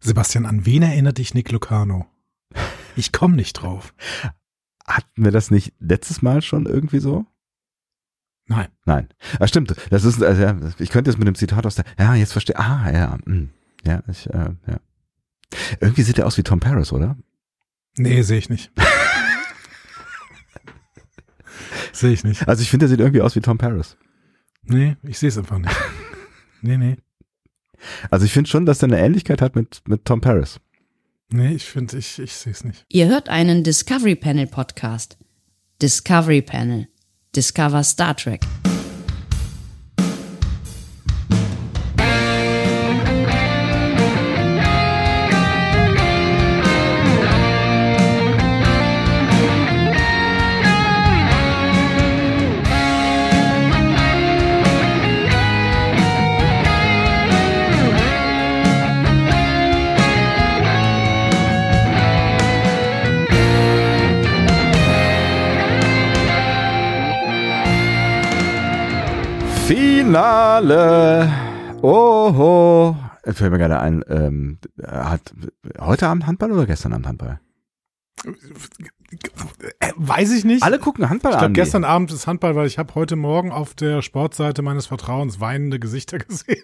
Sebastian, an wen erinnert dich Nick Lucano? Ich komme nicht drauf. Hatten wir das nicht letztes Mal schon irgendwie so? Nein. Ah, stimmt. Das ist, also, ja, ich könnte jetzt mit dem Zitat aus der, ja, jetzt verstehe, ja. Irgendwie sieht er aus wie Tom Paris, oder? Nee, sehe ich nicht. Sehe ich nicht. Also ich finde, er sieht irgendwie aus wie Tom Paris. Nee, ich sehe es einfach nicht. Nee. Also ich finde schon, dass er eine Ähnlichkeit hat mit Tom Paris. Nee, ich finde, ich sehe es nicht. Ihr hört einen Discovery Panel Podcast. Discovery Panel. Discover Star Trek. Finale. Oho. Fällt mir gerade ein, hat heute Abend Handball oder gestern Abend Handball? Weiß ich nicht. Alle gucken Handball Ich an. glaube, gestern Abend ist Handball, weil ich habe heute Morgen auf der Sportseite meines Vertrauens weinende Gesichter gesehen.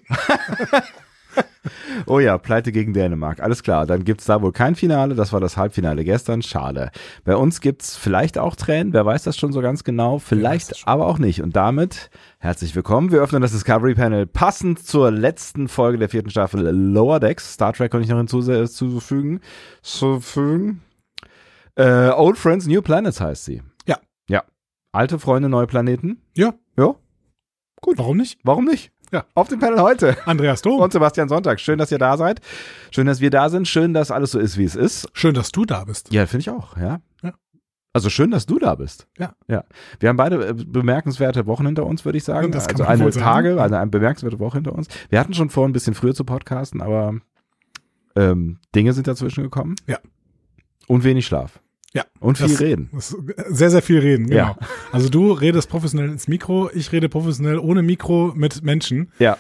Oh ja, Pleite gegen Dänemark. Alles klar, dann gibt's da wohl kein Finale. Das war das Halbfinale gestern. Schade. Bei uns gibt's vielleicht auch Tränen. Wer weiß das schon so ganz genau? Vielleicht aber auch nicht. Und damit herzlich willkommen. Wir öffnen das Discovery Panel passend zur letzten Folge der 4. Staffel Lower Decks. Star Trek konnte ich noch hinzufügen. Old Friends, New Planets heißt sie. Ja. Ja. Alte Freunde, neue Planeten. Ja. Ja. Gut. Warum nicht? Warum nicht? Ja. Auf dem Panel heute. Andreas Dom. Und Sebastian Sonntag. Schön, dass ihr da seid. Schön, dass wir da sind. Schön, dass alles so ist, wie es ist. Schön, dass du da bist. Ja, finde ich auch, ja. Ja. Also schön, dass du da bist. Ja. Wir haben beide bemerkenswerte Wochen hinter uns, würde ich sagen. Das kann also man eine wohl sagen. Tage, also eine bemerkenswerte Woche hinter uns. Wir hatten schon vor, ein bisschen früher zu podcasten, aber Dinge sind dazwischen gekommen. Ja. Und wenig Schlaf. Ja. Und viel reden. Sehr, sehr viel reden, genau. Ja. Also du redest professionell ins Mikro, ich rede professionell ohne Mikro mit Menschen. Ja.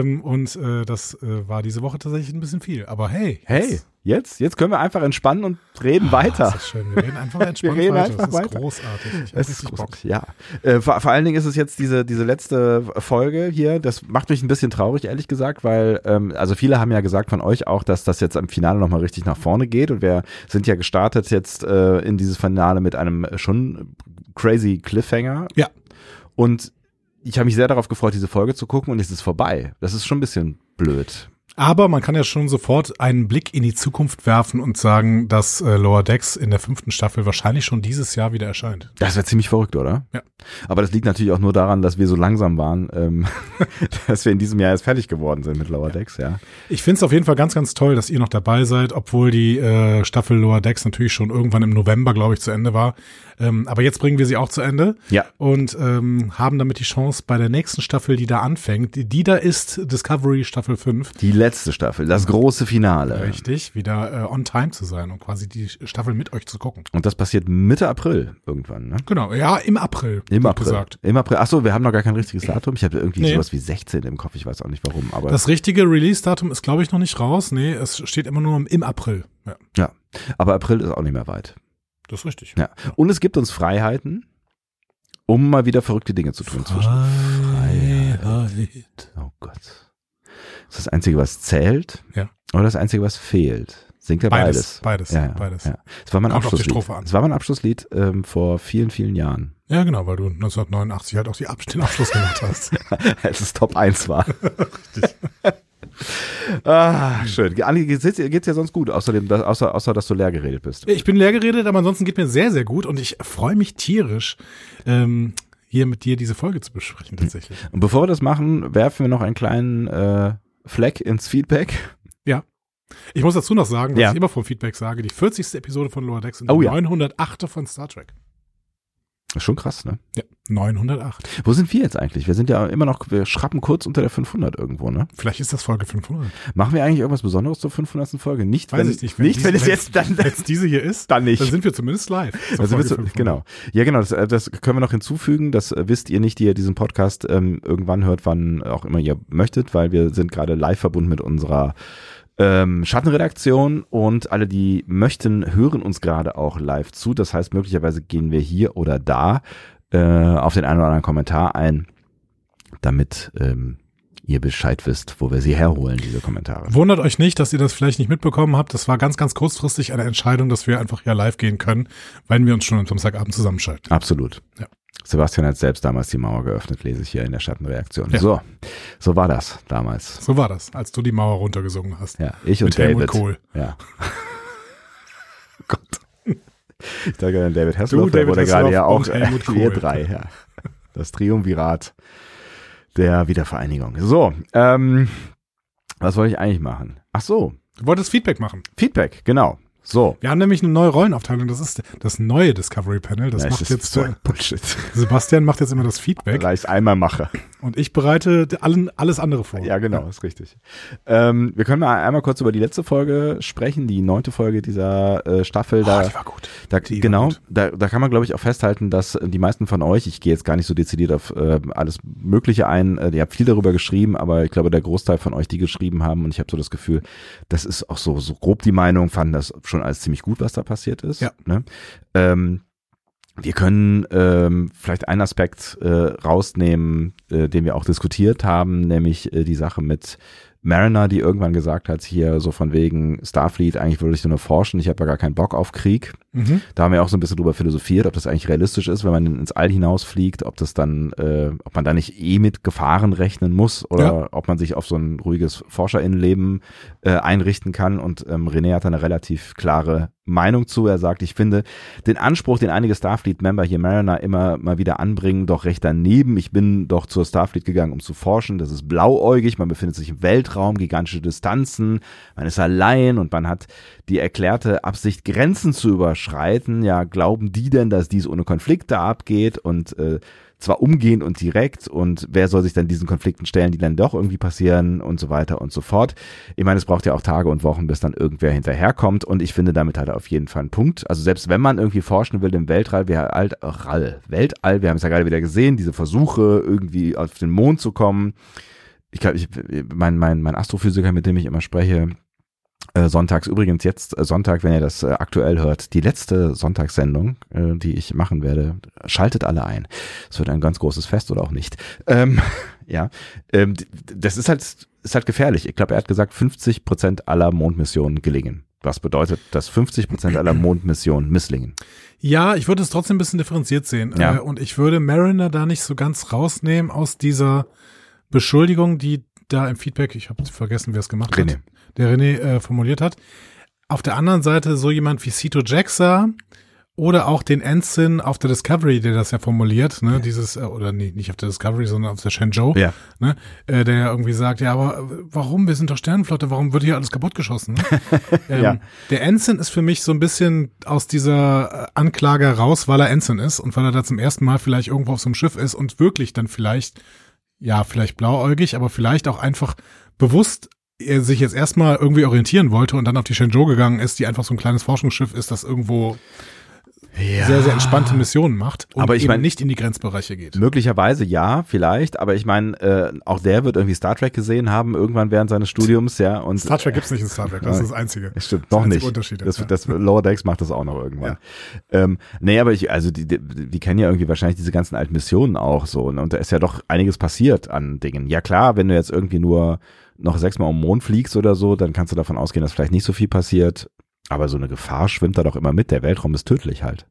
Das war diese Woche tatsächlich ein bisschen viel. Aber hey. Jetzt können wir einfach entspannen und reden weiter. Das ist schön. Wir reden einfach entspannt Wir reden weiter. einfach Das ist weiter. großartig. Ich Es hab ist richtig Bock. großartig, ja. Vor allen Dingen ist es jetzt diese letzte Folge hier, das macht mich ein bisschen traurig, ehrlich gesagt, weil, also viele haben ja gesagt von euch auch, dass das jetzt am Finale nochmal richtig nach vorne geht und wir sind ja gestartet jetzt in dieses Finale mit einem schon crazy Cliffhanger. Ja. Und ich habe mich sehr darauf gefreut, diese Folge zu gucken und es ist vorbei. Das ist schon ein bisschen blöd. Aber man kann ja schon sofort einen Blick in die Zukunft werfen und sagen, dass Lower Decks in der 5. Staffel wahrscheinlich schon dieses Jahr wieder erscheint. Das wäre ziemlich verrückt, oder? Ja. Aber das liegt natürlich auch nur daran, dass wir so langsam waren, dass wir in diesem Jahr erst fertig geworden sind mit Lower Decks, ja. Ich finde es auf jeden Fall ganz, ganz toll, dass ihr noch dabei seid, obwohl die Staffel Lower Decks natürlich schon irgendwann im November, glaube ich, zu Ende war. Aber jetzt bringen wir sie auch zu Ende. Ja. Und haben damit die Chance, bei der nächsten Staffel, die da anfängt, die da ist Discovery Staffel 5. Die letzte Staffel, das große Finale. Richtig, wieder on time zu sein und quasi die Staffel mit euch zu gucken. Und das passiert Mitte April irgendwann, ne? Genau, ja, im April. Im wird April. Gesagt. Im April. Achso, wir haben noch gar kein richtiges Datum. Ich habe irgendwie Nee. sowas wie 16 im Kopf. Ich weiß auch nicht warum. Aber Das richtige Release-Datum ist, glaube ich, noch nicht raus. Nee, es steht immer nur im April. Ja, aber April ist auch nicht mehr weit. das ist richtig. Ja. Und es gibt uns Freiheiten, um mal wieder verrückte Dinge zu tun. Freiheit. Oh Gott. Ist das Einzige, was zählt? Ja. Oder das Einzige, was fehlt? Singt ja beides. Beides. Ja. Es war mein Kommt auf die Abschlusslied. Strophe an. Es war mein Abschlusslied vor vielen, vielen Jahren. Ja, genau, weil du 1989 halt auch den Abschluss gemacht hast. Als es Top 1 war. Richtig. Schön. Anni, geht's ja sonst gut, außer dass du leer geredet bist. Ich bin leer geredet, aber ansonsten geht mir sehr, sehr gut und ich freue mich tierisch, hier mit dir diese Folge zu besprechen tatsächlich. Und bevor wir das machen, werfen wir noch einen kleinen Fleck ins Feedback. Ja. Ich muss dazu noch sagen, was Ja. ich immer vom Feedback sage, die 40. Episode von Lower Decks und Oh die ja. 908. von Star Trek. Das ist schon krass, ne? Ja, 908. Wo sind wir jetzt eigentlich? Wir sind ja immer noch, wir schrappen kurz unter der 500 irgendwo, ne? Vielleicht ist das Folge 500. Machen wir eigentlich irgendwas Besonderes zur 500. Folge? Nicht, Weiß wenn, ich nicht. wenn es jetzt dann Wenn diese hier ist, dann nicht. dann sind wir zumindest live. zur Also Folge willst du, 500. genau. Ja, genau, das können wir noch hinzufügen. Das wisst ihr nicht, die ihr diesen Podcast irgendwann hört, wann auch immer ihr möchtet, weil wir sind gerade live verbunden mit unserer Schattenredaktion und alle, die möchten, hören uns gerade auch live zu. Das heißt, möglicherweise gehen wir hier oder da auf den einen oder anderen Kommentar ein, damit ihr Bescheid wisst, wo wir sie herholen, diese Kommentare. Wundert euch nicht, dass ihr das vielleicht nicht mitbekommen habt. Das war ganz, ganz kurzfristig eine Entscheidung, dass wir einfach hier live gehen können, weil wir uns schon am Samstagabend zusammenschalten. Absolut. Ja. Sebastian hat selbst damals die Mauer geöffnet, lese ich hier in der Schattenreaktion. Ja. So war das damals. So war das, als du die Mauer runtergesungen hast. Ja, ich und mit David. Helmut Kohl. Ja. Gott. Ich denke an David Hasselhoff, der David wurde gerade ja auch Helmut Kohl. wir drei. Ja. Das Triumvirat der Wiedervereinigung. So, was wollte ich eigentlich machen? Ach so. Du wolltest Feedback machen. Feedback, genau. So. Wir haben nämlich eine neue Rollenaufteilung. Das ist das neue Discovery Panel. Das macht jetzt so Bullshit. Sebastian macht jetzt immer das Feedback. Weil ich es einmal mache. Und ich bereite alles andere vor. Ja, genau, ist richtig. Wir können mal einmal kurz über die letzte Folge sprechen, die 9. Folge dieser Staffel. Die war gut. Da kann man, glaube ich, auch festhalten, dass die meisten von euch, ich gehe jetzt gar nicht so dezidiert auf alles Mögliche ein, ihr habt viel darüber geschrieben, aber ich glaube, der Großteil von euch, die geschrieben haben, und ich habe so das Gefühl, das ist auch so grob die Meinung, fanden das schon alles ziemlich gut, was da passiert ist. Ja. Ne? Wir können vielleicht einen Aspekt rausnehmen, den wir auch diskutiert haben, nämlich die Sache mit Mariner, die irgendwann gesagt hat, hier so von wegen Starfleet, eigentlich würde ich nur forschen, ich habe ja gar keinen Bock auf Krieg. Mhm. Da haben wir auch so ein bisschen drüber philosophiert, ob das eigentlich realistisch ist, wenn man ins All hinausfliegt, ob das dann, ob man da nicht mit Gefahren rechnen muss oder ob man sich auf so ein ruhiges ForscherInnenleben einrichten kann. Und René hat da eine relativ klare Meinung zu. Er sagt, ich finde den Anspruch, den einige Starfleet-Member hier Mariner immer mal wieder anbringen, doch recht daneben. Ich bin doch zur Starfleet gegangen, um zu forschen. Das ist blauäugig, man befindet sich im Weltraum, gigantische Distanzen, man ist allein und man hat die erklärte Absicht, Grenzen zu überschreiten. Ja, glauben die denn, dass dies ohne Konflikte abgeht und zwar umgehend und direkt, und wer soll sich dann diesen Konflikten stellen, die dann doch irgendwie passieren und so weiter und so fort. Ich meine, es braucht ja auch Tage und Wochen, bis dann irgendwer hinterherkommt, und ich finde, damit hat er auf jeden Fall einen Punkt. Also selbst wenn man irgendwie forschen will im Weltall, wir haben es ja gerade wieder gesehen, diese Versuche irgendwie auf den Mond zu kommen. Mein Astrophysiker, mit dem ich immer spreche, sonntags, übrigens jetzt Sonntag, wenn ihr das aktuell hört, die letzte Sonntagssendung, die ich machen werde, schaltet alle ein. Es wird ein ganz großes Fest oder auch nicht. Das ist halt gefährlich. Ich glaube, er hat gesagt, 50% aller Mondmissionen gelingen. Was bedeutet, dass 50% aller Mondmissionen misslingen? Ja, ich würde es trotzdem ein bisschen differenziert sehen. Ja. Und ich würde Mariner da nicht so ganz rausnehmen aus dieser Beschuldigung, die da im Feedback, ich habe vergessen, wer es gemacht hat, der René formuliert hat. Auf der anderen Seite so jemand wie Sito Jaxa oder auch den Ensign auf der Discovery, der das ja formuliert, ne, dieses, oder nee, nicht auf der Discovery, sondern auf der Shenzhou, ne, der ja irgendwie sagt, ja, aber warum, wir sind doch Sternenflotte, warum wird hier alles kaputtgeschossen? Ne? Der Ensign ist für mich so ein bisschen aus dieser Anklage raus, weil er Ensign ist und weil er da zum ersten Mal vielleicht irgendwo auf so einem Schiff ist und wirklich dann vielleicht blauäugig, aber vielleicht auch einfach bewusst er sich jetzt erstmal irgendwie orientieren wollte und dann auf die Shenzhou gegangen ist, die einfach so ein kleines Forschungsschiff ist, das irgendwo sehr, sehr entspannte Missionen macht und aber ich meine, nicht in die Grenzbereiche geht. Möglicherweise ja, vielleicht, aber ich meine, auch der wird irgendwie Star Trek gesehen haben, irgendwann während seines Studiums, ja. Und Star Trek gibt's nicht in Star Trek, das ist das Einzige. Stimmt, noch nicht. Das Lower Decks macht das auch noch irgendwann. Ja. Nee, aber die kennen ja irgendwie wahrscheinlich diese ganzen alten Missionen auch so, und da ist ja doch einiges passiert an Dingen. Ja klar, wenn du jetzt irgendwie nur noch 6-mal um den Mond fliegst oder so, dann kannst du davon ausgehen, dass vielleicht nicht so viel passiert. Aber so eine Gefahr schwimmt da doch immer mit. Der Weltraum ist tödlich halt.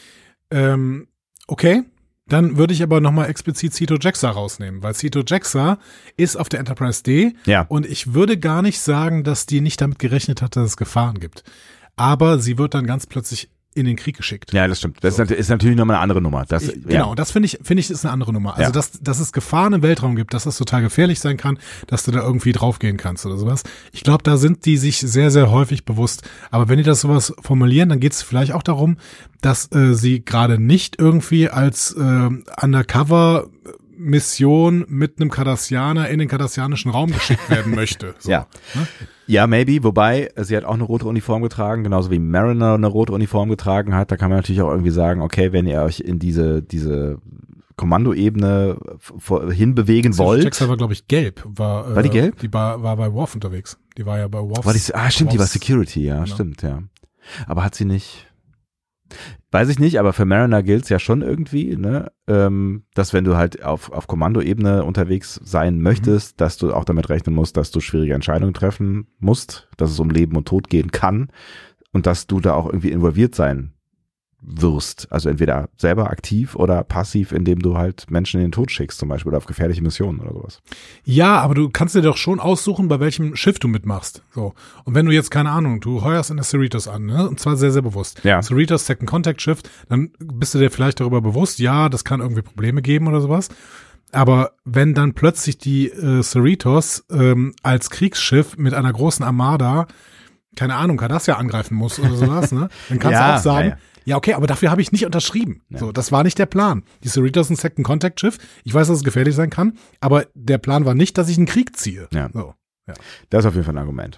Okay, dann würde ich aber nochmal explizit Sito Jaxa rausnehmen, weil Sito Jaxa ist auf der Enterprise D und ich würde gar nicht sagen, dass die nicht damit gerechnet hat, dass es Gefahren gibt. Aber sie wird dann ganz plötzlich in den Krieg geschickt. Ja, das stimmt. Das ist natürlich nochmal eine andere Nummer. Genau, das finde ich ist eine andere Nummer. Also, dass es Gefahren im Weltraum gibt, dass das total gefährlich sein kann, dass du da irgendwie draufgehen kannst oder sowas. Ich glaube, da sind die sich sehr, sehr häufig bewusst. Aber wenn die das sowas formulieren, dann geht es vielleicht auch darum, dass sie gerade nicht irgendwie als Undercover Mission mit einem Cardassianer in den cardassianischen Raum geschickt werden möchte. So, ja. Ne? Ja, maybe, wobei sie hat auch eine rote Uniform getragen, genauso wie Mariner eine rote Uniform getragen hat. Da kann man natürlich auch irgendwie sagen, okay, wenn ihr euch in diese Kommandoebene hinbewegen wollt. Jaxa war, glaube ich, gelb. War die gelb? Die war bei Worf unterwegs. Die war ja bei Worf. Stimmt, die war Security, ja, genau. Stimmt, ja. Aber hat sie nicht... Weiß ich nicht, aber für Mariner gilt's ja schon irgendwie, ne, dass wenn du halt auf Kommandoebene unterwegs sein möchtest, dass du auch damit rechnen musst, dass du schwierige Entscheidungen treffen musst, dass es um Leben und Tod gehen kann und dass du da auch irgendwie involviert sein wirst. Also entweder selber aktiv oder passiv, indem du halt Menschen in den Tod schickst zum Beispiel oder auf gefährliche Missionen oder sowas. Ja, aber du kannst dir doch schon aussuchen, bei welchem Schiff du mitmachst. So. Und wenn du jetzt, keine Ahnung, du heuerst in der Cerritos an, ne? Und zwar sehr, sehr bewusst. Ja. Cerritos Second Contact Schiff, dann bist du dir vielleicht darüber bewusst, ja, das kann irgendwie Probleme geben oder sowas. Aber wenn dann plötzlich die Cerritos als Kriegsschiff mit einer großen Armada, keine Ahnung, Cardassia angreifen muss oder sowas, ne? Dann kannst du auch sagen, ja, okay, aber dafür habe ich nicht unterschrieben. Ja. So, das war nicht der Plan. Die Cerritos ist ein Second Contact Schiff. Ich weiß, dass es gefährlich sein kann, aber der Plan war nicht, dass ich einen Krieg ziehe. Ja. So, ja. Das ist auf jeden Fall ein Argument.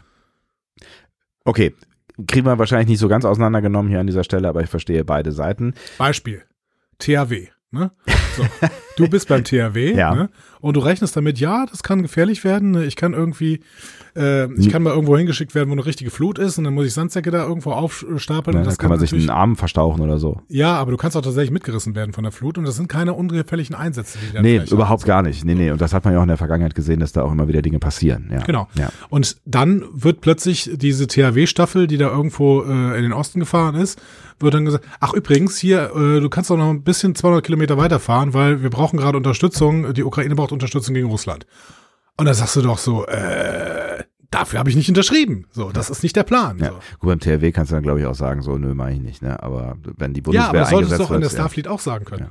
Okay, kriegen wir wahrscheinlich nicht so ganz auseinandergenommen hier an dieser Stelle, aber ich verstehe beide Seiten. Beispiel, THW. Ne? So, du bist beim THW, ja. Ne? Und du rechnest damit, ja, das kann gefährlich werden. Ich kann irgendwie, ich kann mal irgendwo hingeschickt werden, wo eine richtige Flut ist und dann muss ich Sandsäcke da irgendwo aufstapeln. Ja, dann kann man sich einen Arm verstauchen oder so. Ja, aber du kannst auch tatsächlich mitgerissen werden von der Flut und das sind keine ungefährlichen Einsätze, die Nee, überhaupt gar nicht. Nee. Und das hat man ja auch in der Vergangenheit gesehen, dass da auch immer wieder Dinge passieren. Ja. Genau. Ja. Und dann wird plötzlich diese THW-Staffel, die da irgendwo in den Osten gefahren ist, wird dann gesagt, ach übrigens, hier, du kannst doch noch ein bisschen 200 Kilometer weiterfahren, weil wir brauchen gerade Unterstützung, die Ukraine braucht Unterstützung gegen Russland. Und dann sagst du doch so, dafür habe ich nicht unterschrieben. So, das ist nicht der Plan. Ja. So. Gut, beim THW kannst du dann, glaube ich, auch sagen, so, nö, mach ich nicht, ne? Aber wenn die Bundeswehr eingesetzt wird. Ja, aber solltest du doch in der wird, Starfleet auch sagen können.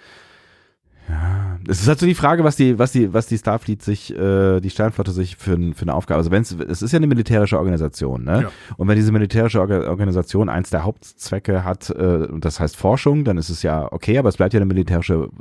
Ja, es ist halt so die Frage, was die Starfleet sich, die Sternflotte sich für eine Aufgabe, also es ist ja eine militärische Organisation, ne? Ja. Und wenn diese militärische Organisation eins der Hauptzwecke hat, und das heißt Forschung, dann ist es ja okay, aber es bleibt ja eine militärische,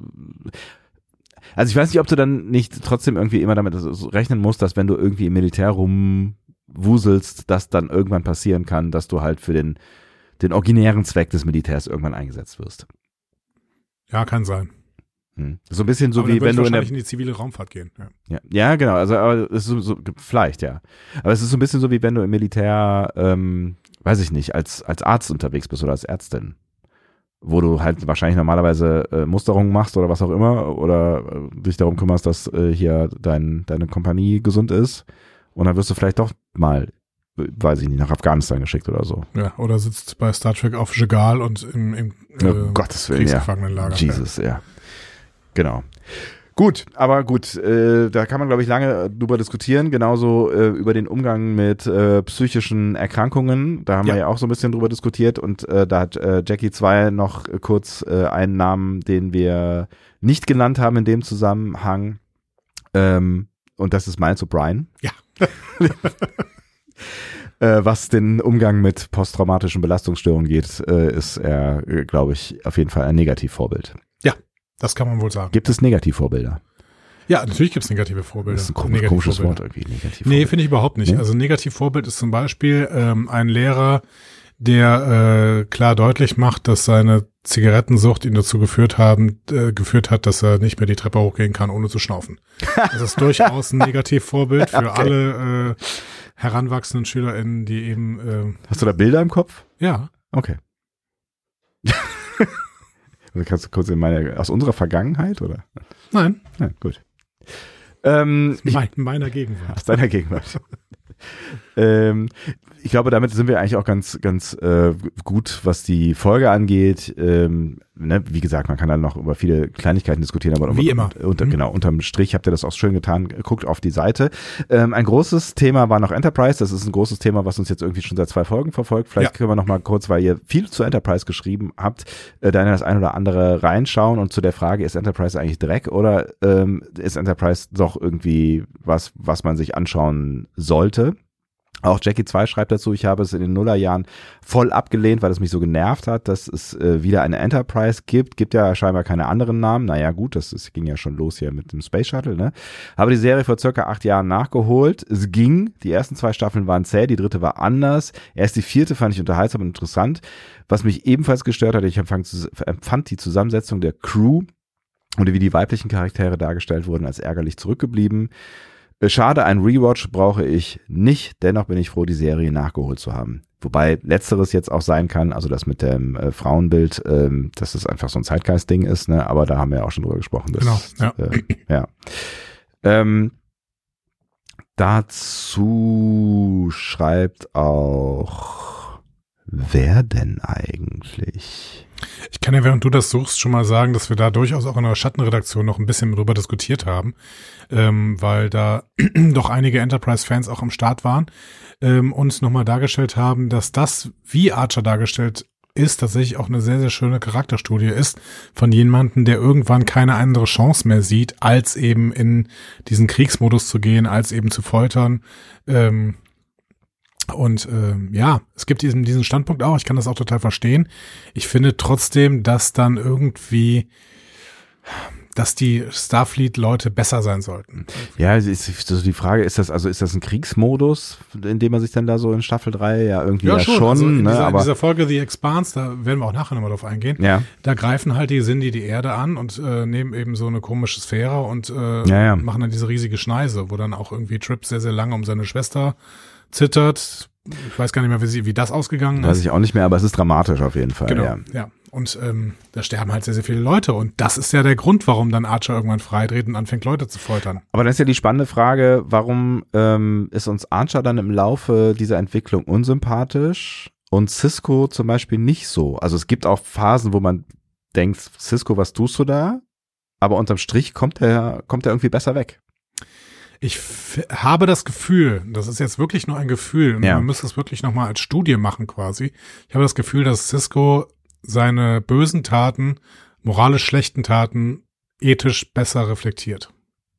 also ich weiß nicht, ob du dann nicht trotzdem irgendwie immer damit rechnen musst, dass wenn du irgendwie im Militär rumwuselst, dass dann irgendwann passieren kann, dass du halt für den originären Zweck des Militärs irgendwann eingesetzt wirst. Ja, kann sein. So ein bisschen so aber wie wenn du in die zivile Raumfahrt gehen. Ja, genau. Also aber es ist so, vielleicht, ja. Aber es ist so ein bisschen so wie wenn du im Militär, weiß ich nicht, als Arzt unterwegs bist oder als Ärztin, wo du halt wahrscheinlich normalerweise Musterungen machst oder was auch immer oder dich darum kümmerst, dass hier deine Kompanie gesund ist und dann wirst du vielleicht doch mal, weiß ich nicht, nach Afghanistan geschickt oder so. Ja, oder sitzt bei Star Trek auf Jegal und im Gottes Willen, Kriegsgefangenenlager. Jesus, ja. Genau. Gut, aber gut, da kann man, glaube ich, lange drüber diskutieren, genauso über den Umgang mit psychischen Erkrankungen, da haben wir ja auch so ein bisschen drüber diskutiert und da hat Jackie 2 noch kurz einen Namen, den wir nicht genannt haben in dem Zusammenhang, und das ist Miles O'Brien. Ja. Was den Umgang mit posttraumatischen Belastungsstörungen geht, ist er, glaube ich, auf jeden Fall ein Negativvorbild. Ja. Das kann man wohl sagen. Gibt es Negativvorbilder? Ja, natürlich gibt es negative Vorbilder. Das ist ein komisches Wort irgendwie, Negativvorbild. Nee, finde ich überhaupt nicht. Nee? Also Negativvorbild ist zum Beispiel ein Lehrer, der klar deutlich macht, dass seine Zigarettensucht ihn dazu geführt hat, dass er nicht mehr die Treppe hochgehen kann, ohne zu schnaufen. Das ist durchaus ein Negativvorbild für alle heranwachsenden SchülerInnen, die eben Hast du da Bilder im Kopf? Ja. Okay. Also kannst du kurz aus unserer Vergangenheit, oder? Nein. Ja, gut. Meiner Gegenwart. Aus deiner Gegenwart. Ich glaube, damit sind wir eigentlich auch ganz gut, was die Folge angeht. Wie gesagt, man kann dann noch über viele Kleinigkeiten diskutieren, aber wie immer. Genau, unterm Strich habt ihr das auch schön getan. Guckt auf die Seite. Ein großes Thema war noch Enterprise. Das ist ein großes Thema, was uns jetzt irgendwie schon seit 2 Folgen verfolgt. Vielleicht können wir noch mal kurz, weil ihr viel zu Enterprise geschrieben habt, da in das ein oder andere reinschauen und zu der Frage, ist Enterprise eigentlich Dreck oder ist Enterprise doch irgendwie was man sich anschauen sollte? Auch Jackie 2 schreibt dazu, ich habe es in den Nullerjahren voll abgelehnt, weil es mich so genervt hat, dass es wieder eine Enterprise gibt. Gibt ja scheinbar keine anderen Namen. Naja gut, das ging ja schon los hier mit dem Space Shuttle, ne? Habe die Serie vor circa 8 Jahren nachgeholt. Es ging. Die ersten 2 Staffeln waren zäh, die 3. war anders. Erst die 4. fand ich unterhaltsam und interessant. Was mich ebenfalls gestört hat, ich empfand die Zusammensetzung der Crew und wie die weiblichen Charaktere dargestellt wurden, als ärgerlich zurückgeblieben. Schade, ein Rewatch brauche ich nicht, dennoch bin ich froh, die Serie nachgeholt zu haben. Wobei Letzteres jetzt auch sein kann, also das mit dem Frauenbild, dass es einfach so ein Zeitgeist-Ding ist, ne? Aber da haben wir ja auch schon drüber gesprochen. Das, genau, ja. Dazu schreibt auch, wer denn eigentlich? Ich kann ja, während du das suchst, schon mal sagen, dass wir da durchaus auch in der Schattenredaktion noch ein bisschen drüber diskutiert haben, weil da doch einige Enterprise-Fans auch am Start waren, uns nochmal dargestellt haben, dass das, wie Archer dargestellt ist, tatsächlich auch eine sehr, sehr schöne Charakterstudie ist von jemandem, der irgendwann keine andere Chance mehr sieht, als eben in diesen Kriegsmodus zu gehen, als eben zu foltern. Ja, es gibt diesen Standpunkt auch, ich kann das auch total verstehen. Ich finde trotzdem, dass dann irgendwie, dass die Starfleet-Leute besser sein sollten. Ja, ist so die Frage, ist das ein Kriegsmodus, in dem man sich dann da so in Staffel 3 ja irgendwie schon also in ne, dieser Folge The Expanse, da werden wir auch nachher nochmal drauf eingehen, da greifen halt die Sindhi die Erde an und nehmen eben so eine komische Sphäre und machen dann diese riesige Schneise, wo dann auch irgendwie Trip sehr, sehr lange um seine Schwester zittert. Ich weiß gar nicht mehr, wie das ausgegangen ist. Weiß ich auch nicht mehr, aber es ist dramatisch auf jeden Fall. Genau, ja. Und da sterben halt sehr, sehr viele Leute. Und das ist ja der Grund, warum dann Archer irgendwann freidreht und anfängt, Leute zu foltern. Aber dann ist ja die spannende Frage, warum ist uns Archer dann im Laufe dieser Entwicklung unsympathisch und Sisko zum Beispiel nicht so? Also es gibt auch Phasen, wo man denkt, Sisko, was tust du da? Aber unterm Strich kommt er irgendwie besser weg. Ich habe das Gefühl, das ist jetzt wirklich nur ein Gefühl, und man müsste es wirklich nochmal als Studie machen quasi. Ich habe das Gefühl, dass Sisko seine bösen Taten, moralisch schlechten Taten, ethisch besser reflektiert.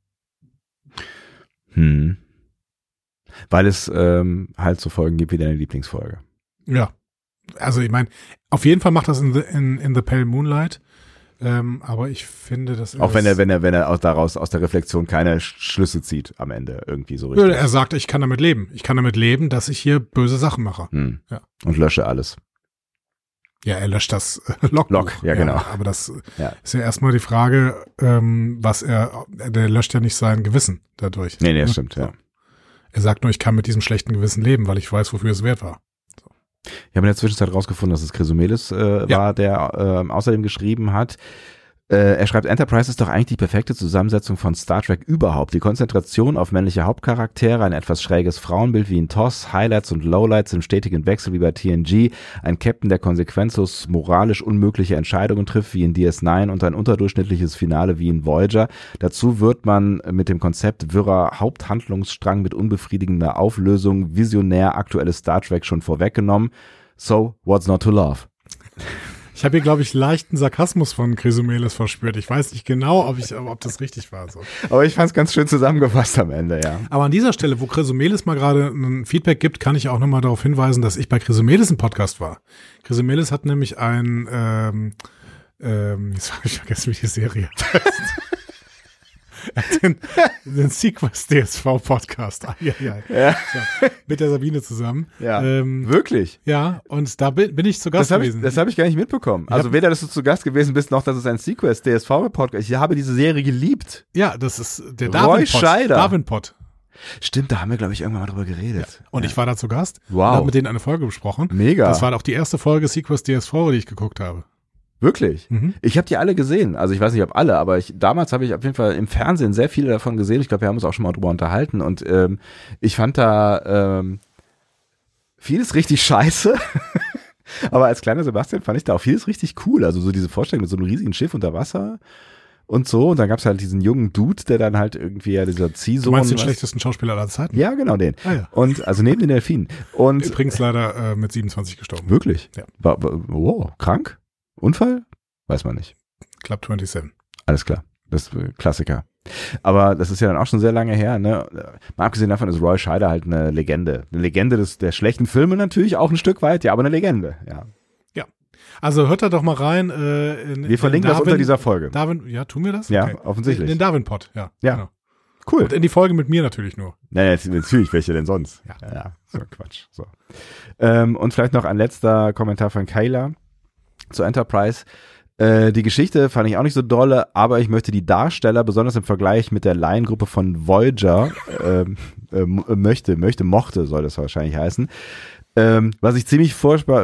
Weil es halt so Folgen gibt wie deine Lieblingsfolge. Ja, also ich meine, auf jeden Fall macht das in The Pale Moonlight. Aber ich finde, dass auch wenn er aus der Reflexion keine Schlüsse zieht am Ende irgendwie so richtig. Er sagt, ich kann damit leben. Ich kann damit leben, dass ich hier böse Sachen mache. Ja. Und lösche alles. Ja, er löscht das Logbuch. Ja, genau. Aber das ist ja erstmal die Frage, der löscht ja nicht sein Gewissen dadurch. Nee, das stimmt, ja. Er sagt nur, ich kann mit diesem schlechten Gewissen leben, weil ich weiß, wofür es wert war. Ich habe in der Zwischenzeit rausgefunden, dass es Chrysomelis war, der außerdem geschrieben hat. Er schreibt, Enterprise ist doch eigentlich die perfekte Zusammensetzung von Star Trek überhaupt. Die Konzentration auf männliche Hauptcharaktere, ein etwas schräges Frauenbild wie in TOS, Highlights und Lowlights im stetigen Wechsel wie bei TNG, ein Captain, der konsequenzlos moralisch unmögliche Entscheidungen trifft wie in DS9 und ein unterdurchschnittliches Finale wie in Voyager. Dazu wird man mit dem Konzept wirrer Haupthandlungsstrang mit unbefriedigender Auflösung visionär aktuelles Star Trek schon vorweggenommen. So, what's not to love? Ich habe hier, glaube ich, leichten Sarkasmus von Chrysomelis verspürt. Ich weiß nicht genau, ob das richtig war. So. Aber ich fand es ganz schön zusammengefasst am Ende, ja. Aber an dieser Stelle, wo Chrysomelis mal gerade ein Feedback gibt, kann ich auch nochmal darauf hinweisen, dass ich bei Chrysomelis im Podcast war. Chrysomelis hat nämlich jetzt habe ich vergessen, wie die Serie heißt. den Sequest DSV Podcast. Ja. So, mit der Sabine zusammen. Ja, wirklich? Ja, und da bin ich zu Gast gewesen. Das habe ich gar nicht mitbekommen. Also weder, dass du zu Gast gewesen bist, noch, dass es ein Sequest DSV Podcast. Ich habe diese Serie geliebt. Ja, das ist der Davenport. Stimmt, da haben wir, glaube ich, irgendwann mal drüber geredet. Ja. Und ich war da zu Gast. Wow. Und habe mit denen eine Folge besprochen. Mega. Das war auch die erste Folge Sequest DSV, die ich geguckt habe. Wirklich? Mhm. Ich habe die alle gesehen. Also ich weiß nicht, ob alle, aber damals habe ich auf jeden Fall im Fernsehen sehr viele davon gesehen. Ich glaube, wir haben uns auch schon mal drüber unterhalten und ich fand da vieles richtig scheiße. Aber als kleiner Sebastian fand ich da auch vieles richtig cool. Also so diese Vorstellung mit so einem riesigen Schiff unter Wasser und so. Und dann gab es halt diesen jungen Dude, der dann halt irgendwie dieser Ziehsohn. Du meinst den schlechtesten Schauspieler aller Zeiten? Ja, genau, den. Ah, ja. Und also neben den Delfinen. Und übrigens leider mit 27 gestorben. Wirklich? Ja. Wow, krank? Unfall? Weiß man nicht. Club 27. Alles klar. Das ist Klassiker. Aber das ist ja dann auch schon sehr lange her, ne? Mal abgesehen davon ist Roy Scheider halt eine Legende. Eine Legende der schlechten Filme natürlich auch ein Stück weit, ja, aber eine Legende, ja. Ja. Also hört da doch mal rein. Wir verlinken das unter dieser Folge. Ja, tun wir das? Ja, okay. Offensichtlich. In den Davenport, ja. Ja. Genau. Cool. Und in die Folge mit mir natürlich nur. Naja, natürlich, welche denn sonst? Ja. So Quatsch. So. Und vielleicht noch ein letzter Kommentar von Kayla zu Enterprise. Die Geschichte fand ich auch nicht so dolle, aber ich möchte die Darsteller, besonders im Vergleich mit der Laiengruppe von Voyager, mochte, soll das wahrscheinlich heißen, was ich ziemlich furchtbar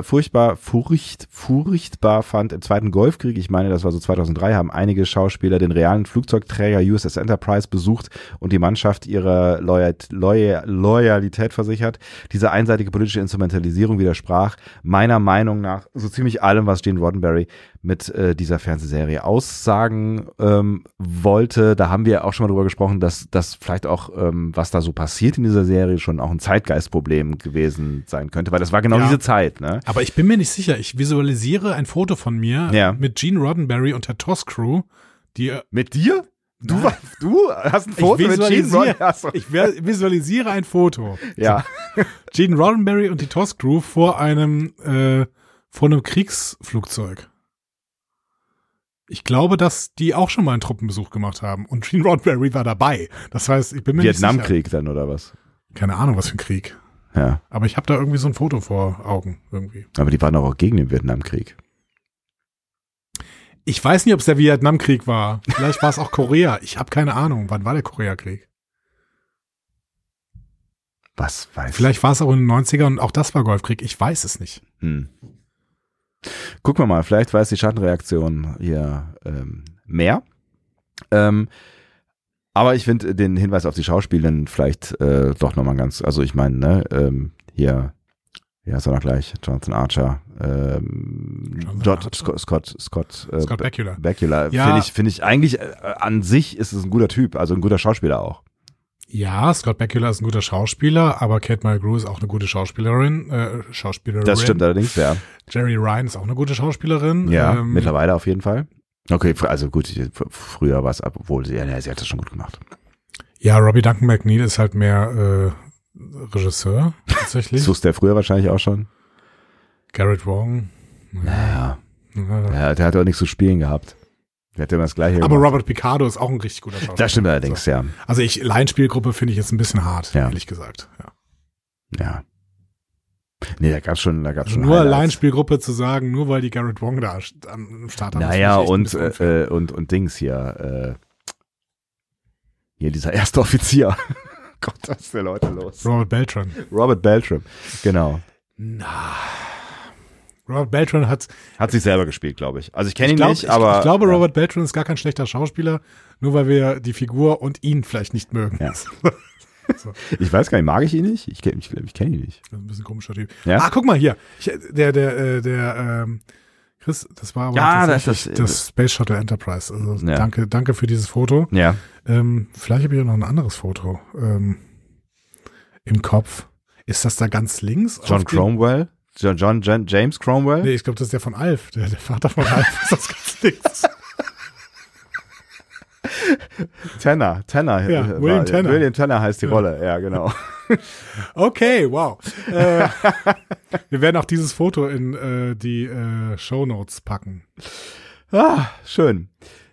fand im Zweiten Golfkrieg, ich meine, das war so 2003, haben einige Schauspieler den realen Flugzeugträger USS Enterprise besucht und die Mannschaft ihrer Loyalität versichert. Diese einseitige politische Instrumentalisierung widersprach meiner Meinung nach so ziemlich allem, was Gene Roddenberry mit dieser Fernsehserie aussagen wollte. Da haben wir auch schon mal drüber gesprochen, dass das vielleicht auch, was da so passiert in dieser Serie, schon auch ein Zeitgeistproblem gewesen sein könnte, weil das war genau diese Zeit. Ne? Aber ich bin mir nicht sicher. Ich visualisiere ein Foto von mir mit Gene Roddenberry und der TOS-Crew, die mit dir? Du hast ein Foto mit Gene Roddenberry? Ich visualisiere ein Foto. Ja. Gene Roddenberry und die TOS-Crew vor einem Kriegsflugzeug. Ich glaube, dass die auch schon mal einen Truppenbesuch gemacht haben und Gene Roddenberry war dabei. Das heißt, ich bin mir nicht sicher. Vietnamkrieg dann oder was? Keine Ahnung, was für ein Krieg. Ja. Aber ich habe da irgendwie so ein Foto vor Augen irgendwie. Aber die waren doch auch gegen den Vietnamkrieg. Ich weiß nicht, ob es der Vietnamkrieg war. Vielleicht war es auch Korea. Ich habe keine Ahnung. Wann war der Koreakrieg? Was weiß ich? Vielleicht war es auch in den 90ern und auch das war Golfkrieg. Ich weiß es nicht. Gucken wir mal, vielleicht weiß die Schattenreaktion hier mehr. Aber ich finde den Hinweis auf die Schauspielerin vielleicht doch nochmal ganz, also ich meine, ne, hier, wie heißt er noch gleich? Jonathan Archer, Scott Bakula. Ja. Finde ich eigentlich an sich ist es ein guter Typ, also ein guter Schauspieler auch. Ja, Scott Bakula ist ein guter Schauspieler, aber Kate Mulgrew ist auch eine gute Schauspielerin. Das stimmt allerdings, ja. Jerry Ryan ist auch eine gute Schauspielerin. Ja, mittlerweile auf jeden Fall. Okay, also gut, früher war es, obwohl sie hat das schon gut gemacht. Ja, Robbie Duncan McNeil ist halt mehr Regisseur, tatsächlich. Das wusste er früher wahrscheinlich auch schon. Garrett Wong. Naja. Ja, der hat auch nichts zu spielen gehabt. Der hat immer das Gleiche Aber gemacht. Robert Picardo ist auch ein richtig guter Schauspieler. Das stimmt allerdings, ja. Also Laienspielgruppe finde ich jetzt ein bisschen hart, ehrlich gesagt. Ja. Nee, da gab's schon also nur Laienspielgruppe zu sagen, nur weil die Garrett Wong da am Start haben. Naja, und Dings hier, hier dieser erste Offizier. Gott, was ist der Leute los? Robert Beltran, genau. Robert Beltran hat sich selber gespielt, glaube ich. Also ich kenne ihn nicht, aber ich glaube, Robert Beltran ist gar kein schlechter Schauspieler, nur weil wir die Figur und ihn vielleicht nicht mögen. Ja. So. Ich weiß gar nicht, mag ich ihn nicht? Ich kenne ihn nicht. Das ist ein bisschen komischer Typ. Ja? Guck mal hier. Chris, das war aber das Space Shuttle Enterprise. Also danke für dieses Foto. Ja. Vielleicht habe ich auch noch ein anderes Foto im Kopf. Ist das da ganz links? James Cromwell? Nee, ich glaube, das ist der von Alf. Der Vater von Alf ist das ganz links. Tanner. Ja, William Tanner. William Tanner heißt die Rolle, ja, genau. Okay, wow. Wir werden auch dieses Foto in die Shownotes packen. Schön.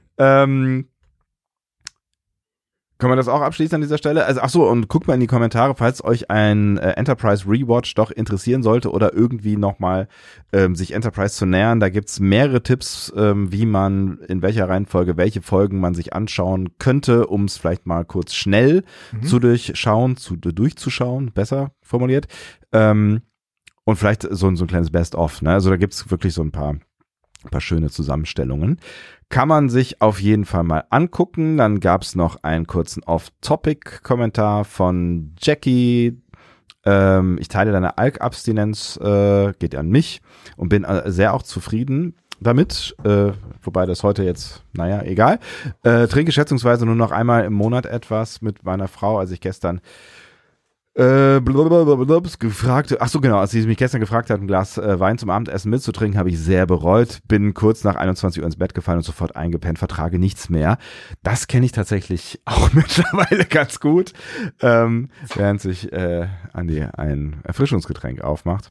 Können wir das auch abschließen an dieser Stelle? Also, ach so, und guckt mal in die Kommentare, falls euch ein Enterprise Rewatch doch interessieren sollte oder irgendwie nochmal sich Enterprise zu nähern. Da gibt's mehrere Tipps, wie man in welcher Reihenfolge welche Folgen man sich anschauen könnte, um es vielleicht mal kurz schnell durchzuschauen, besser formuliert. Und vielleicht so ein kleines Best-of. Ne? Also da gibt's wirklich so ein paar schöne Zusammenstellungen. Kann man sich auf jeden Fall mal angucken. Dann gab's noch einen kurzen Off-Topic-Kommentar von Jackie. Ich teile deine Alk-Abstinenz, geht an mich und bin sehr auch zufrieden damit. Wobei das heute jetzt, naja, egal. Trinke schätzungsweise nur noch einmal im Monat etwas mit meiner Frau, als ich gestern gefragt, ach so genau, als sie mich gestern gefragt hat, ein Glas Wein zum Abendessen mitzutrinken, habe ich sehr bereut, bin kurz nach 21 Uhr ins Bett gefallen und sofort eingepennt, vertrage nichts mehr. Das kenne ich tatsächlich auch mittlerweile ganz gut, während sich Andi ein Erfrischungsgetränk aufmacht.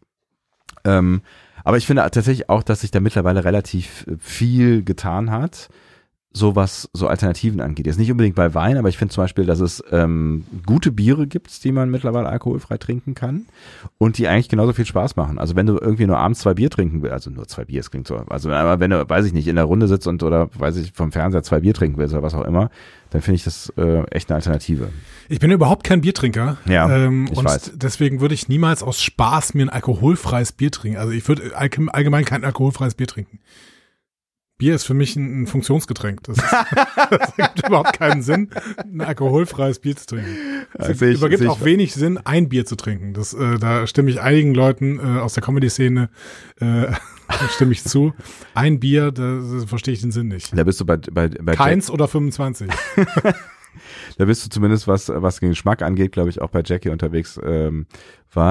Aber ich finde tatsächlich auch, dass sich da mittlerweile relativ viel getan hat. so was so Alternativen angeht. Jetzt nicht unbedingt bei Wein, aber ich finde zum Beispiel, dass es gute Biere gibt, die man mittlerweile alkoholfrei trinken kann und die eigentlich genauso viel Spaß machen. Also wenn du irgendwie nur abends 2 Bier trinken willst, also nur 2 Bier, es klingt so, also aber wenn du, weiß ich nicht, in der Runde sitzt oder weiß ich, vom Fernseher 2 Bier trinken willst oder was auch immer, dann finde ich das echt eine Alternative. Ich bin überhaupt kein Biertrinker. Ja, ich weiß. Deswegen würde ich niemals aus Spaß mir ein alkoholfreies Bier trinken. Also ich würde allgemein kein alkoholfreies Bier trinken. Bier ist für mich ein Funktionsgetränk. Das gibt überhaupt keinen Sinn, ein alkoholfreies Bier zu trinken. Es übergibt auch wenig Sinn, ein Bier zu trinken. Da stimme ich einigen Leuten aus der Comedy-Szene stimme ich zu. Ein Bier, da verstehe ich den Sinn nicht. Da bist du bei Keins oder 25. Da bist du zumindest, was den Geschmack angeht, glaube ich, auch bei Jackie unterwegs, wo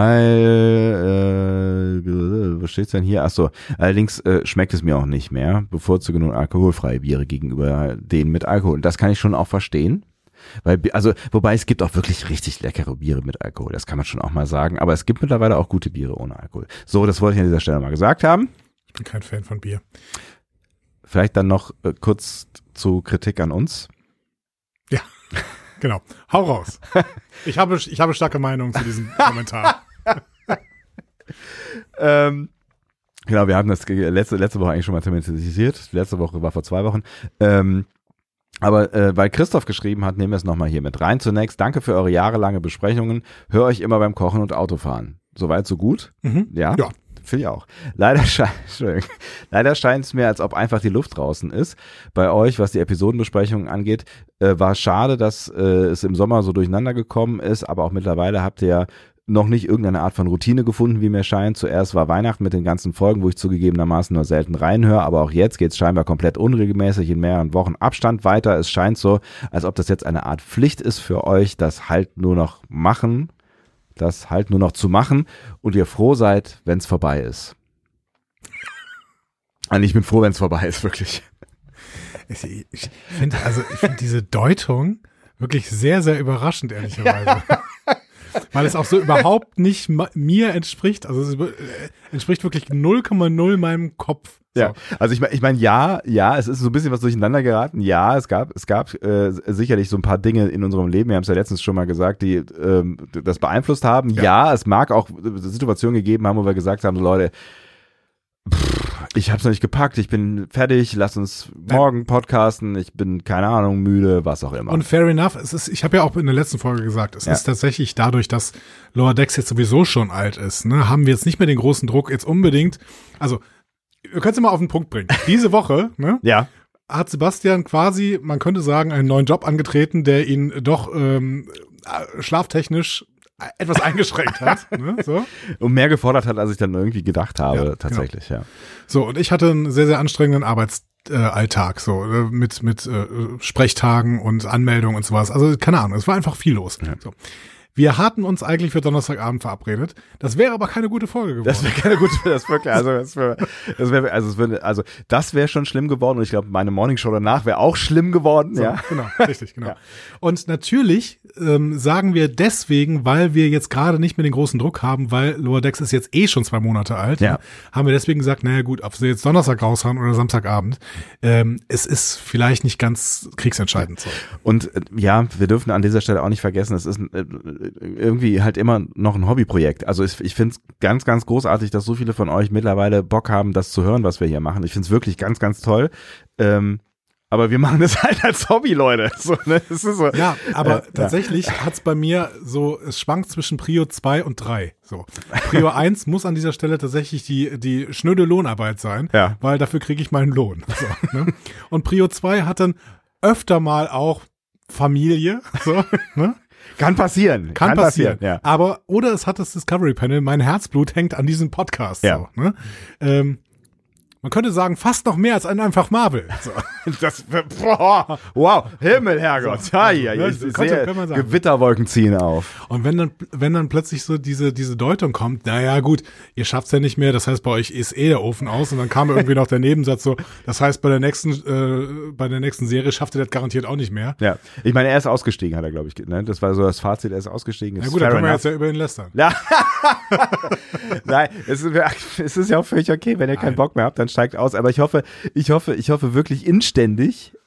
steht's denn hier? Achso, allerdings schmeckt es mir auch nicht mehr. Bevorzuge nun alkoholfreie Biere gegenüber denen mit Alkohol. Das kann ich schon auch verstehen. Wobei es gibt auch wirklich richtig leckere Biere mit Alkohol, das kann man schon auch mal sagen. Aber es gibt mittlerweile auch gute Biere ohne Alkohol. So, das wollte ich an dieser Stelle mal gesagt haben. Ich bin kein Fan von Bier. Vielleicht dann noch kurz zu Kritik an uns. Ja, genau. Hau raus. Ich habe starke Meinungen zu diesem Kommentar. Genau, wir haben das letzte Woche eigentlich schon mal thematisiert. Letzte Woche war vor 2 Wochen. Aber weil Christoph geschrieben hat, nehmen wir es nochmal hier mit rein. Zunächst, danke für eure jahrelange Besprechungen. Hör euch immer beim Kochen und Autofahren. Soweit, so gut? Mhm. Ja. Finde ich auch. Leider scheint es mir, als ob einfach die Luft draußen ist. Bei euch, was die Episodenbesprechungen angeht, war schade, dass es im Sommer so durcheinander gekommen ist, aber auch mittlerweile habt ihr ja noch nicht irgendeine Art von Routine gefunden, wie mir scheint. Zuerst war Weihnachten mit den ganzen Folgen, wo ich zugegebenermaßen nur selten reinhöre, aber auch jetzt geht es scheinbar komplett unregelmäßig in mehreren Wochen Abstand weiter. Es scheint so, als ob das jetzt eine Art Pflicht ist für euch, das halt nur noch zu machen und ihr froh seid, wenn es vorbei ist. Also ich bin froh, wenn es vorbei ist, wirklich. Ich finde diese Deutung wirklich sehr, sehr überraschend, ehrlicherweise. Weil es auch so überhaupt nicht mir entspricht. Also es entspricht wirklich 0,0 meinem Kopf. So. Ja, also ich meine, ja, es ist so ein bisschen was durcheinander geraten. Ja, es gab sicherlich so ein paar Dinge in unserem Leben, wir haben es ja letztens schon mal gesagt, die das beeinflusst haben. Ja, es mag auch Situationen gegeben haben, wo wir gesagt haben, so Leute, ich hab's noch nicht gepackt, ich bin fertig, lass uns morgen podcasten, ich bin, keine Ahnung, müde, was auch immer. Und fair enough, ich habe ja auch in der letzten Folge gesagt, es ist tatsächlich dadurch, dass Lower Decks jetzt sowieso schon alt ist, ne, haben wir jetzt nicht mehr den großen Druck, jetzt unbedingt, also, ihr könnt es mal auf den Punkt bringen. Diese Woche, ne, ja, hat Sebastian quasi, man könnte sagen, einen neuen Job angetreten, der ihn doch schlaftechnisch etwas eingeschränkt hat. Ne? So. Und mehr gefordert hat, als ich dann irgendwie gedacht habe, tatsächlich, genau. Ja. So, und ich hatte einen sehr, sehr anstrengenden Alltag, so, mit Sprechtagen und Anmeldungen und sowas. Also, keine Ahnung, es war einfach viel los. Ja. So. Wir hatten uns eigentlich für Donnerstagabend verabredet. Das wäre aber keine gute Folge geworden. Das wäre keine gute, das wäre schon schlimm geworden. Und ich glaube, meine Morningshow danach wäre auch schlimm geworden. So, ja, genau, richtig, genau. Ja. Und natürlich sagen wir deswegen, weil wir jetzt gerade nicht mehr den großen Druck haben, weil Lower Decks ist jetzt schon 2 Monate alt. Ja. Haben wir deswegen gesagt, naja gut, ob sie jetzt Donnerstag raushauen oder Samstagabend, es ist vielleicht nicht ganz kriegsentscheidend. So. Und ja, wir dürfen an dieser Stelle auch nicht vergessen, es ist irgendwie halt immer noch ein Hobbyprojekt. Also ich finde es ganz, ganz großartig, dass so viele von euch mittlerweile Bock haben, das zu hören, was wir hier machen. Ich finde es wirklich ganz, ganz toll. Aber wir machen das halt als Hobby, Leute. So, ne? Das ist so. Ja, aber tatsächlich hat's bei mir so, es schwankt zwischen Prio 2 und 3. So. Prio 1 muss an dieser Stelle tatsächlich die schnöde Lohnarbeit sein, weil dafür kriege ich meinen Lohn. So, ne? Und Prio 2 hat dann öfter mal auch Familie. So, ne? Kann passieren. Kann passieren. Ja. Aber, oder es hat das Discovery Panel, mein Herzblut hängt an diesem Podcast. Ja. So, ne? Man könnte sagen, fast noch mehr als einfach Marvel. So. Wow, Himmel, Herrgott. So, ich sehe, Gewitterwolken ziehen auf. Und wenn dann plötzlich so diese Deutung kommt, naja gut, ihr schafft's ja nicht mehr, das heißt, bei euch ist der Ofen aus. Und dann kam irgendwie noch der Nebensatz so, das heißt, bei der nächsten Serie schafft ihr das garantiert auch nicht mehr. Ja, ich meine, er ist ausgestiegen, hat er, glaube ich, ne? Das war so das Fazit, er ist ausgestiegen. Na gut, dann können wir jetzt ja über ihn lästern. Ja. Nein, es ist ja auch völlig okay, wenn ihr keinen Bock mehr habt, dann steigt aus. Aber ich hoffe wirklich inständig,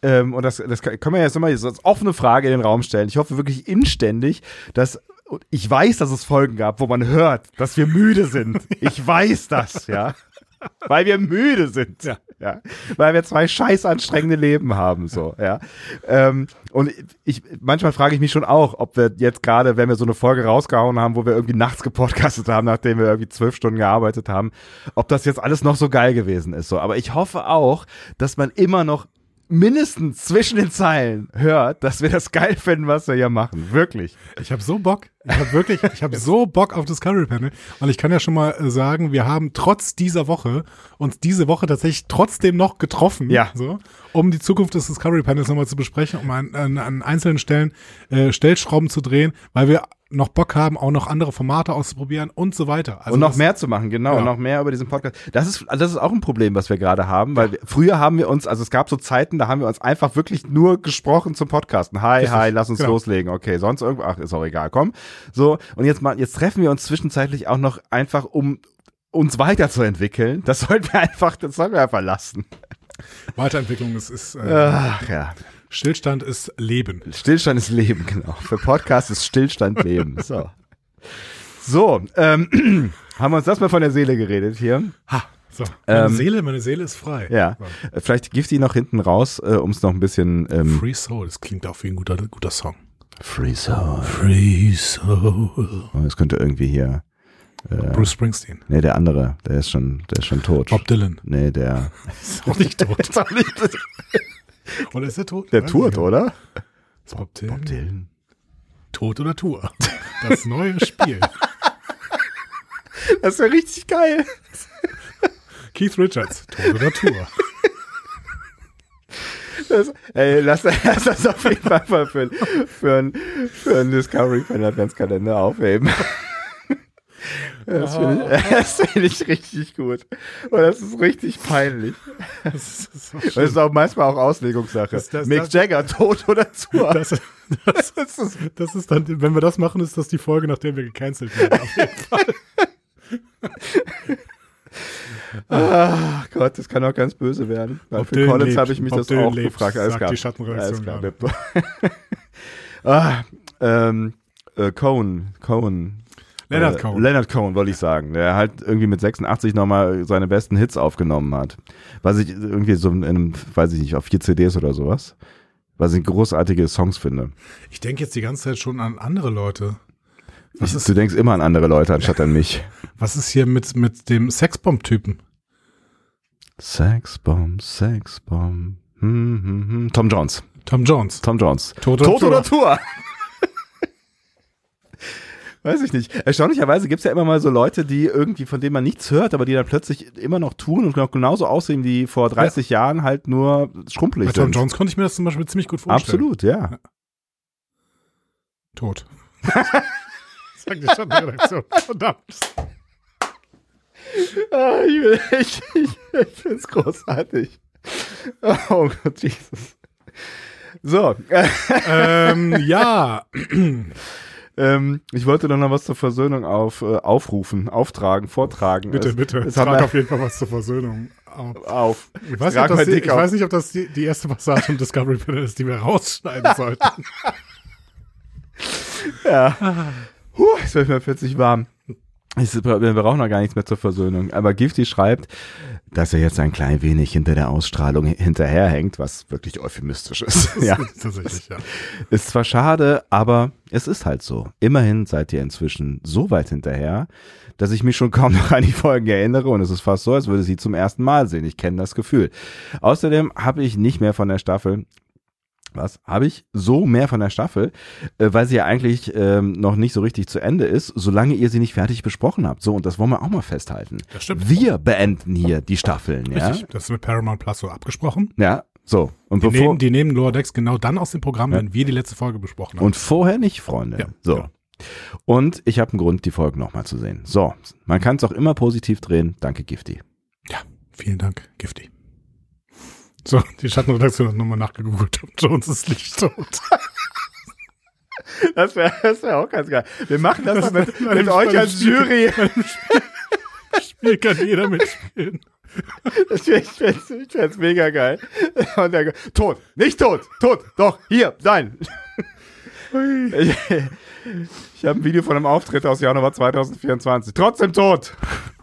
und das können wir jetzt nochmal als offene Frage in den Raum stellen. Ich hoffe wirklich inständig, dass ich weiß, dass es Folgen gab, wo man hört, dass wir müde sind. Ich weiß das, ja. Weil wir müde sind. Ja. Weil wir 2 scheiß anstrengende Leben haben, so, ja. Und manchmal frage ich mich schon auch, ob wir jetzt gerade, wenn wir so eine Folge rausgehauen haben, wo wir irgendwie nachts gepodcastet haben, nachdem wir irgendwie 12 Stunden gearbeitet haben, ob das jetzt alles noch so geil gewesen ist, so. Aber ich hoffe auch, dass man immer noch mindestens zwischen den Zeilen hört, dass wir das geil finden, was wir hier machen. Wirklich. Ich habe so Bock. Ich habe so Bock auf Discovery Panel. Und ich kann ja schon mal sagen, wir haben trotz dieser Woche uns diese Woche tatsächlich trotzdem noch getroffen, so, um die Zukunft des Discovery Panels nochmal zu besprechen, um an einzelnen Stellen Stellschrauben zu drehen, weil wir noch Bock haben, auch noch andere Formate auszuprobieren und so weiter. Also und noch mehr zu machen, genau, und noch mehr über diesen Podcast. Das ist auch ein Problem, was wir gerade haben, weil früher haben wir uns, also es gab so Zeiten, da haben wir uns einfach wirklich nur gesprochen zum Podcasten. Hi, lass uns loslegen. Okay, sonst irgendwas, ist auch egal, komm. So, und jetzt treffen wir uns zwischenzeitlich auch noch einfach, um uns weiterzuentwickeln. Das sollten wir einfach lassen. Weiterentwicklung ist ach ja. Stillstand ist Leben. Stillstand ist Leben, genau. Für Podcast ist Stillstand Leben. So, haben wir uns das mal von der Seele geredet hier? So, meine Seele ist frei. Ja, so. Vielleicht Gifty noch hinten raus, um es noch ein bisschen... Free Soul, das klingt auch wie ein guter Song. Free Soul. Free Soul. Das könnte irgendwie hier... Bruce Springsteen. Nee, der andere, der ist schon tot. Bob Dylan. Nee, der... Ist auch nicht tot. Ist auch nicht tot. Oder ist er tot? Der tourt, oder? Bob Dylan. Tot oder Tour? Das neue Spiel. Das wäre richtig geil. Keith Richards. Tot oder Tour? Lass das auf jeden Fall mal für einen Discovery Panel Adventskalender aufheben. Das finde ich richtig gut. Und das ist richtig peinlich. Das ist auch manchmal auch Auslegungssache. Mick Jagger, tot oder Tour. Das ist dann, wenn wir das machen, ist das die Folge, nach der wir gecancelt werden. Auf jeden Fall. Ach Gott, das kann auch ganz böse werden. Weil für Collins habe ich mich das auch gefragt. Alles klar. Die Schattenreaktion. Cohen. Leonard Cohen, wollte ich sagen, der halt irgendwie mit 86 nochmal seine besten Hits aufgenommen hat. Was ich irgendwie so in einem, weiß ich nicht, auf 4 CDs oder sowas. Was ich großartige Songs finde. Ich denke jetzt die ganze Zeit schon an andere Leute. Du denkst immer an andere Leute, anstatt an mich. Was ist hier mit dem Sexbomb-Typen? Sexbomb. Tom Jones. Tot oder Tour. Weiß ich nicht. Erstaunlicherweise gibt's ja immer mal so Leute, die irgendwie, von denen man nichts hört, aber die dann plötzlich immer noch tun und noch genauso aussehen wie vor 30 Jahren, halt nur schrumpelig sind. Bei Tom Jones konnte ich mir das zum Beispiel ziemlich gut vorstellen. Absolut, ja. Tot. Sagt die Schattenredaktion. Verdammt. Ich finde es großartig. Oh Gott, Jesus. So. Ja. Ich wollte noch was zur Versöhnung vortragen. Bitte. Trag auf jeden Fall was zur Versöhnung auf. Ich weiß nicht, ob das die erste Passage im Discovery Panel ist, die wir rausschneiden sollten. Ja. Jetzt wird mir plötzlich warm. Wir brauchen noch gar nichts mehr zur Versöhnung. Aber Gifty schreibt, dass er jetzt ein klein wenig hinter der Ausstrahlung hinterherhängt, was wirklich euphemistisch ist. Ja. Tatsächlich, ja. Ist zwar schade, aber es ist halt so. Immerhin seid ihr inzwischen so weit hinterher, dass ich mich schon kaum noch an die Folgen erinnere und es ist fast so, als würde ich sie zum ersten Mal sehen. Ich kenne das Gefühl. Außerdem habe ich nicht mehr von der Staffel weil sie ja eigentlich noch nicht so richtig zu Ende ist, solange ihr sie nicht fertig besprochen habt. So, und das wollen wir auch mal festhalten. Das stimmt. Wir beenden hier die Staffeln, ja? Richtig, das ist mit Paramount Plus so abgesprochen. Ja, so. Und die nehmen Lower Decks genau dann aus dem Programm, wenn wir die letzte Folge besprochen haben. Und vorher nicht, Freunde. Ja, so. Ja. Und ich habe einen Grund, die Folgen nochmal zu sehen. So, man kann es auch immer positiv drehen. Danke, Gifty. Ja, vielen Dank, Gifty. So, die Schattenredaktion hat nochmal nachgegoogelt. Tom Jones ist nicht tot. Das wär auch ganz geil. Wir machen das mit euch als Jury. Spiel kann jeder mitspielen. Ich fänd's mega geil. Und der, tot, nicht tot, doch, hier, nein. Ich habe ein Video von einem Auftritt aus Januar 2024. Trotzdem tot.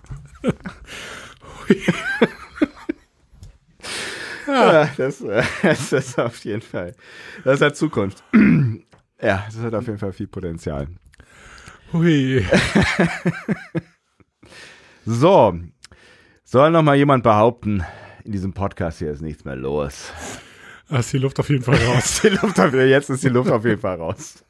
Ja, das ist auf jeden Fall. Das hat Zukunft. Ja, das hat auf jeden Fall viel Potenzial. Hui. So, soll noch mal jemand behaupten, in diesem Podcast hier ist nichts mehr los. Da ist die Luft auf jeden Fall raus. Jetzt ist die Luft auf jeden Fall raus.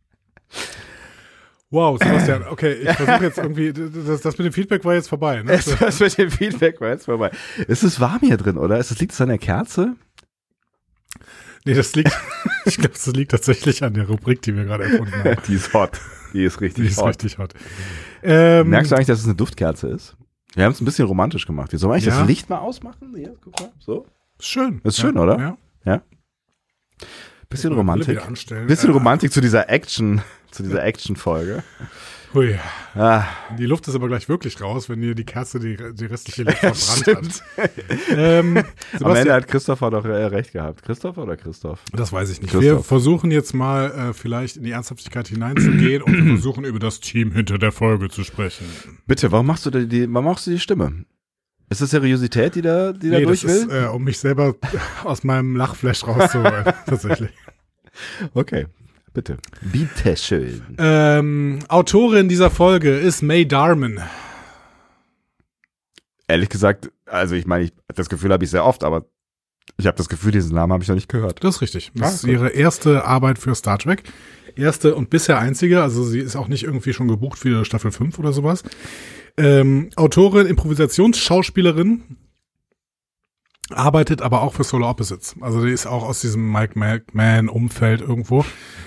Wow, Sebastian, okay, ich versuche jetzt irgendwie, das mit dem Feedback war jetzt vorbei, ne? Das mit dem Feedback war jetzt vorbei. Ist es warm hier drin, oder? Liegt es an der Kerze? Nee, ich glaube, das liegt tatsächlich an der Rubrik, die wir gerade erfunden haben. Die ist hot. Die ist richtig hot. Merkst du eigentlich, dass es eine Duftkerze ist? Wir haben es ein bisschen romantisch gemacht. Sollen wir eigentlich das Licht mal ausmachen? Hier, guck mal, so. Schön. Ist schön, oder? Ja. Bisschen Romantik. Bisschen Romantik zu dieser Action-Folge. Hui. Die Luft ist aber gleich wirklich raus, wenn dir die Kerze die restliche Luft verbrannt hat. Am Ende hat Christopher doch recht gehabt. Christopher oder Christoph? Das weiß ich nicht. Wir versuchen jetzt mal vielleicht in die Ernsthaftigkeit hineinzugehen und versuchen über das Team hinter der Folge zu sprechen. Bitte, warum machst du die Stimme? Ist das Seriosität, die da durch will? Das ist, um mich selber aus meinem Lachflash rauszuholen, tatsächlich. Okay. Bitte schön. Autorin dieser Folge ist Mae Darman. Ehrlich gesagt, also ich meine, das Gefühl habe ich sehr oft, aber ich habe das Gefühl, diesen Namen habe ich noch nicht gehört. Das ist richtig. Das ist ihre erste Arbeit für Star Trek. Erste und bisher einzige, also sie ist auch nicht irgendwie schon gebucht für Staffel 5 oder sowas. Autorin, Improvisationsschauspielerin, arbeitet aber auch für Solar Opposites. Also die ist auch aus diesem Mike McMahon-Umfeld irgendwo.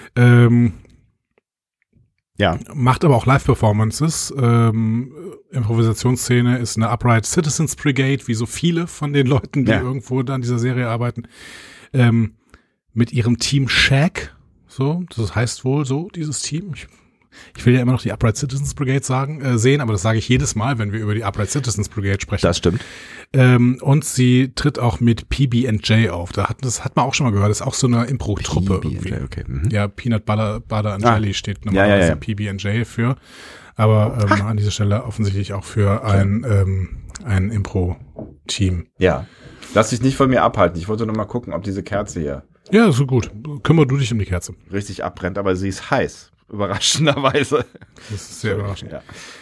Macht aber auch Live-Performances. Improvisationsszene ist eine Upright Citizens Brigade, wie so viele von den Leuten, die irgendwo an dieser Serie arbeiten. Mit ihrem Team Shag. So, das heißt wohl so, dieses Team. Ich will ja immer noch die Upright Citizens Brigade sehen, aber das sage ich jedes Mal, wenn wir über die Upright Citizens Brigade sprechen. Das stimmt. Und sie tritt auch mit PB&J auf. Das hat man auch schon mal gehört. Das ist auch so eine Impro-Truppe irgendwie. Okay. Ja, Peanut Butter and Jelly steht normalerweise PB&J für. Aber an dieser Stelle offensichtlich auch für ein Impro-Team. Ja. Lass dich nicht von mir abhalten. Ich wollte nur mal gucken, ob diese Kerze hier. Ja, so gut. Kümmer du dich um die Kerze. Richtig abbrennt, aber sie ist heiß. Überraschenderweise. Das ist sehr überraschend.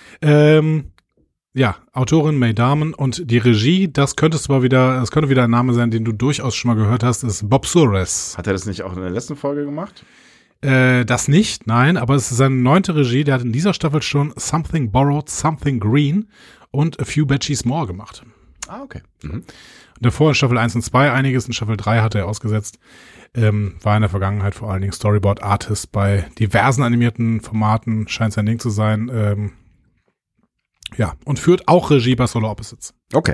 Ja. Autorin Mae Darman und die Regie, das könnte wieder ein Name sein, den du durchaus schon mal gehört hast, ist Bob Suarez. Hat er das nicht auch in der letzten Folge gemacht? Das nicht, nein, aber es ist seine 9. Regie, der hat in dieser Staffel schon Something Borrowed, Something Green und A Few Batches More gemacht. Ah, okay. Davor in Staffel 1 und 2 einiges, in Staffel 3 hat er ausgesetzt. War in der Vergangenheit vor allen Dingen Storyboard-Artist bei diversen animierten Formaten, scheint sein Ding zu sein. Und führt auch Regie bei Solar Opposites. Okay.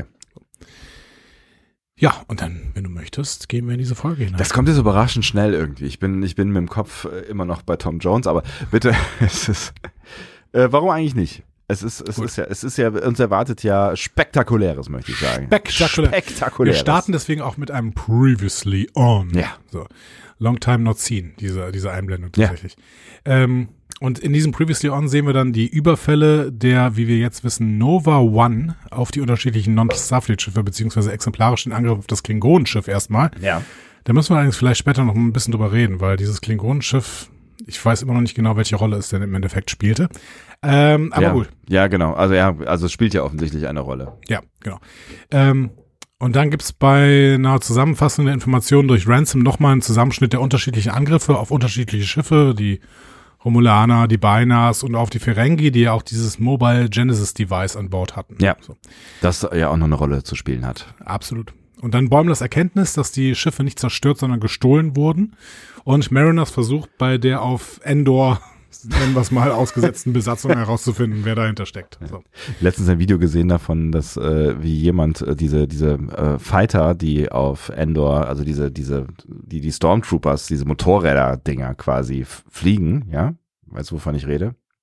Ja, und dann, wenn du möchtest, gehen wir in diese Folge hinein. Das kommt jetzt überraschend schnell irgendwie. Ich bin mit dem Kopf immer noch bei Tom Jones, aber bitte, warum eigentlich nicht? Es ist ja, uns erwartet ja Spektakuläres, möchte ich sagen. Spektakuläres. Wir starten deswegen auch mit einem Previously On. Ja. So. Long time not seen, diese Einblendung tatsächlich. Ja. Und in diesem Previously On sehen wir dann die Überfälle der, wie wir jetzt wissen, Nova One auf die unterschiedlichen Non-Starfleet-Schiffe, beziehungsweise exemplarisch den Angriff auf das Klingonenschiff erstmal. Ja. Da müssen wir allerdings vielleicht später noch ein bisschen drüber reden, weil dieses Klingonenschiff, ich weiß immer noch nicht genau, welche Rolle es denn im Endeffekt spielte. Aber gut. Ja, genau. Also es spielt ja offensichtlich eine Rolle. Ja, genau. Und dann gibt's bei einer Zusammenfassung der Informationen durch Ransom nochmal einen Zusammenschnitt der unterschiedlichen Angriffe auf unterschiedliche Schiffe, die Romulaner, die Bainas und auf die Ferengi, die ja auch dieses Mobile Genesis Device an Bord hatten. Ja, so. Das ja auch noch eine Rolle zu spielen hat. Absolut. Und dann Bäumlers Erkenntnis, dass die Schiffe nicht zerstört, sondern gestohlen wurden. Und Mariners Versuch, bei der auf Endor, nennen wir es mal, ausgesetzten Besatzung herauszufinden, wer dahinter steckt. So. Letztens ein Video gesehen davon, dass wie jemand diese Fighter, die auf Endor, also die Stormtroopers, diese Motorräder-Dinger quasi fliegen, ja? Weißt du, wovon ich rede?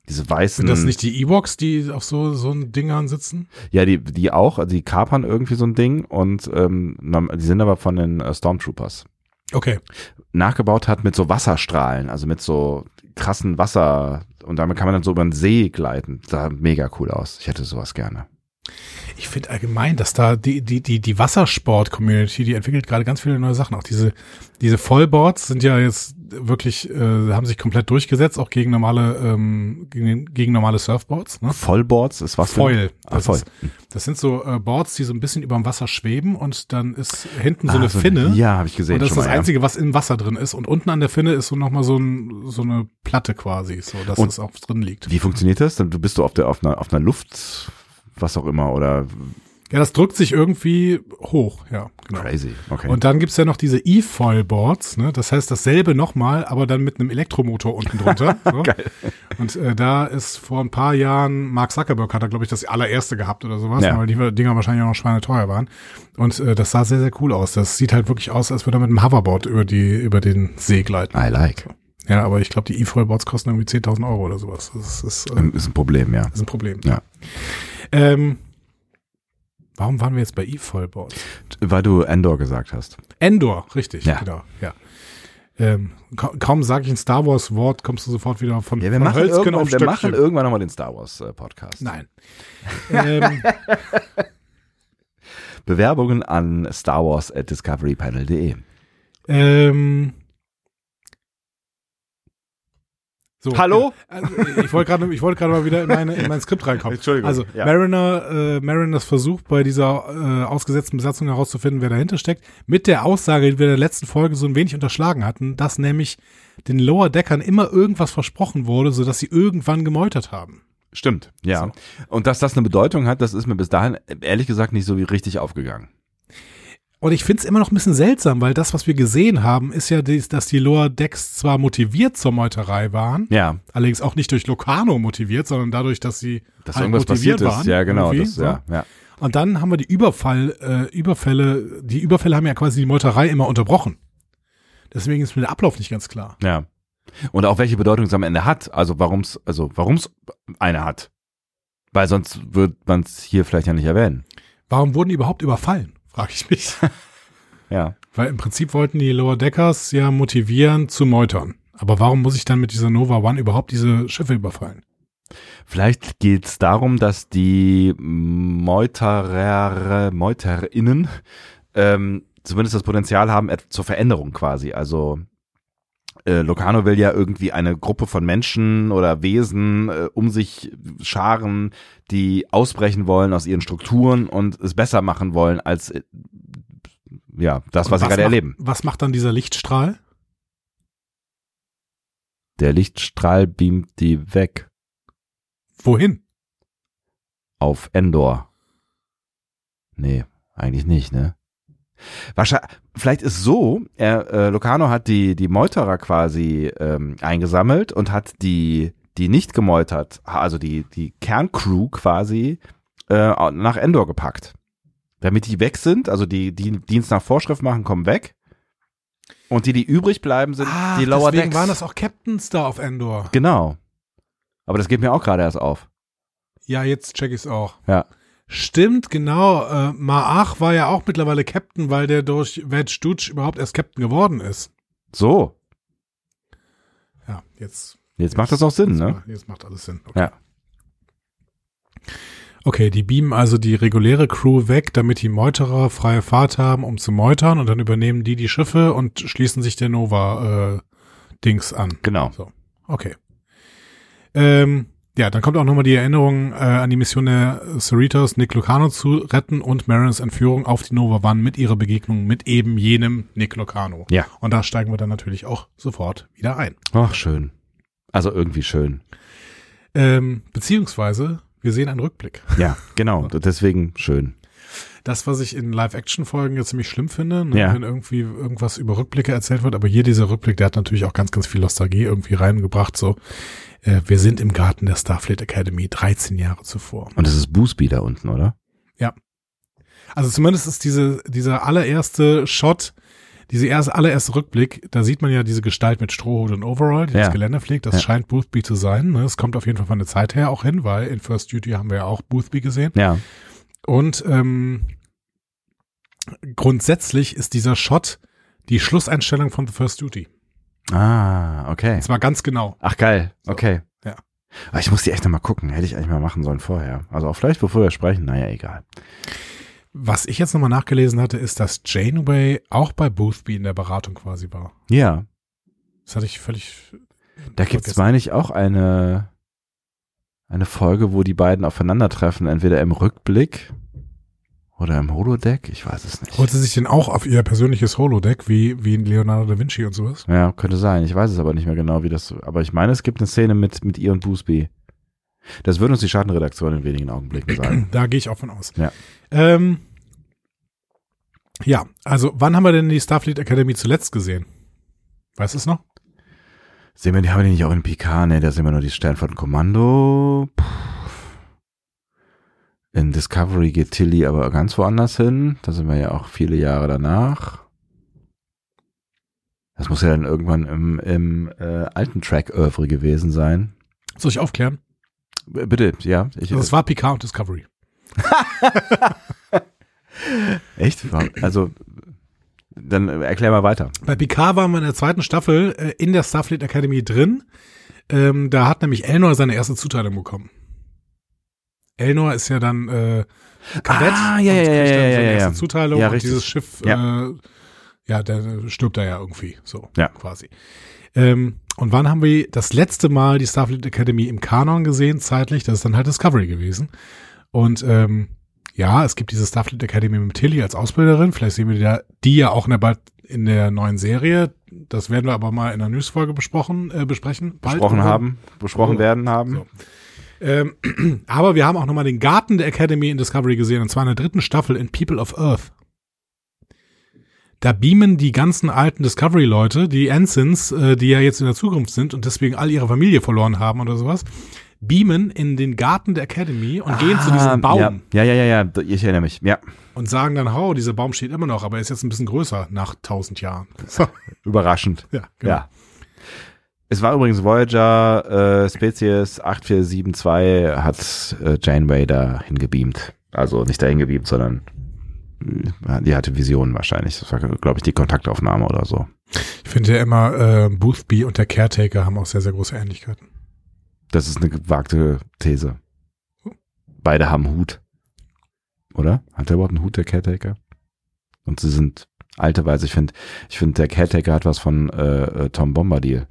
Diese weißen. Sind das nicht die Ewoks, die auf so ein Dingern sitzen? Ja, die auch, also die kapern irgendwie so ein Ding und die sind aber von den Stormtroopers. Okay. Nachgebaut hat mit so Wasserstrahlen, also mit so krassen Wasser und damit kann man dann so über den See gleiten. Sah mega cool aus. Ich hätte sowas gerne. Ich finde allgemein, dass da die Wassersport-Community, die entwickelt gerade ganz viele neue Sachen. Auch diese Vollboards sind ja jetzt wirklich, haben sich komplett durchgesetzt, auch gegen normale Surfboards. Ne? Vollboards ist was? Foil. Foil. Das sind so Boards, die so ein bisschen über dem Wasser schweben und dann ist hinten so eine Finne. Ja, habe ich gesehen. Und das ist das Einzige, was im Wasser drin ist. Und unten an der Finne ist so nochmal so eine Platte quasi, so dass es auch drin liegt. Wie funktioniert das? Du bist auf einer Luft, was auch immer, oder? Ja, das drückt sich irgendwie hoch, ja. Genau. Crazy, okay. Und dann gibt's ja noch diese E-Foil-Boards, ne? Das heißt dasselbe nochmal, aber dann mit einem Elektromotor unten drunter. So. Geil. Und da ist vor ein paar Jahren, Mark Zuckerberg hat da, glaube ich, das allererste gehabt oder sowas, weil die Dinger wahrscheinlich auch noch schweineteuer waren. Und das sah sehr, sehr cool aus. Das sieht halt wirklich aus, als würde er mit einem Hoverboard über den See gleiten. I like. Ja, aber ich glaube, die E-Foil-Boards kosten irgendwie 10.000 € oder sowas. Das ist ein Problem, ja. Ist ein Problem. Ja. Warum waren wir jetzt bei E-Foil-Boards? Weil du Endor gesagt hast. Endor, richtig, ja. Genau, ja. Kaum sage ich ein Star Wars Wort, kommst du sofort wieder von wir machen irgendwann nochmal den Star Wars Podcast. Nein. Bewerbungen an starwars@discoverypanel.de. So, hallo? Also, ich wollte gerade mal wieder in mein Skript reinkommen. Entschuldigung. Also ja. Mariners Versuch bei dieser ausgesetzten Besatzung herauszufinden, wer dahinter steckt, mit der Aussage, die wir in der letzten Folge so ein wenig unterschlagen hatten, dass nämlich den Lower Deckern immer irgendwas versprochen wurde, sodass sie irgendwann gemeutert haben. Stimmt, ja. So. Und dass das eine Bedeutung hat, das ist mir bis dahin ehrlich gesagt nicht so richtig aufgegangen. Und ich finde es immer noch ein bisschen seltsam, weil das, was wir gesehen haben, ist ja, dass die Lower Decks zwar motiviert zur Meuterei waren, allerdings auch nicht durch Locarno motiviert, sondern dadurch, dass sie dass halt irgendwas passiert waren, ist. Ja, genau. Das, ja. Und dann haben wir die Überfälle. Die Überfälle haben ja quasi die Meuterei immer unterbrochen. Deswegen ist mir der Ablauf nicht ganz klar. Ja. Und auch welche Bedeutung es am Ende hat. Also warum's eine hat. Weil sonst würde man es hier vielleicht ja nicht erwähnen. Warum wurden die überhaupt überfallen? Frage ich mich. Ja. Weil im Prinzip wollten die Lower Deckers ja motivieren zu meutern. Aber warum muss ich dann mit dieser Nova One überhaupt diese Schiffe überfallen? Vielleicht geht es darum, dass die MeutererInnen zumindest das Potenzial haben zur Veränderung quasi. Also Locarno will ja irgendwie eine Gruppe von Menschen oder Wesen um sich scharen, die ausbrechen wollen aus ihren Strukturen und es besser machen wollen als das, was sie gerade erleben. Was macht dann dieser Lichtstrahl? Der Lichtstrahl beamt die weg. Wohin? Auf Endor. Nee, eigentlich nicht, ne? Wahrscheinlich, vielleicht ist so, Locarno hat die Meuterer quasi eingesammelt und hat die nicht gemeutert, also die Kerncrew quasi nach Endor gepackt. Damit die weg sind, also die Dienst nach Vorschrift machen, kommen weg. Und die übrig bleiben, sind die Lower Decks. Deswegen waren das auch Captains da auf Endor. Genau. Aber das geht mir auch gerade erst auf. Ja, jetzt check ich's auch. Ja. Stimmt, genau. Ma'ach war ja auch mittlerweile Captain, weil der durch Wedge Dutch überhaupt erst Captain geworden ist. So. Ja, jetzt macht das auch Sinn, ne? Jetzt macht alles Sinn. Okay. Ja. Okay, die beamen also die reguläre Crew weg, damit die Meuterer freie Fahrt haben, um zu meutern, und dann übernehmen die Schiffe und schließen sich der Nova-Dings an. Genau. So. Okay. Ja, dann kommt auch nochmal die Erinnerung an die Mission der Cerritos, Nick Locarno zu retten und Mariners Entführung auf die Nova One mit ihrer Begegnung mit eben jenem Nick Locarno. Ja. Und da steigen wir dann natürlich auch sofort wieder ein. Ach, schön. Also irgendwie schön. Beziehungsweise, wir sehen einen Rückblick. Ja, genau. Deswegen schön. Das, was ich in Live-Action-Folgen jetzt ziemlich schlimm finde, ne, ja. wenn irgendwie irgendwas über Rückblicke erzählt wird, aber hier dieser Rückblick, der hat natürlich auch ganz, ganz viel Nostalgie irgendwie reingebracht, so. Wir sind im Garten der Starfleet Academy 13 Jahre zuvor. Und es ist Boosby da unten, oder? Ja. Also zumindest ist dieser allererste Shot Dieser allererste Rückblick, da sieht man ja diese Gestalt mit Strohhut und Overall, die das Gelände pflegt. Das scheint Boothby zu sein. Ne? Das kommt auf jeden Fall von der Zeit her auch hin, weil in First Duty haben wir ja auch Boothby gesehen. Ja. Und grundsätzlich ist dieser Shot die Schlusseinstellung von The First Duty. Ah, okay. Das war ganz genau. Ach, geil. Okay. So, ja. Aber ich muss die echt nochmal gucken. Hätte ich eigentlich mal machen sollen vorher. Also auch vielleicht, bevor wir sprechen. Naja, egal. Was ich jetzt nochmal nachgelesen hatte, ist, dass Janeway auch bei Boothby in der Beratung quasi war. Ja. Das hatte ich völlig Da gibt es, meine ich, auch eine Folge, wo die beiden aufeinandertreffen, entweder im Rückblick oder im Holodeck, ich weiß es nicht. Holt sie sich denn auch auf ihr persönliches Holodeck, wie Leonardo da Vinci und sowas? Ja, könnte sein. Ich weiß es aber nicht mehr genau, wie das, aber ich meine, es gibt eine Szene mit ihr und Boothby. Das würde uns die Schattenredaktion in wenigen Augenblicken sagen. Da gehe ich auch von aus. Ja. Ja, also wann haben wir denn die Starfleet Academy zuletzt gesehen? Weißt du es noch? Haben wir die nicht auch in Picard? Ne, da sehen wir nur die Sternflottenkommando. In Discovery geht Tilly aber ganz woanders hin. Da sind wir ja auch viele Jahre danach. Das muss ja dann irgendwann im alten Track-Oeuvre gewesen sein. Soll ich aufklären? Bitte, ja. Also es war Picard und Discovery. Echt? Also, dann erklär mal weiter. Bei Picard waren wir in der zweiten Staffel in der Starfleet Academy drin. Da hat nämlich Elnor seine erste Zuteilung bekommen. Elnor ist ja dann Kadett ja, und kriegt dann seine ja. erste Zuteilung Ja, und richtig. dieses Schiff, der stirbt da ja irgendwie, so quasi. Und wann haben wir das letzte Mal die Starfleet Academy im Kanon gesehen, zeitlich? Das ist dann halt Discovery gewesen. Und es gibt diese Starfleet Academy mit Tilly als Ausbilderin. Vielleicht sehen wir die ja auch bald in der neuen Serie. Das werden wir aber mal in der Newsfolge besprechen. Besprochen werden haben. So. Aber wir haben auch nochmal den Garten der Academy in Discovery gesehen, und zwar in der dritten Staffel in People of Earth. Da beamen die ganzen alten Discovery-Leute, die Ensigns, die ja jetzt in der Zukunft sind und deswegen all ihre Familie verloren haben oder sowas, beamen in den Garten der Academy und gehen zu diesem Baum. Ja, ich erinnere mich, ja. Und sagen dann, dieser Baum steht immer noch, aber er ist jetzt ein bisschen größer nach 1000 Jahren. Überraschend. Ja, genau. Ja. Es war übrigens Voyager, Spezies 8472 hat Janeway dahin gebeamt. Also nicht dahin gebeamt, sondern die hatte Visionen wahrscheinlich. Das war, glaube ich, die Kontaktaufnahme oder so. Ich finde ja immer, Boothby und der Caretaker haben auch sehr, sehr große Ähnlichkeiten. Das ist eine gewagte These. Beide haben Hut. Oder? Hat der überhaupt einen Hut, der Caretaker? Und sie sind alte Weise. Ich finde, der Caretaker hat was von Tom Bombadil.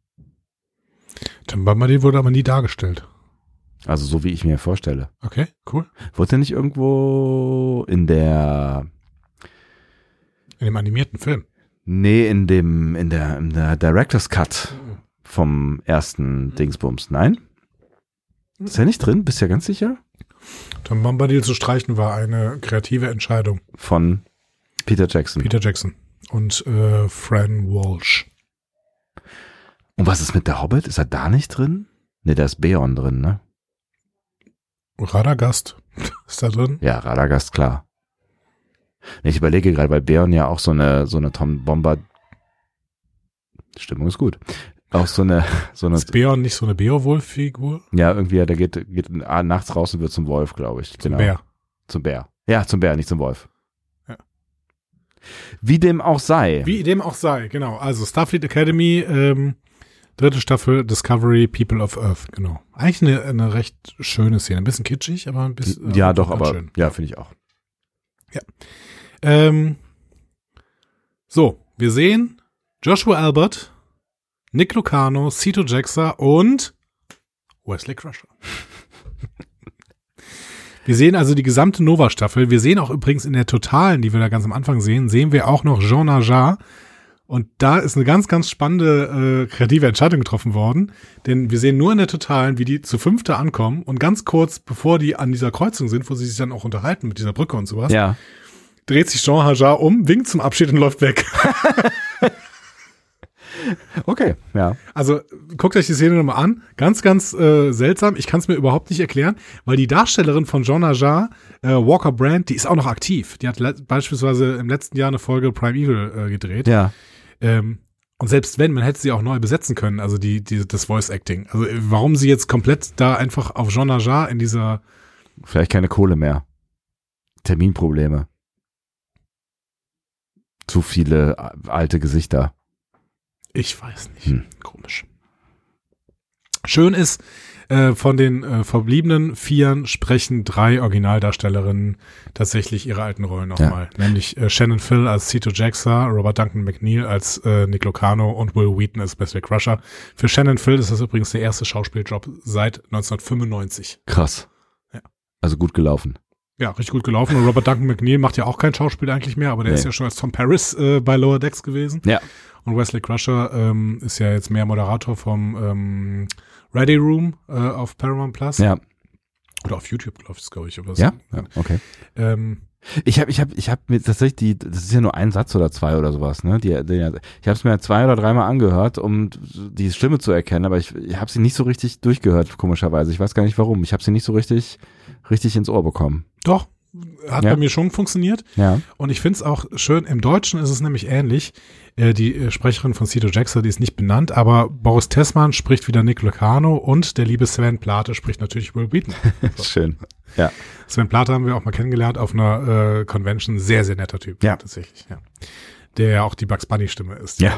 Tom Bombadil wurde aber nie dargestellt. Also so, wie ich mir vorstelle. Okay, cool. Wurde der nicht irgendwo in dem animierten Film? Nee, in der Director's Cut vom ersten Dingsbums. Nein? Ist er nicht drin? Bist du ja ganz sicher? Tom Bombadil zu streichen war eine kreative Entscheidung. Von Peter Jackson. Und Fran Walsh. Und was ist mit der Hobbit? Ist er da nicht drin? Nee, da ist Beorn drin, ne? Radagast ist da drin? Ja, Radagast, klar. Nee, ich überlege gerade, weil Beorn ja auch so eine Tom Bomber Stimmung ist gut. Auch so eine ist Beorn nicht so eine Beowulf-Figur? Ja, irgendwie, der geht nachts raus und wird zum Wolf, glaube ich. Zum Bär. Zum Bär. Ja, zum Bär, nicht zum Wolf. Ja. Wie dem auch sei, genau. Also Starfleet Academy, dritte Staffel, Discovery, People of Earth, genau. Eigentlich eine recht schöne Szene. Ein bisschen kitschig, aber ein bisschen. Ja, doch, aber schön. Ja, finde ich auch. Ja. So, wir sehen Joshua Albert, Nick Lucano, Cito Jaxa und Wesley Crusher. Wir sehen also die gesamte Nova-Staffel. Wir sehen auch übrigens in der Totalen, die wir da ganz am Anfang sehen wir auch noch Jean Najar. Und da ist eine ganz, ganz spannende kreative Entscheidung getroffen worden. Denn wir sehen nur in der Totalen, wie die zu fünfter ankommen. Und ganz kurz, bevor die an dieser Kreuzung sind, wo sie sich dann auch unterhalten mit dieser Brücke und sowas, dreht sich Jean Najar um, winkt zum Abschied und läuft weg. Okay, ja. Also guckt euch die Szene nochmal an. Ganz, ganz seltsam. Ich kann es mir überhaupt nicht erklären, weil die Darstellerin von Jean Ajar, Walker Brand, die ist auch noch aktiv. Die hat beispielsweise im letzten Jahr eine Folge Prime Evil gedreht. Ja. Und selbst wenn, man hätte sie auch neu besetzen können, also das Voice Acting. Also warum sie jetzt komplett da einfach auf Jean Ajar in dieser... Vielleicht keine Kohle mehr. Terminprobleme. Zu viele alte Gesichter. Ich weiß nicht. Komisch. Schön ist, von den verbliebenen 4 sprechen 3 Originaldarstellerinnen tatsächlich ihre alten Rollen nochmal. Ja. Nämlich Shannon Phil als Cito Jaxa, Robert Duncan McNeil als Nick Lucano und Will Wheaton als Wesley Crusher. Für Shannon Phil ist das übrigens der erste Schauspieljob seit 1995. Krass. Ja. Also gut gelaufen. Ja, richtig gut gelaufen. Und Robert Duncan McNeil macht ja auch kein Schauspiel eigentlich mehr, aber der ist ja schon als Tom Paris bei Lower Decks gewesen. Ja. Und Wesley Crusher ist ja jetzt mehr Moderator vom Ready Room auf Paramount Plus. Ja. Oder auf YouTube läuft es, glaube ich. Oder ja? Ja, okay. Ich hab mir tatsächlich das ist ja nur ein Satz oder 2 oder sowas, ne? Ich habe es mir 2 oder 3 Mal angehört, um die Stimme zu erkennen, aber ich habe sie nicht so richtig durchgehört, komischerweise. Ich weiß gar nicht warum. Ich habe sie nicht so richtig ins Ohr bekommen. Doch, hat bei mir schon funktioniert. Ja. Und ich finde es auch schön, im Deutschen ist es nämlich ähnlich. Die Sprecherin von Cito Jaxa, die ist nicht benannt, aber Boris Tessmann spricht wieder Nick Lucano und der liebe Sven Plate spricht natürlich Will Wheaton. So. Schön, ja. Sven Plate haben wir auch mal kennengelernt auf einer Convention. Sehr, sehr netter Typ. Ja. Tatsächlich, ja. Der ja auch die Bugs Bunny Stimme ist. Ja.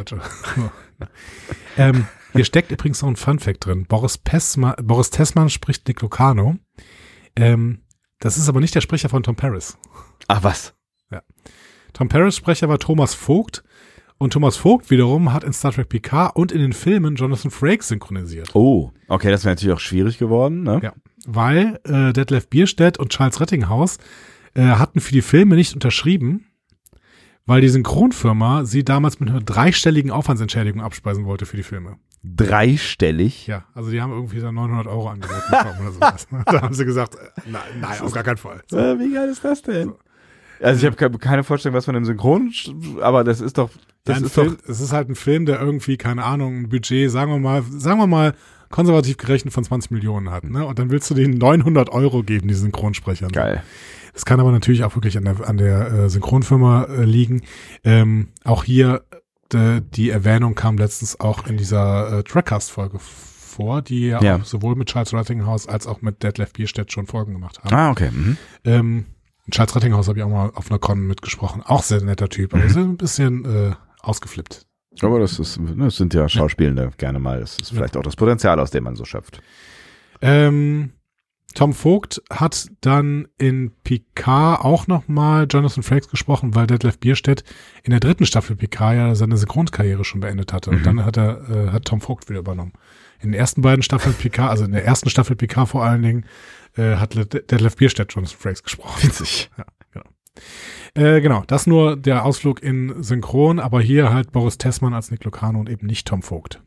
Hier steckt übrigens noch ein Funfact drin. Boris Tessmann spricht Nick Lucano. Das ist aber nicht der Sprecher von Tom Paris. Ach was? Ja. Tom Paris Sprecher war Thomas Vogt. Und Thomas Vogt wiederum hat in Star Trek Picard und in den Filmen Jonathan Frakes synchronisiert. Oh, okay, das wäre natürlich auch schwierig geworden, ne? Ja, weil Detlef Bierstedt und Charles Rettinghaus hatten für die Filme nicht unterschrieben, weil die Synchronfirma sie damals mit einer 3-stelligen Aufwandsentschädigung abspeisen wollte für die Filme. 3-stellig? Ja, also die haben irgendwie da 900 € angeboten bekommen oder sowas. Da haben sie gesagt, nein, auf gar keinen Fall. So. Wie geil ist das denn? So. Also ich habe keine Vorstellung, was von dem Synchron, aber das ist doch... Es ist halt ein Film, der irgendwie, keine Ahnung, ein Budget, sagen wir mal, konservativ gerechnet von 20 Millionen hat, ne? Und dann willst du denen 900 € geben, die Synchronsprechern. Geil. Das kann aber natürlich auch wirklich an der Synchronfirma liegen. Auch hier, die Erwähnung kam letztens auch in dieser Trackcast-Folge vor, die ja auch sowohl mit Charles Rettinghaus als auch mit Detlef Bierstedt schon Folgen gemacht haben. Ah, okay. Charles Rettinghaus habe ich auch mal auf einer Con mitgesprochen. Auch sehr netter Typ, aber so ein bisschen ausgeflippt. Aber das sind ja Schauspielende gerne mal. Das ist vielleicht auch das Potenzial, aus dem man so schöpft. Tom Vogt hat dann in Picard auch nochmal Jonathan Frakes gesprochen, weil Detlef Bierstedt in der 3. Staffel Picard ja seine Synchronkarriere schon beendet hatte. Und dann hat Tom Vogt wieder übernommen. In den ersten beiden Staffeln Picard, also in der ersten Staffel Picard vor allen Dingen, hat Detlef Bierstedt Jonathan Frakes gesprochen. Witzig. Ja, genau. Genau, das nur der Ausflug in Synchron, aber hier halt Boris Tessmann als Nick Lucano und eben nicht Tom Vogt.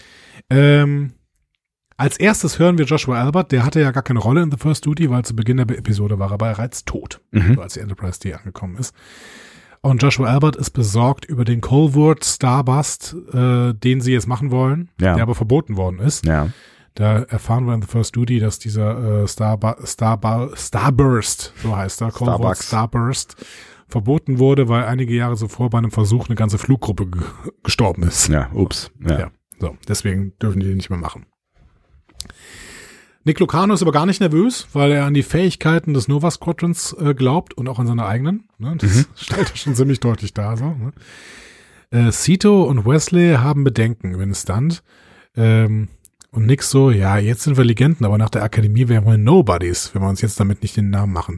Als erstes hören wir Joshua Albert, der hatte ja gar keine Rolle in The First Duty, weil zu Beginn der Episode war er bereits tot, als die Enterprise D angekommen ist. Und Joshua Albert ist besorgt über den Colvard Starbust, den sie jetzt machen wollen, der aber verboten worden ist. Ja. Da erfahren wir in The First Duty, dass dieser Starburst, so heißt er, Colvard Starburst, verboten wurde, weil einige Jahre zuvor bei einem Versuch eine ganze Fluggruppe gestorben ist. Ja, ups. Ja. So, deswegen dürfen die nicht mehr machen. Nick Lucano ist aber gar nicht nervös, weil er an die Fähigkeiten des Nova Squadrons glaubt und auch an seine eigenen. Ne? Das stellt er schon ziemlich deutlich dar. So, ne? Cito und Wesley haben Bedenken über den Stunt. Und Nick so, ja, jetzt sind wir Legenden, aber nach der Akademie wären wir Nobodies, wenn wir uns jetzt damit nicht den Namen machen.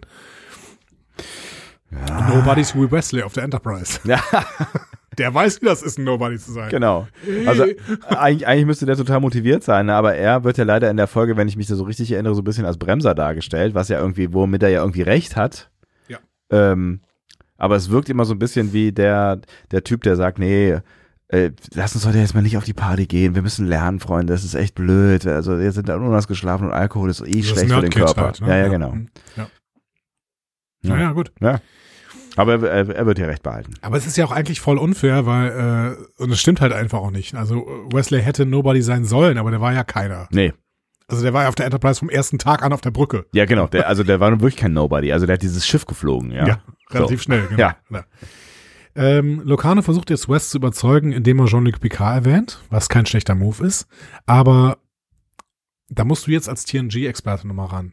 Ja. Nobodies wie Wesley auf der Enterprise. Ja. Der weiß, wie das ist, ein Nobody zu sein. Genau. Also eigentlich müsste der total motiviert sein, aber er wird ja leider in der Folge, wenn ich mich da so richtig erinnere, so ein bisschen als Bremser dargestellt, was ja irgendwie, womit er ja irgendwie recht hat. Ja. Aber es wirkt immer so ein bisschen wie der Typ, der sagt, nee, lass uns heute jetzt mal nicht auf die Party gehen, wir müssen lernen, Freunde, das ist echt blöd. Also jetzt sind da unausgeschlafen und Alkohol ist schlecht für den Körper. Halt, ne? Ja, genau. Ja. Naja, gut. Ja. Aber er wird ja recht behalten. Aber es ist ja auch eigentlich voll unfair, weil, und es stimmt halt einfach auch nicht. Also Wesley hätte Nobody sein sollen, aber der war ja keiner. Nee. Also der war ja auf der Enterprise vom ersten Tag an auf der Brücke. Ja, genau. Der war nun wirklich kein Nobody. Also der hat dieses Schiff geflogen, ja. Ja, relativ schnell, genau. Ja. Locarno versucht jetzt West zu überzeugen, indem er Jean-Luc Picard erwähnt, was kein schlechter Move ist. Aber da musst du jetzt als TNG-Experte nochmal ran.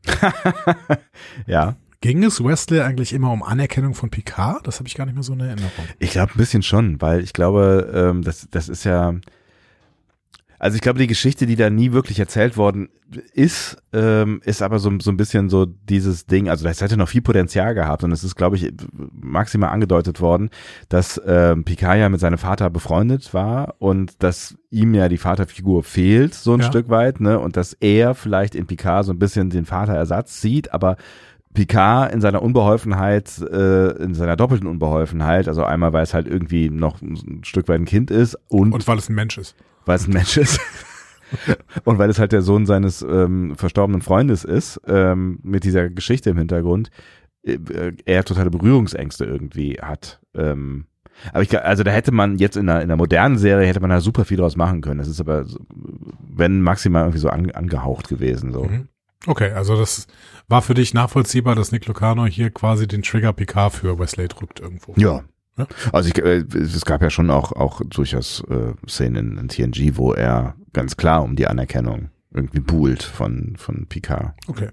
Ja. Ging es Wesley eigentlich immer um Anerkennung von Picard? Das habe ich gar nicht mehr so in Erinnerung. Ich glaube ein bisschen schon, weil ich glaube, das ist ja, also ich glaube, die Geschichte, die da nie wirklich erzählt worden ist aber so ein bisschen so dieses Ding, also das hätte noch viel Potenzial gehabt und es ist, glaube ich, maximal angedeutet worden, dass Picard ja mit seinem Vater befreundet war und dass ihm ja die Vaterfigur fehlt, so ein Stück weit, ne, und dass er vielleicht in Picard so ein bisschen den Vaterersatz sieht, aber Picard in seiner Unbeholfenheit, in seiner doppelten Unbeholfenheit, also einmal, weil es halt irgendwie noch ein Stück weit ein Kind ist und weil es ein Mensch ist. Weil es ein Mensch ist und weil es halt der Sohn seines verstorbenen Freundes ist, mit dieser Geschichte im Hintergrund, er totale Berührungsängste irgendwie hat. Aber also da hätte man jetzt in einer modernen Serie hätte man da super viel draus machen können. Das ist aber, wenn maximal irgendwie so angehaucht gewesen, so. Mhm. Okay, also das war für dich nachvollziehbar, dass Nick Locarno hier quasi den Trigger Picard für Wesley drückt irgendwo. Ja. Also es gab ja schon auch durchaus Szenen in TNG, wo er ganz klar um die Anerkennung irgendwie buhlt von Picard. Okay.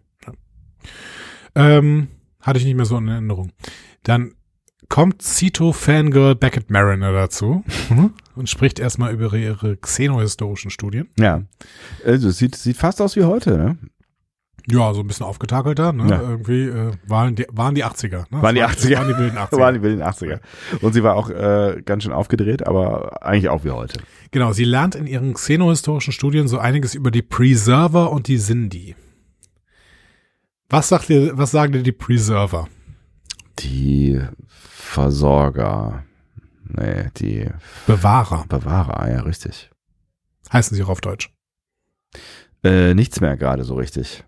Ja. Hatte ich nicht mehr so in Erinnerung. Dann kommt Cito-Fangirl Beckett Mariner dazu und spricht erstmal über ihre xenohistorischen Studien. Ja, also sieht fast aus wie heute, ne? Ja, so ein bisschen aufgetakelter, ne? Ja. Irgendwie waren die 80er, ne? Waren die 80er. Waren die wilden 80er. Waren die wilden 80er. Und sie war auch ganz schön aufgedreht, aber eigentlich auch wie heute. Genau, sie lernt in ihren xenohistorischen Studien so einiges über die Preserver und die Sindhi. Was sagen dir die Preserver? Die Versorger. Nee, die Bewahrer. Bewahrer, ja, richtig. Heißen sie auch auf Deutsch. Nichts mehr gerade so richtig.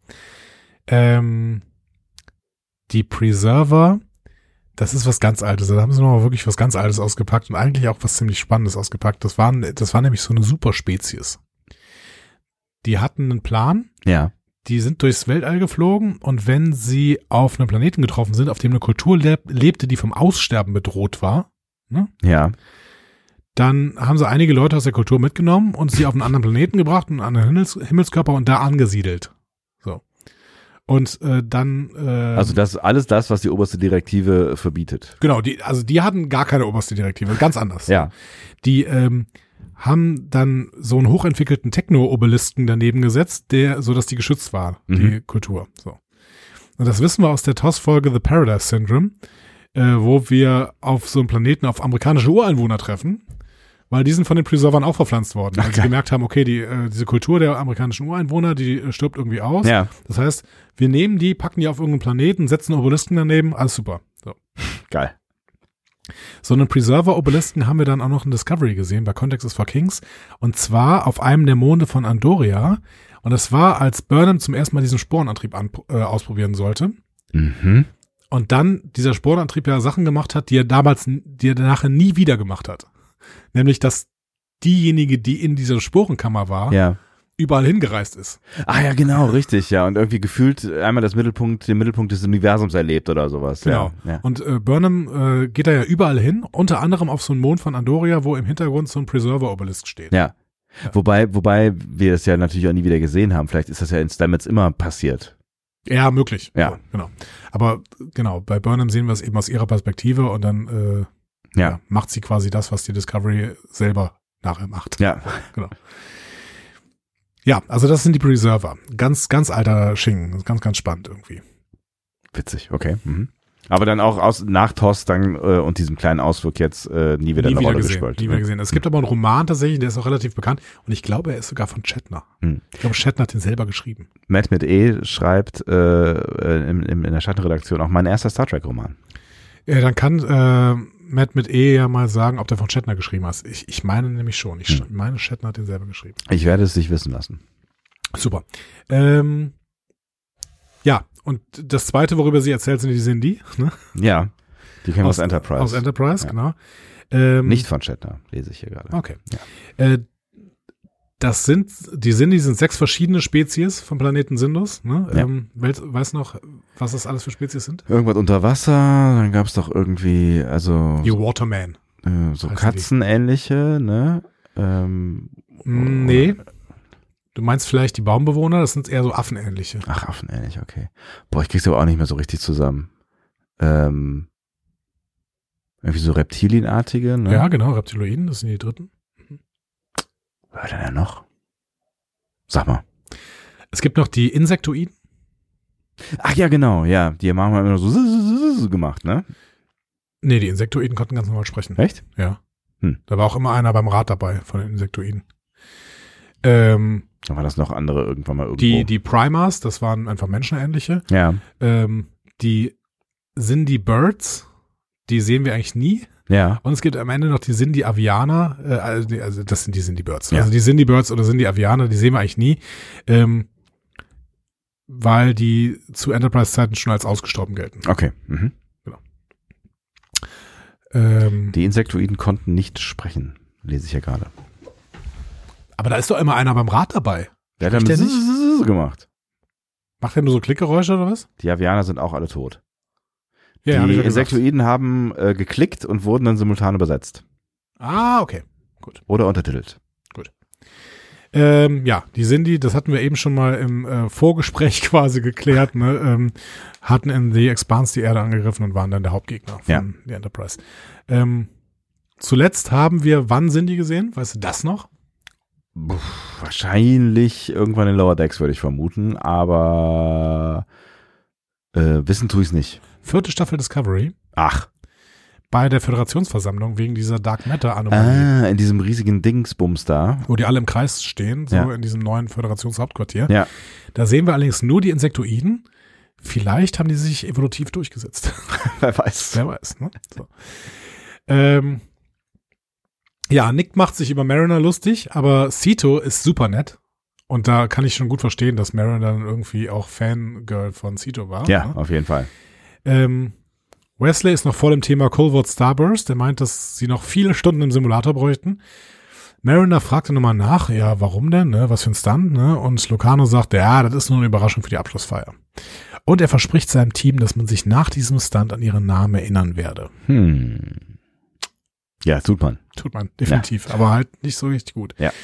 Die Preserver, das ist was ganz Altes. Da haben sie nochmal wirklich was ganz Altes ausgepackt und eigentlich auch was ziemlich Spannendes ausgepackt. Das war nämlich so eine Superspezies. Die hatten einen Plan. Ja. Die sind durchs Weltall geflogen und wenn sie auf einem Planeten getroffen sind, auf dem eine Kultur lebte, die vom Aussterben bedroht war, ne? Ja. Dann haben sie einige Leute aus der Kultur mitgenommen und sie auf einen anderen Planeten gebracht, einen anderen Himmelskörper und da angesiedelt. So. Und dann also das alles das, was die oberste Direktive verbietet. Genau, die hatten gar keine oberste Direktive, ganz anders. Ja. Die haben dann so einen hochentwickelten Techno-Obelisken daneben gesetzt, sodass die geschützt war, die Kultur. So. Und das wissen wir aus der TOS-Folge The Paradise Syndrome, wo wir auf so einem Planeten auf amerikanische Ureinwohner treffen, weil die sind von den Preservern auch verpflanzt worden, weil sie gemerkt haben, okay, diese Kultur der amerikanischen Ureinwohner, die stirbt irgendwie aus. Ja. Das heißt, wir nehmen die, packen die auf irgendeinen Planeten, setzen Obelisken daneben, alles super. So. Geil. So einen Preserver-Obelisken haben wir dann auch noch in Discovery gesehen, bei Context is for Kings. Und zwar auf einem der Monde von Andoria. Und das war, als Burnham zum ersten Mal diesen Sporenantrieb ausprobieren sollte. Mhm. Und dann dieser Sporenantrieb ja Sachen gemacht hat, die er nachher nie wieder gemacht hat. Nämlich, dass diejenige, die in dieser Sporenkammer war, ja, überall hingereist ist. Ah ja, genau, richtig, ja. Und irgendwie gefühlt einmal den Mittelpunkt des Universums erlebt oder sowas. Genau. Ja. Und Burnham geht da ja überall hin, unter anderem auf so einen Mond von Andoria, wo im Hintergrund so ein Preserver-Obelisk steht. Ja. Wobei wir das ja natürlich auch nie wieder gesehen haben. Vielleicht ist das ja in Stamets immer passiert. Ja, möglich. Ja. Genau. Aber genau, bei Burnham sehen wir es eben aus ihrer Perspektive und dann macht sie quasi das, was die Discovery selber nachher macht. Ja. Genau. Ja, also das sind die Preserver. Ganz, ganz alter Schinken. Ganz, ganz spannend irgendwie. Witzig, okay. Mhm. Aber dann auch nach TOS dann und diesem kleinen Ausflug jetzt nie wieder eine Rolle gespielt. Nie wieder gesehen. Es gibt aber einen Roman tatsächlich, der ist auch relativ bekannt und ich glaube, er ist sogar von Shatner. Ich glaube, Shatner hat den selber geschrieben. Matt mit E schreibt in der Schattenredaktion auch mein erster Star Trek Roman. Ja, dann kann Matt mit E ja mal sagen, ob der von Shatner geschrieben hat. Ich meine nämlich schon. Ich meine, Shatner hat den selber geschrieben. Ich werde es dich wissen lassen. Super. Ja, und das Zweite, worüber sie erzählt, sind die Sindhi. Ne? Ja. Die kennen wir aus Enterprise. Aus Enterprise, ja. Genau. Nicht von Shatner, lese ich hier gerade. Okay. Ja. Die Sindhi sind 6 verschiedene Spezies vom Planeten Sindus. Ne? Ja. Weiß noch, was das alles für Spezies sind? Irgendwas unter Wasser, dann gab es doch irgendwie, also Die Waterman. so Katzenähnliche, ne? Nee. Du meinst vielleicht die Baumbewohner, das sind eher so Affenähnliche. Ach, affenähnlich, okay. Boah, ich krieg's aber auch nicht mehr so richtig zusammen. Irgendwie so Reptilienartige, ne? Ja, genau, Reptiloiden, das sind die dritten. Wer hat denn noch? Sag mal. Es gibt noch die Insektoiden. Ach ja, genau, ja. Die haben wir immer so gemacht, ne? Nee, die Insektoiden konnten ganz normal sprechen. Echt? Ja. Da war auch immer einer beim Rat dabei von den Insektoiden. Dann war das noch andere irgendwann mal irgendwo. Die Primars, das waren einfach menschenähnliche. Ja. Die Sindhi Birds, die sehen wir eigentlich nie. Ja. Und es gibt am Ende noch die Sindhi Avianer, also das sind die Sindhi Birds. Ja. Also die Sindhi Birds oder Sindhi Avianer, die sehen wir eigentlich nie, weil die zu Enterprise-Zeiten schon als ausgestorben gelten. Okay. Mhm. Genau. Die Insektoiden konnten nicht sprechen, lese ich ja gerade. Aber da ist doch immer einer beim Rat dabei. Der hat der dann gemacht. Macht der nur so Klickgeräusche oder was? Die Avianer sind auch alle tot. Ja, hab ich die ja gesagt. Insektoiden haben geklickt und wurden dann simultan übersetzt. Ah, okay. Gut. Oder untertitelt. Ja, die Sindhi, das hatten wir eben schon mal im Vorgespräch quasi geklärt, ne, hatten in The Expanse die Erde angegriffen und waren dann der Hauptgegner von der Enterprise. Zuletzt haben wir, wann Sindhi gesehen? Weißt du das noch? Wahrscheinlich irgendwann in Lower Decks, würde ich vermuten, aber wissen tue ich es nicht. 4. Staffel Discovery. Ach. Bei der Föderationsversammlung wegen dieser Dark Matter-Anomalie. In diesem riesigen Dingsbums da. Wo die alle im Kreis stehen, so Ja. in diesem neuen Föderationshauptquartier. Ja. Da sehen wir allerdings nur die Insektoiden. Vielleicht haben die sich evolutiv durchgesetzt. Wer weiß. Wer weiß, ne? So. Ja, Nick macht sich über Mariner lustig, aber Sito ist super nett. Und da kann ich schon gut verstehen, dass Mariner dann irgendwie auch Fangirl von Sito war. Ja, ne? auf jeden Fall. Wesley ist noch voll im Thema Colvard Starburst. Der meint, dass sie noch viele Stunden im Simulator bräuchten. Mariner fragte nochmal nach, ja, warum denn, ne? Was für ein Stunt, ne? Und Locarno sagt, ja, das ist nur eine Überraschung für die Abschlussfeier. Und er verspricht seinem Team, dass man sich nach diesem Stunt an ihren Namen erinnern werde. Ja, tut man. Tut man, definitiv. Ja. Aber halt nicht so richtig gut. Ja.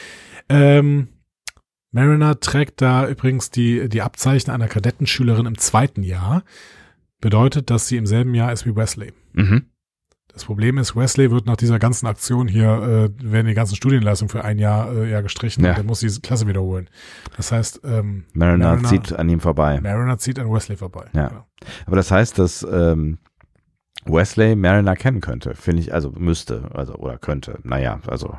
Mariner trägt da übrigens die Abzeichen einer Kadettenschülerin im 2. Jahr. Bedeutet, dass sie im selben Jahr ist wie Wesley. Mhm. Das Problem ist, Wesley wird nach dieser ganzen Aktion hier, werden die ganzen Studienleistungen für ein Jahr gestrichen und der muss diese Klasse wiederholen. Das heißt, Mariner zieht an ihm vorbei. Mariner zieht an Wesley vorbei. Ja. Genau. Aber das heißt, dass Wesley Mariner kennen könnte, finde ich, also müsste, also oder könnte. Naja, also.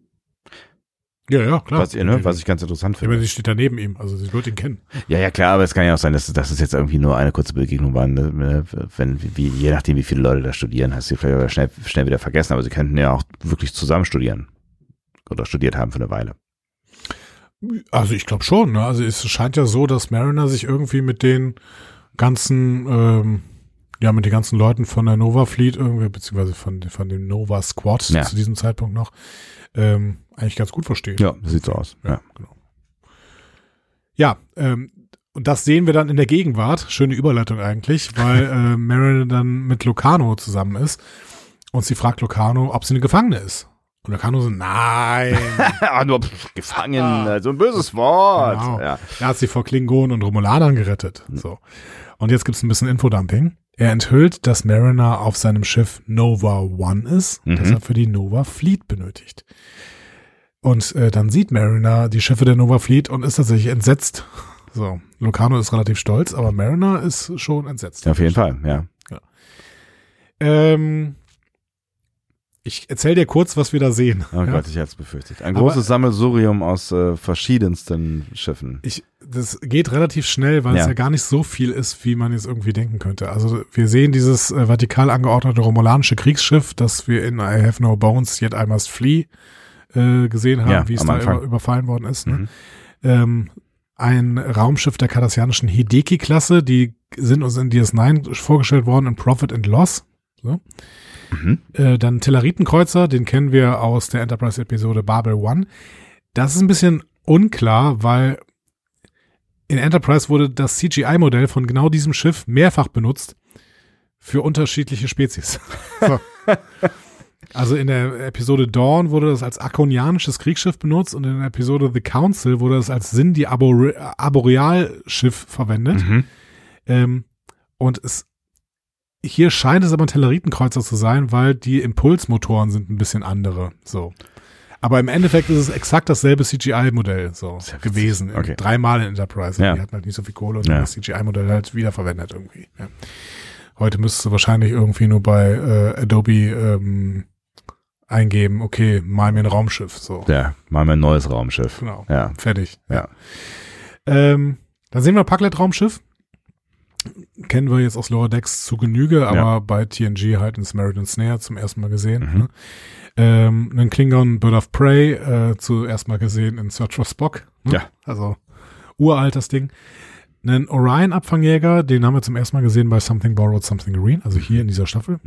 Ja, klar. Was ich ganz interessant finde. Aber sie steht da neben ihm, also sie wird ihn kennen. Ja, klar, aber es kann ja auch sein, dass es jetzt irgendwie nur eine kurze Begegnung war, ne? Je nachdem, wie viele Leute da studieren, hast du vielleicht schnell wieder vergessen, aber sie könnten ja auch wirklich zusammen studieren oder studiert haben für eine Weile. Also ich glaube schon, ne? Also es scheint ja so, dass Mariner sich irgendwie mit den ganzen mit den ganzen Leuten von der Nova Fleet irgendwie, beziehungsweise von dem Nova Squad zu diesem Zeitpunkt noch, eigentlich ganz gut versteht. Ja, sieht so aus. Ja, genau. Ja, und das sehen wir dann in der Gegenwart. Schöne Überleitung eigentlich, weil Mariner dann mit Locarno zusammen ist und sie fragt Locarno, ob sie eine Gefangene ist. Und Locarno so, nein. Nur gefangen, so ein böses Wort. Genau. Ja. Er hat sie vor Klingonen und Romulanern gerettet. So. Und jetzt gibt's ein bisschen Infodumping. Er enthüllt, dass Mariner auf seinem Schiff Nova One ist, das er für die Nova Fleet benötigt. Und dann sieht Mariner die Schiffe der Nova Fleet und ist tatsächlich entsetzt. So, Locarno ist relativ stolz, aber Mariner ist schon entsetzt. Ja, auf jeden Fall, ja. Ich erzähle dir kurz, was wir da sehen. Oh Gott, ich hätte es befürchtet. Ein großes Sammelsurium aus verschiedensten Schiffen. Das geht relativ schnell, weil es ja gar nicht so viel ist, wie man jetzt irgendwie denken könnte. Also wir sehen dieses vertikal angeordnete romulanische Kriegsschiff, das wir in I Have No Bones Yet I Must Flee gesehen haben, wie es da überfallen worden ist. Ne? Ein Raumschiff der kardassianischen Hideki-Klasse, die sind uns in DS9 vorgestellt worden in Profit and Loss. So. Dann Telleritenkreuzer, den kennen wir aus der Enterprise-Episode Babel 1. Das ist ein bisschen unklar, weil in Enterprise wurde das CGI-Modell von genau diesem Schiff mehrfach benutzt für unterschiedliche Spezies. So. Also in der Episode Dawn wurde das als arkonianisches Kriegsschiff benutzt und in der Episode The Council wurde das als Sindhi-Arboreal-Schiff verwendet. Und hier scheint es aber ein Telleritenkreuzer zu sein, weil die Impulsmotoren sind ein bisschen andere. So. Aber im Endeffekt ist es exakt dasselbe CGI-Modell so gewesen. Okay. 3-mal in Enterprise. Ja. Die hatten halt nicht so viel Kohle und das CGI-Modell halt wiederverwendet irgendwie. Ja. Heute müsstest du wahrscheinlich irgendwie nur bei Adobe eingeben, okay, mal mir ein Raumschiff. So. Ja, mal mir ein neues Raumschiff. Genau. Ja. Fertig. Ja. Dann sehen wir Packlet-Raumschiff. Kennen wir jetzt aus Lower Decks zu Genüge, aber bei TNG halt in Samaritan Snare zum ersten Mal gesehen. Ne? Einen Klingon Bird of Prey zuerst mal gesehen in Search for Spock. Ne? Ja. Also uralt das Ding. Einen Orion-Abfangjäger, den haben wir zum ersten Mal gesehen bei Something Borrowed, Something Green, also hier in dieser Staffel.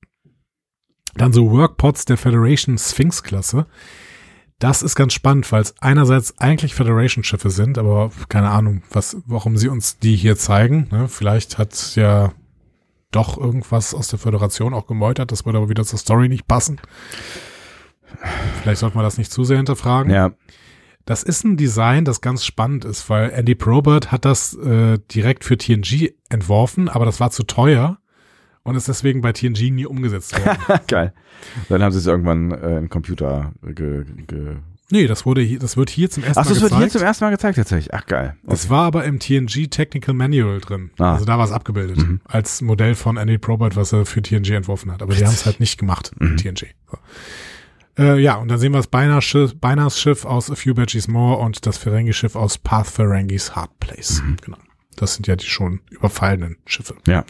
Dann so Workpods der Federation Sphinx-Klasse. Das ist ganz spannend, weil es einerseits eigentlich Federation-Schiffe sind, aber keine Ahnung, warum sie uns die hier zeigen. Ne? Vielleicht hat ja doch irgendwas aus der Föderation auch gemeutert, das würde aber wieder zur Story nicht passen. Vielleicht sollte man das nicht zu sehr hinterfragen. Ja. Das ist ein Design, das ganz spannend ist, weil Andy Probert hat das direkt für TNG entworfen, aber das war zu teuer und ist deswegen bei TNG nie umgesetzt worden. Geil. Dann haben sie es irgendwann in Computer Nee, das wird hier zum ersten Mal gezeigt. Ach, das wird hier zum ersten Mal gezeigt tatsächlich. Ach, geil. Okay. Das war aber im TNG Technical Manual drin. Also da war es abgebildet. Als Modell von Andy Probert, was er für TNG entworfen hat. Aber die haben es halt nicht gemacht in TNG. So. Ja, und dann sehen wir das Beinars Schiff aus A Few Badges More und das Ferengi-Schiff aus Path Ferengis Hard Place. Genau. Das sind ja die schon überfallenen Schiffe. Ja.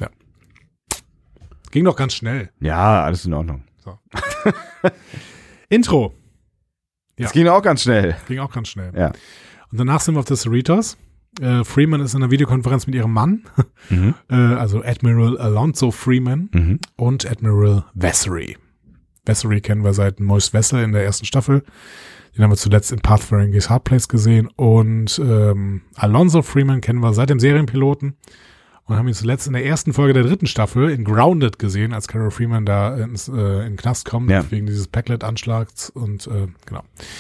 Ging doch ganz schnell. Ja, alles in Ordnung. So. Intro. Ja. Das ging auch ganz schnell. Ja. Und danach sind wir auf der Cerritos. Freeman ist in einer Videokonferenz mit ihrem Mann, also Admiral Alonso Freeman und Admiral Vessery. Vessery kennen wir seit Moist Vessel in der ersten Staffel. Den haben wir zuletzt in Path Ferengis Hard Place gesehen. Und Alonso Freeman kennen wir seit dem Serienpiloten und haben ihn zuletzt in der ersten Folge der 3. Staffel in Grounded gesehen, als Carol Freeman da in den Knast kommt, wegen dieses Packlet-Anschlags und genau.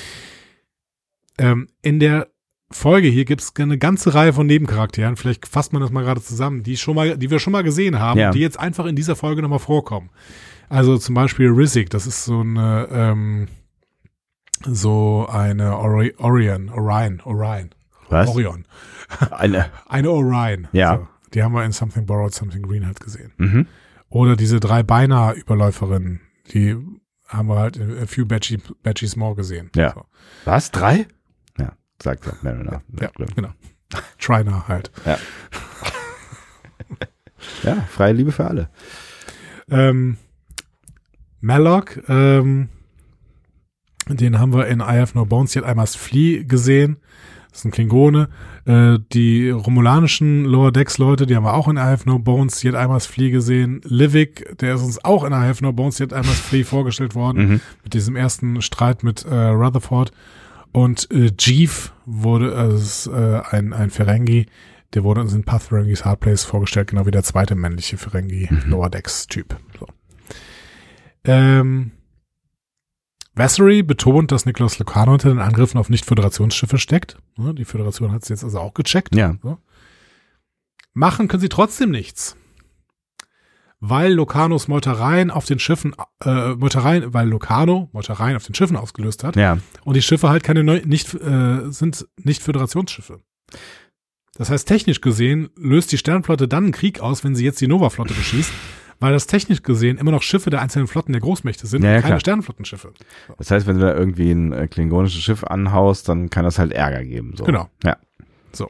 In der Folge hier gibt es eine ganze Reihe von Nebencharakteren, vielleicht fasst man das mal gerade zusammen, die wir schon mal gesehen haben, die jetzt einfach in dieser Folge nochmal vorkommen. Also zum Beispiel Rizzik, das ist so eine Orion. Was? Orion. Eine Orion. Ja. So, die haben wir in Something Borrowed, Something Green halt gesehen. Oder diese 3 Beinahe-Überläuferinnen, die haben wir halt in A Few Badges More gesehen. Ja. So. Was? 3? Ja, sagt Mariner. Ja, genau. Trina halt. Ja. Ja, freie Liebe für alle. Malloc, den haben wir in I Have No Bones Yet I Must Flee gesehen. Das ist ein Klingone. Die romulanischen Lower Decks Leute, die haben wir auch in I Have No Bones Yet I Must Flee gesehen. Livik, der ist uns auch in I Have No Bones Yet I Must Flee vorgestellt worden. Mit diesem ersten Streit mit Rutherford. Und Jeev ist ein Ferengi, der wurde uns in Path Ferengis Hard Place vorgestellt, genau wie der zweite männliche Ferengi Lower Decks Typ. So. Vessery betont, dass Nicholas Locano hinter den Angriffen auf Nicht-Föderationsschiffe steckt. Die Föderation hat es jetzt also auch gecheckt. Ja. So. Machen können sie trotzdem nichts. Weil Locanos Meutereien auf den Schiffen, weil Locano Meutereien auf den Schiffen ausgelöst hat. Ja. Und die Schiffe halt sind nicht Föderationsschiffe. Das heißt, technisch gesehen löst die Sternflotte dann einen Krieg aus, wenn sie jetzt die Nova-Flotte beschießt, weil das technisch gesehen immer noch Schiffe der einzelnen Flotten der Großmächte sind und keine Sternenflottenschiffe. So. Das heißt, wenn du da irgendwie ein klingonisches Schiff anhaust, dann kann das halt Ärger geben. So. Genau. Ja. So.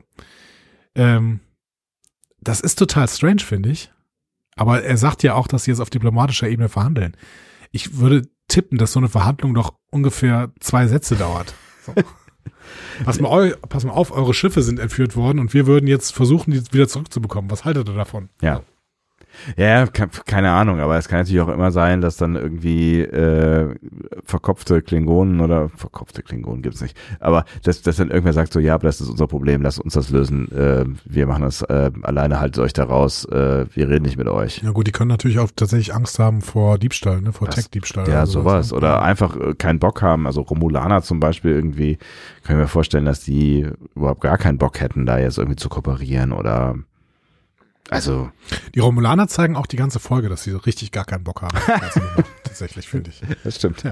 Das ist total strange, finde ich. Aber er sagt ja auch, dass sie jetzt auf diplomatischer Ebene verhandeln. Ich würde tippen, dass so eine Verhandlung doch ungefähr 2 Sätze dauert. So. Pass mal auf, eure Schiffe sind entführt worden und wir würden jetzt versuchen, die wieder zurückzubekommen. Was haltet ihr davon? Ja. Ja, keine Ahnung, aber es kann natürlich auch immer sein, dass dann irgendwie verkopfte Klingonen gibt's nicht, aber dass dann irgendwer sagt so, ja, aber das ist unser Problem, lasst uns das lösen, wir machen das alleine, haltet euch da raus, wir reden nicht mit euch. Ja gut, die können natürlich auch tatsächlich Angst haben vor Diebstahl, ne, vor Tech-Diebstahl. Ja, sowas. Oder einfach keinen Bock haben, also Romulaner zum Beispiel irgendwie, kann ich mir vorstellen, dass die überhaupt gar keinen Bock hätten, da jetzt irgendwie zu kooperieren oder also. Die Romulaner zeigen auch die ganze Folge, dass sie so richtig gar keinen Bock haben. Tatsächlich, finde ich. Das stimmt.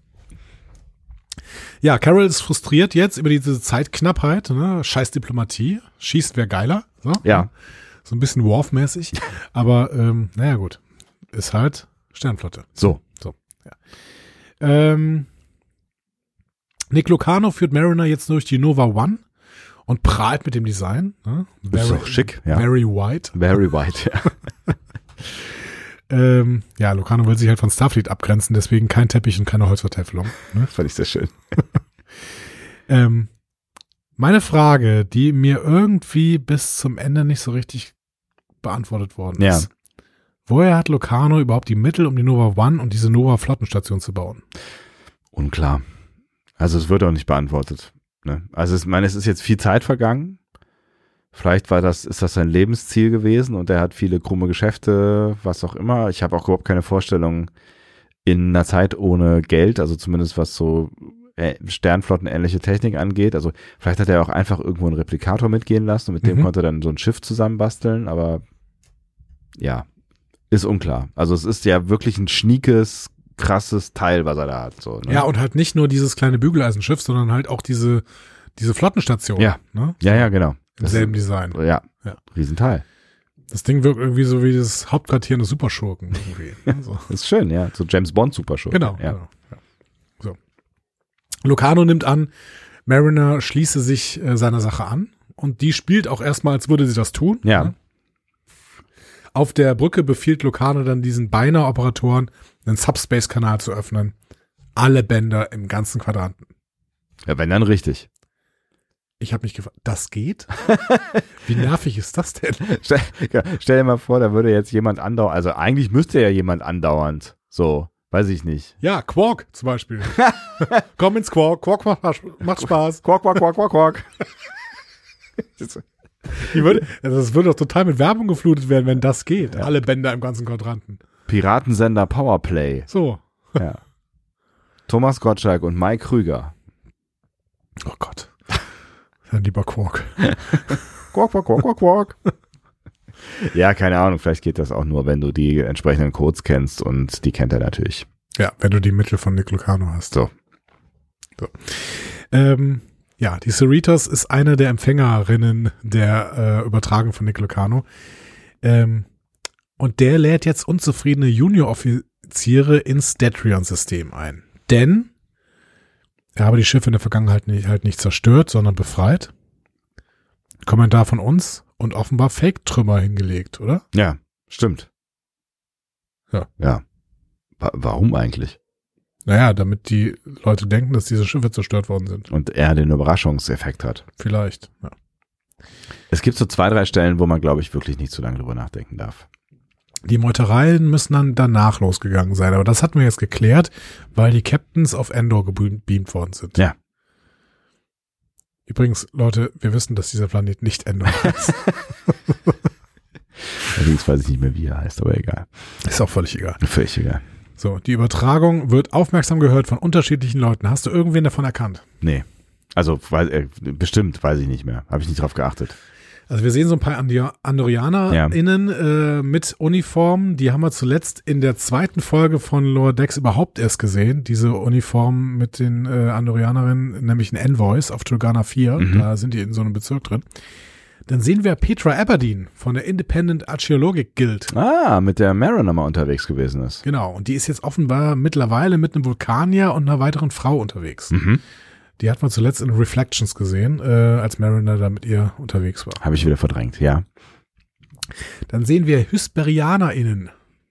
Ja, Carol ist frustriert jetzt über diese Zeitknappheit, ne? Scheiß Diplomatie. Schießt wäre geiler. So, ja. So ein bisschen Worf-mäßig. Aber, naja, gut. Ist halt Sternflotte. So. Ja. Nick Lucano führt Mariner jetzt durch die Nova One und prahlt mit dem Design. Ne? Ist doch schick, ja. Very white. Very white, ja. Ja, Lucano will sich halt von Starfleet abgrenzen, deswegen kein Teppich und keine Holzvertäfelung. Ne? Fand ich sehr schön. Meine Frage, die mir irgendwie bis zum Ende nicht so richtig beantwortet worden ist. Woher hat Lucano überhaupt die Mittel, um die Nova One und diese Nova Flottenstation zu bauen? Unklar. Also es wird auch nicht beantwortet. Ne? Also ich meine, es ist jetzt viel Zeit vergangen. Vielleicht ist das sein Lebensziel gewesen und er hat viele krumme Geschäfte, was auch immer. Ich habe auch überhaupt keine Vorstellung in einer Zeit ohne Geld, also zumindest was so Sternflottenähnliche Technik angeht. Also vielleicht hat er auch einfach irgendwo einen Replikator mitgehen lassen und mit dem konnte er dann so ein Schiff zusammenbasteln, aber ja, ist unklar. Also es ist ja wirklich ein schniekes, krasses Teil, was er da hat. So, ne? Ja, und halt nicht nur dieses kleine Bügeleisenschiff, sondern halt auch diese Flottenstation. Ja, ne? Ja, genau. Im selben Design. Ja, Riesenteil. Das Ding wirkt irgendwie so wie das Hauptquartier eines Superschurken. Irgendwie. So. Das ist schön, ja. So James Bond Superschurken. Genau. So. Lucano nimmt an, Mariner schließe sich seiner Sache an und die spielt auch erstmal, als würde sie das tun. Ja. Ne? Auf der Brücke befiehlt Lucano dann diesen Beinahe-Operatoren, einen Subspace-Kanal zu öffnen. Alle Bänder im ganzen Quadranten. Ja, wenn dann richtig. Ich habe mich gefragt, das geht? Wie nervig ist das denn? Stell dir mal vor, da würde jetzt jemand andauernd, also eigentlich müsste ja jemand andauernd, so, weiß ich nicht. Ja, Quark zum Beispiel. Komm ins Quark, Quark macht Spaß. Quark. Das würde doch total mit Werbung geflutet werden, wenn das geht. Ja. Alle Bänder im ganzen Quadranten. Piratensender Powerplay. So. Ja. Thomas Gottschalk und Mike Krüger. Oh Gott. Dann lieber Quark. Quark. Ja, keine Ahnung, vielleicht geht das auch nur, wenn du die entsprechenden Codes kennst und die kennt er natürlich. Ja, wenn du die Mittel von Nick Lucano hast. So. Ja, die Cerritos ist eine der Empfängerinnen der Übertragung von Nick Lucano. Und der lädt jetzt unzufriedene Junior-Offiziere ins Detrion-System ein. Denn er habe die Schiffe in der Vergangenheit nicht zerstört, sondern befreit. Kommentar von uns und offenbar Fake-Trümmer hingelegt, oder? Ja, stimmt. Ja. Warum eigentlich? Naja, damit die Leute denken, dass diese Schiffe zerstört worden sind. Und er den Überraschungseffekt hat. Vielleicht, ja. Es gibt so 2, 3 Stellen, wo man, glaube ich, wirklich nicht zu lange drüber nachdenken darf. Die Meutereien müssen dann danach losgegangen sein, aber das hatten wir jetzt geklärt, weil die Captains auf Endor gebeamt worden sind. Ja. Übrigens, Leute, wir wissen, dass dieser Planet nicht Endor heißt. Allerdings weiß ich nicht mehr, wie er heißt, aber egal. Ist auch völlig egal. Völlig egal. So, die Übertragung wird aufmerksam gehört von unterschiedlichen Leuten. Hast du irgendwen davon erkannt? Nee. Also, bestimmt, weiß ich nicht mehr. Habe ich nicht drauf geachtet. Also wir sehen so ein paar AndorianerInnen mit Uniformen. Die haben wir zuletzt in der 2. Folge von Lower Decks überhaupt erst gesehen. Diese Uniformen mit den Andorianerinnen, nämlich in Envoys auf Turgana 4. Da sind die in so einem Bezirk drin. Dann sehen wir Petra Aberdeen von der Independent Archaeologic Guild. Mit der Mariner mal unterwegs gewesen ist. Genau, und die ist jetzt offenbar mittlerweile mit einem Vulkanier und einer weiteren Frau unterwegs. Die hat man zuletzt in Reflections gesehen, als Mariner da mit ihr unterwegs war. Habe ich wieder verdrängt, ja. Dann sehen wir HysperianerInnen.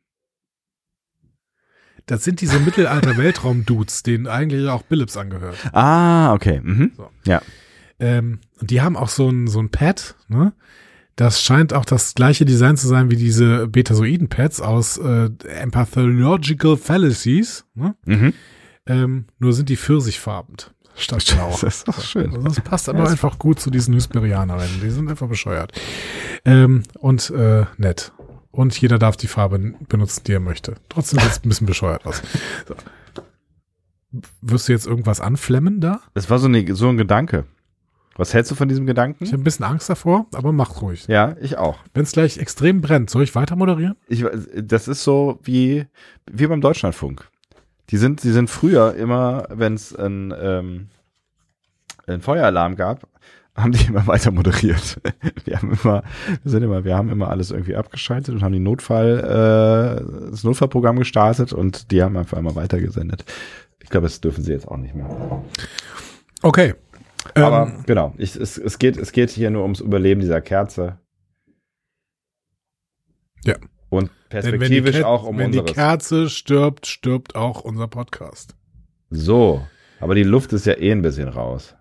Das sind diese Mittelalter-Weltraum-Dudes, denen eigentlich auch Billups angehört. Okay. So. Ja. Und die haben auch so ein Pad, ne? Das scheint auch das gleiche Design zu sein wie diese Betasoiden-Pads aus Empathological Fallacies. Ne? Nur sind die pfirsichfarben statt blau. Das ist doch schön. Also das passt aber einfach gut zu diesen Hesperianerinnen. Die sind einfach bescheuert. Und nett. Und jeder darf die Farbe benutzen, die er möchte. Trotzdem sieht es ein bisschen bescheuert aus. So. Wirst du jetzt irgendwas anflemmen da? Das war so ein Gedanke. Was hältst du von diesem Gedanken? Ich habe ein bisschen Angst davor, aber mach ruhig. Ja, ich auch. Wenn es gleich extrem brennt, soll ich weiter moderieren? Das ist so wie beim Deutschlandfunk. Die sind früher immer, wenn es einen Feueralarm gab, haben die immer weiter moderiert. Wir haben immer alles irgendwie abgeschaltet und haben das Notfallprogramm gestartet und die haben einfach immer weiter gesendet. Ich glaube, das dürfen sie jetzt auch nicht mehr. Okay. Aber genau, es geht hier nur ums Überleben dieser Kerze. Ja. Und perspektivisch auch um unseres. Wenn die Kerze stirbt, stirbt auch unser Podcast. So, aber die Luft ist ja ein bisschen raus.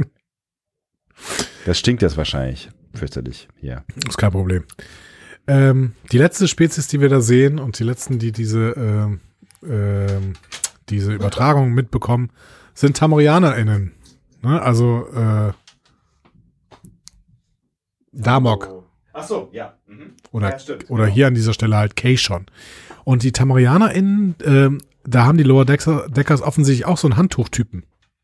Das stinkt jetzt wahrscheinlich fürchterlich hier. Ist kein Problem. Die letzte Spezies, die wir da sehen und die letzten, die diese Übertragung mitbekommen, sind TamorianerInnen. Ne? Also Damok. Ach so, ja. Oder hier an dieser Stelle halt Keishon. Und die TamorianerInnen, da haben die Lower Deckers offensichtlich auch so einen Handtuchtypen.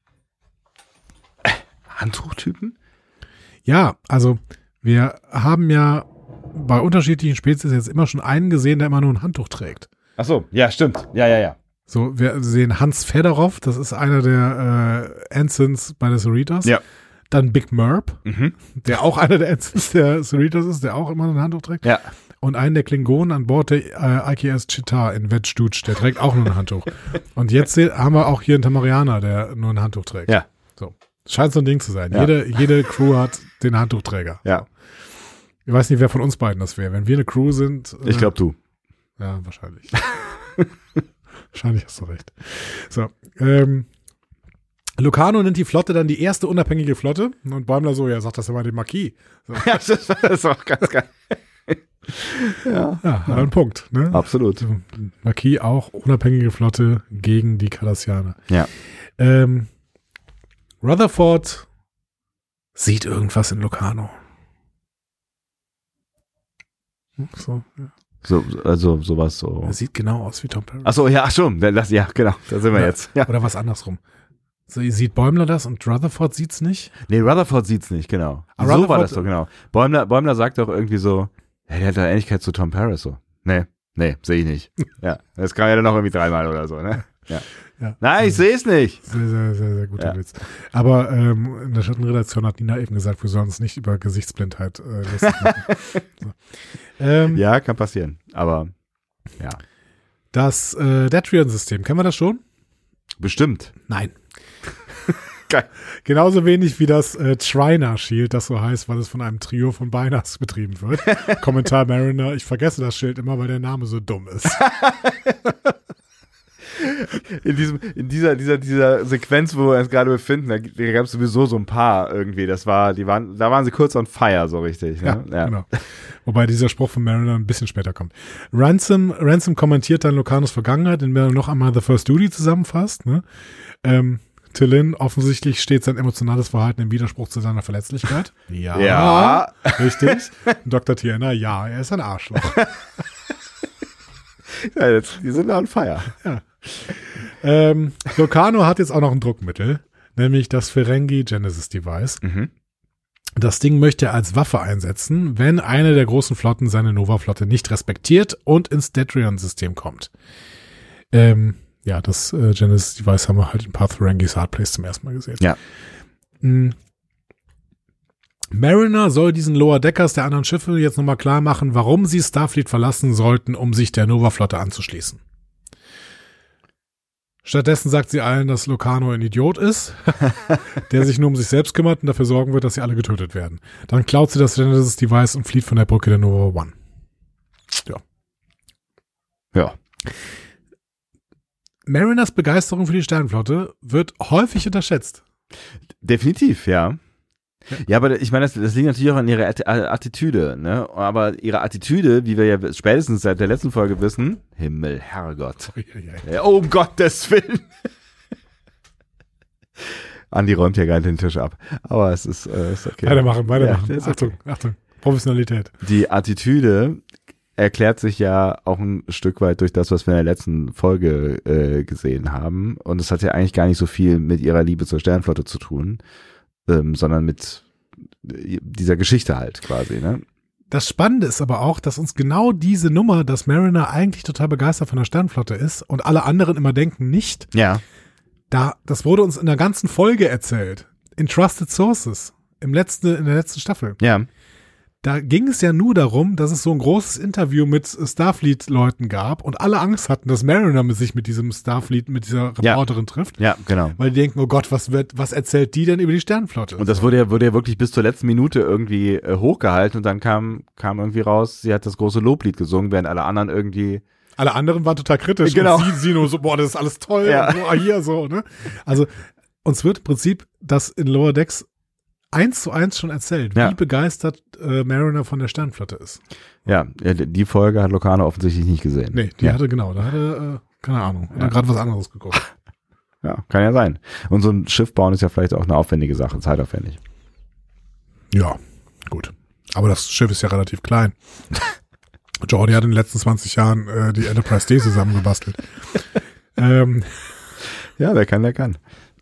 Handtuchtypen? Ja, also wir haben ja bei unterschiedlichen Spezies jetzt immer schon einen gesehen, der immer nur ein Handtuch trägt. Ach so, ja, stimmt. Ja. So, wir sehen Hans Fedorov, das ist einer der Ensigns bei den Cerritos. Ja. Dann Big Merp, der auch einer der Ensigns der Cerritos ist, der auch immer ein Handtuch trägt. Ja. Und einen der Klingonen an Bord der IKS Chittar in Wedgstutsch, der trägt auch nur ein Handtuch. Und jetzt haben wir auch hier einen Tamarianer, der nur ein Handtuch trägt. Ja. So. Scheint so ein Ding zu sein. Ja. Jede Crew hat den Handtuchträger. Ja. Ich weiß nicht, wer von uns beiden das wäre. Wenn wir eine Crew sind. Ich glaube du. Ja, wahrscheinlich. Wahrscheinlich hast du recht. So. Locarno nennt die Flotte dann die erste unabhängige Flotte. Und Bäumler so, ja, sagt das ja mal dem Marquis. So. Ja, das ist auch ganz geil. Ja, hat einen Punkt. Ne? Absolut. Marquis auch unabhängige Flotte gegen die Cardassianer. Ja. Rutherford sieht irgendwas in Locarno. So, ja. Also sowas so. Er sieht genau aus wie Tom Paris. Achso, ja, schon. Ja, genau. Da sind wir jetzt. Ja. Oder was andersrum. So, sieht Bäumler das und Rutherford sieht's nicht? Nee, Rutherford sieht's nicht, genau. Aber so war das doch, genau. Bäumler sagt doch irgendwie so, ja, der hat da Ähnlichkeit zu Tom Paris, so. Nee, sehe ich nicht. Ja, das kam ja dann noch irgendwie 3-mal oder so, ne? Ja. Nein, ich sehe es nicht. Sehr, sehr, sehr, sehr guter Witz. Aber in der Schattenredaktion hat Nina eben gesagt, wir sollen uns nicht über Gesichtsblindheit lustig machen. So. Ja, kann passieren, aber ja. Das Datrian-System, kennen wir das schon? Bestimmt. Nein. Geil. Genauso wenig wie das Triner Shield, das so heißt, weil es von einem Trio von Beiners betrieben wird. Kommentar Mariner, ich vergesse das Schild immer, weil der Name so dumm ist. In dieser Sequenz, wo wir uns gerade befinden, da gab es sowieso so ein paar irgendwie. Da waren sie kurz on fire, so richtig. Ne? Ja, genau. Wobei dieser Spruch von Mariner ein bisschen später kommt. Ransom kommentiert dann Locarnos Vergangenheit, indem er noch einmal The First Duty zusammenfasst. Ne? Tillin, offensichtlich steht sein emotionales Verhalten im Widerspruch zu seiner Verletzlichkeit. Ja. Richtig. Dr. Tiana, ja, er ist ein Arschloch. Ja, die sind on fire. Ja. Locarno hat jetzt auch noch ein Druckmittel, nämlich das Ferengi Genesis Device. Das Ding möchte er als Waffe einsetzen, wenn eine der großen Flotten seine Nova-Flotte nicht respektiert und ins Datrian-System kommt. Ja, das Genesis Device haben wir halt in Path Ferengis Hardplace zum ersten Mal gesehen. Ja. Mariner soll diesen Lower Deckers der anderen Schiffe jetzt nochmal klar machen, warum sie Starfleet verlassen sollten, um sich der Nova-Flotte anzuschließen. Stattdessen sagt sie allen, dass Locarno ein Idiot ist, der sich nur um sich selbst kümmert und dafür sorgen wird, dass sie alle getötet werden. Dann klaut sie das Genesis Device und flieht von der Brücke der Nova One. Ja. Mariners Begeisterung für die Sternenflotte wird häufig unterschätzt. Definitiv, ja. Ja, aber ich meine, das liegt natürlich auch an ihrer Attitüde, ne? Aber ihre Attitüde, wie wir ja spätestens seit der letzten Folge wissen, Himmel, Herrgott. Ja, oh, um Gottes Willen. Andi räumt ja gerade den Tisch ab. Aber es ist okay. Weitermachen. Ja, Achtung. Professionalität. Die Attitüde erklärt sich ja auch ein Stück weit durch das, was wir in der letzten Folge gesehen haben. Und es hat ja eigentlich gar nicht so viel mit ihrer Liebe zur Sternflotte zu tun, sondern mit dieser Geschichte halt quasi, ne? Das Spannende ist aber auch, dass uns genau diese Nummer, dass Mariner eigentlich total begeistert von der Sternflotte ist und alle anderen immer denken nicht. Ja. Das wurde uns in der ganzen Folge erzählt. In Trusted Sources. In der letzten Staffel. Ja. Da ging es ja nur darum, dass es so ein großes Interview mit Starfleet-Leuten gab und alle Angst hatten, dass Mariner sich mit diesem Starfleet, mit dieser Reporterin trifft. Ja, genau. Weil die denken, oh Gott, was erzählt die denn über die Sternflotte? Und das wurde ja wirklich bis zur letzten Minute irgendwie hochgehalten und dann kam irgendwie raus, sie hat das große Loblied gesungen, während alle anderen irgendwie... Alle anderen waren total kritisch. Genau. Und sie nur so, boah, das ist alles toll. Ja. Und boah, hier so, ne? Also, uns wird im Prinzip das in Lower Decks 1:1 schon erzählt, wie begeistert Mariner von der Sternflotte ist. Ja, die Folge hat Locarno offensichtlich nicht gesehen. Nee, da hatte, keine Ahnung, hat gerade was anderes geguckt. Ja, kann ja sein. Und so ein Schiff bauen ist ja vielleicht auch eine aufwendige Sache, zeitaufwendig. Ja, gut. Aber das Schiff ist ja relativ klein. Jordi hat in den letzten 20 Jahren die Enterprise D zusammengebastelt. Ja, wer kann, der kann.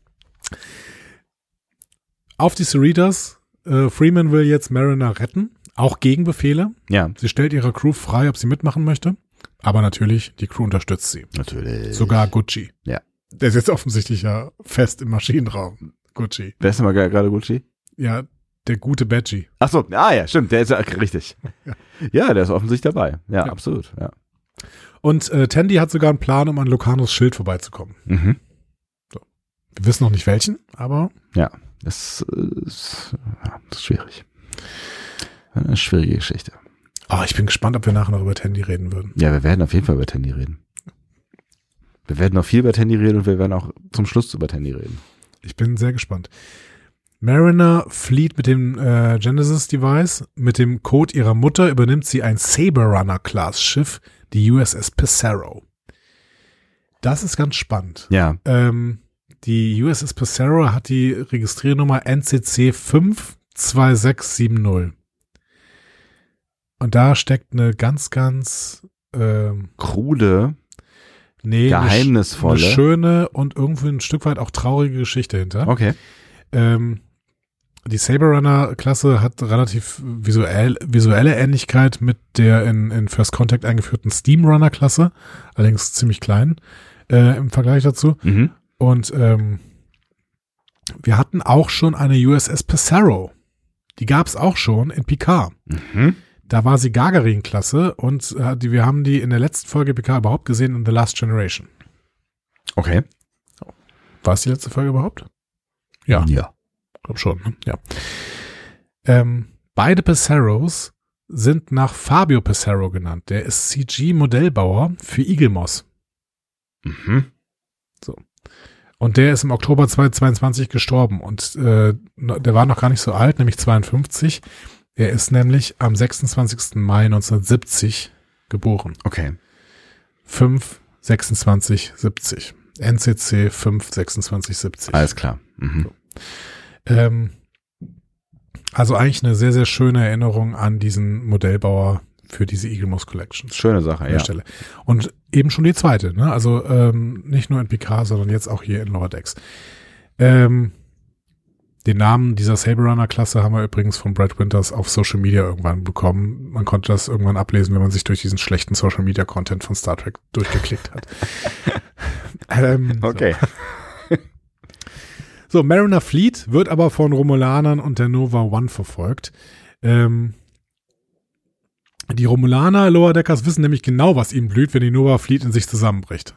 Auf die Cerritos. Freeman will jetzt Mariner retten, auch gegen Befehle. Ja. Sie stellt ihrer Crew frei, ob sie mitmachen möchte. Aber natürlich, die Crew unterstützt sie. Natürlich. Sogar Gucci. Ja. Der ist jetzt offensichtlich ja fest im Maschinenraum. Gucci. Wer ist denn mal gerade Gucci? Ja, der gute Badgie. Ach so, ja, stimmt, der ist ja richtig. Ja, der ist offensichtlich dabei. Ja, absolut, ja. Und Tandy hat sogar einen Plan, um an Locarnos Schild vorbeizukommen. Mhm. So. Wir wissen noch nicht welchen, aber... Ja, das ist schwierig. Eine schwierige Geschichte. Oh, ich bin gespannt, ob wir nachher noch über Tandy reden würden. Ja, wir werden auf jeden Fall über Tandy reden. Wir werden noch viel über Tandy reden und wir werden auch zum Schluss über Tandy reden. Ich bin sehr gespannt. Mariner flieht mit dem Genesis-Device. Mit dem Code ihrer Mutter übernimmt sie ein Saber-Runner-Class-Schiff, die USS Pissarro. Das ist ganz spannend. Ja. Die USS Pissarro hat die Registriernummer NCC 52670. Und da steckt eine ganz, ganz krude, geheimnisvolle, eine schöne und irgendwie ein Stück weit auch traurige Geschichte hinter. Okay. Die Saber-Runner-Klasse hat relativ visuelle Ähnlichkeit mit der in First Contact eingeführten Steam-Runner-Klasse, allerdings ziemlich klein im Vergleich dazu. Mhm. Und wir hatten auch schon eine USS Pissarro. Die gab es auch schon in Picard. Mhm. Da war sie Gagarin-Klasse und wir haben die in der letzten Folge Picard überhaupt gesehen in The Last Generation. Okay. War es die letzte Folge überhaupt? Ja. Ja. Ich glaube schon, ne? Ja. Beide Pissarros sind nach Fabio Pissarro genannt. Der ist CG-Modellbauer für Eaglemoss. Mhm. So. Und der ist im Oktober 2022 gestorben. Und der war noch gar nicht so alt, nämlich 52. Er ist nämlich am 26. Mai 1970 geboren. Okay. 5/26/70. NCC 5/26/70. Alles klar. Mhm. So. Also eigentlich eine sehr, sehr schöne Erinnerung an diesen Modellbauer für diese Eaglemoss Collections. Schöne Sache, ja. Stelle. Und eben schon die zweite, ne? Also nicht nur in Picard, sondern jetzt auch hier in Lower Decks. Den Namen dieser Saber-Runner-Klasse haben wir übrigens von Brad Winters auf Social Media irgendwann bekommen. Man konnte das irgendwann ablesen, wenn man sich durch diesen schlechten Social-Media-Content von Star Trek durchgeklickt hat. Okay. So, Mariner flieht, wird aber von Romulanern und der Nova One verfolgt. Die Romulaner Lower Deckers wissen nämlich genau, was ihnen blüht, wenn die Nova Fleet in sich zusammenbricht.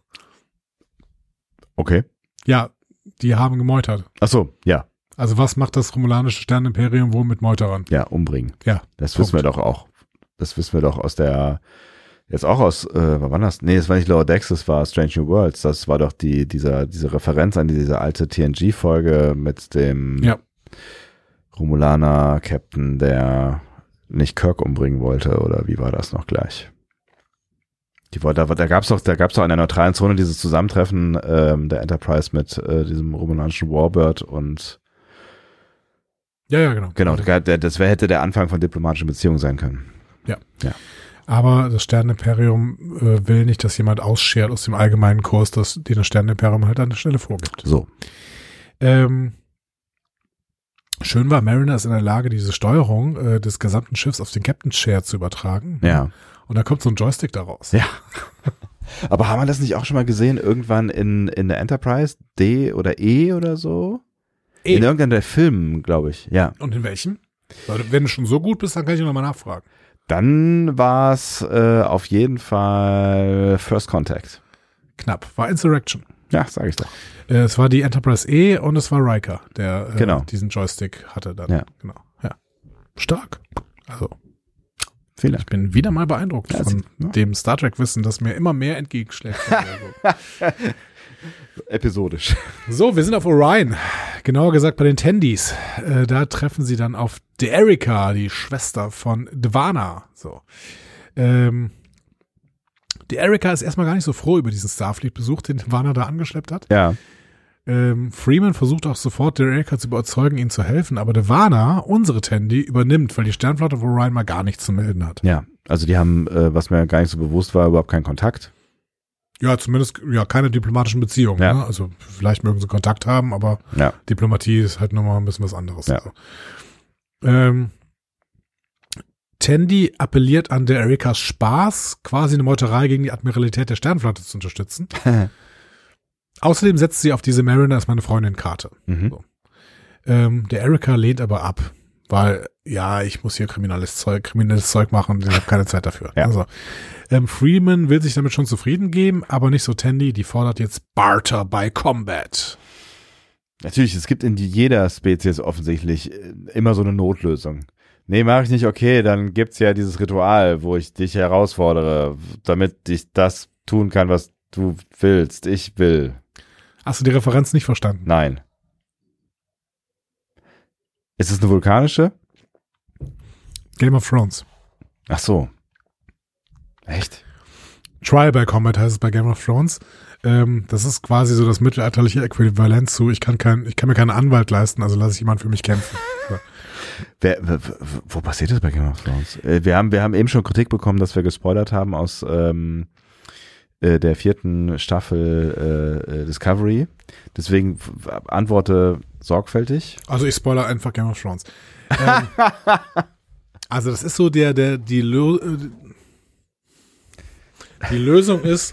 Okay. Ja, die haben gemeutert. Ach so, ja. Also was macht das romulanische Sternimperium wohl mit Meuterern? Ja, umbringen. Ja. Das wissen wir doch auch. Das wissen wir doch aus der, jetzt auch aus, wann war das? Nee, das war nicht Lower Decks, das war Strange New Worlds. Das war doch diese Referenz an diese alte TNG-Folge mit dem Romulaner-Captain, der nicht Kirk umbringen wollte, oder wie war das noch gleich? Da gab's doch in der neutralen Zone dieses Zusammentreffen der Enterprise mit diesem romulanischen Warbird und Ja, genau. Genau, hätte der Anfang von diplomatischen Beziehungen sein können. Ja. Aber das Sternenimperium will nicht, dass jemand ausschert aus dem allgemeinen Kurs, den das Sternenimperium halt an der Stelle vorgibt. So. Schön war, Mariner ist in der Lage, diese Steuerung des gesamten Schiffs auf den Captain's Chair zu übertragen. Ja. Und da kommt so ein Joystick daraus. Ja. Aber haben wir das nicht auch schon mal gesehen, irgendwann in der Enterprise? D oder E oder so? In irgendeinem der Filmen, glaube ich, ja. Und in welchem? Wenn du schon so gut bist, dann kann ich nochmal nachfragen. Dann war es auf jeden Fall First Contact. Knapp. War Insurrection. Ja, sage ich doch. Es war die Enterprise E und es war Riker, der diesen Joystick hatte dann. Ja. Genau. Ja. Stark. Also. Vielleicht. Ich bin wieder mal beeindruckt von dem Star Trek-Wissen, das mir immer mehr entgegenschlägt. Episodisch. So, wir sind auf Orion. Genauer gesagt bei den Tendis. Da treffen sie dann auf De'Erica, die Schwester von D'Vana. So. De'Erica ist erstmal gar nicht so froh über diesen Starfleet-Besuch, den D'Vana da angeschleppt hat. Ja. Freeman versucht auch sofort, De'Erica zu überzeugen, ihnen zu helfen, aber D'Vana, unsere Tendi, übernimmt, weil die Sternflotte auf Orion mal gar nichts zu melden hat. Ja, also die haben, was mir gar nicht so bewusst war, überhaupt keinen Kontakt. Ja, zumindest keine diplomatischen Beziehungen. Ja. Ne? Also vielleicht mögen sie Kontakt haben, aber Diplomatie ist halt nochmal ein bisschen was anderes. Ja. Also. Tendi appelliert an De'Ericas Spaß, quasi eine Meuterei gegen die Admiralität der Sternflotte zu unterstützen. Außerdem setzt sie auf diese Mariner ist meine Freundin-Karte. Mhm. So. De'Erica lehnt aber ab, weil, ich muss hier kriminelles Zeug machen, ich habe keine Zeit dafür. Ja. Also, Freeman will sich damit schon zufrieden geben, aber nicht so Tendi, die fordert jetzt Barter by Combat. Natürlich, es gibt in jeder Spezies offensichtlich immer so eine Notlösung. Nee, mache ich nicht, okay, dann gibt's ja dieses Ritual, wo ich dich herausfordere, damit ich das tun kann, was du willst. Ich will. Hast du die Referenz nicht verstanden? Nein. Ist es eine vulkanische? Game of Thrones. Ach so. Echt? Trial by Combat heißt es bei Game of Thrones. Das ist quasi so das mittelalterliche Äquivalent zu, ich kann mir keinen Anwalt leisten, also lasse ich jemanden für mich kämpfen. So. Wo passiert das bei Game of Thrones? Wir haben eben schon Kritik bekommen, dass wir gespoilert haben aus der 4. Staffel Discovery. Deswegen antworte sorgfältig. Also ich spoilere einfach Game of Thrones. Also das ist so die Lösung ist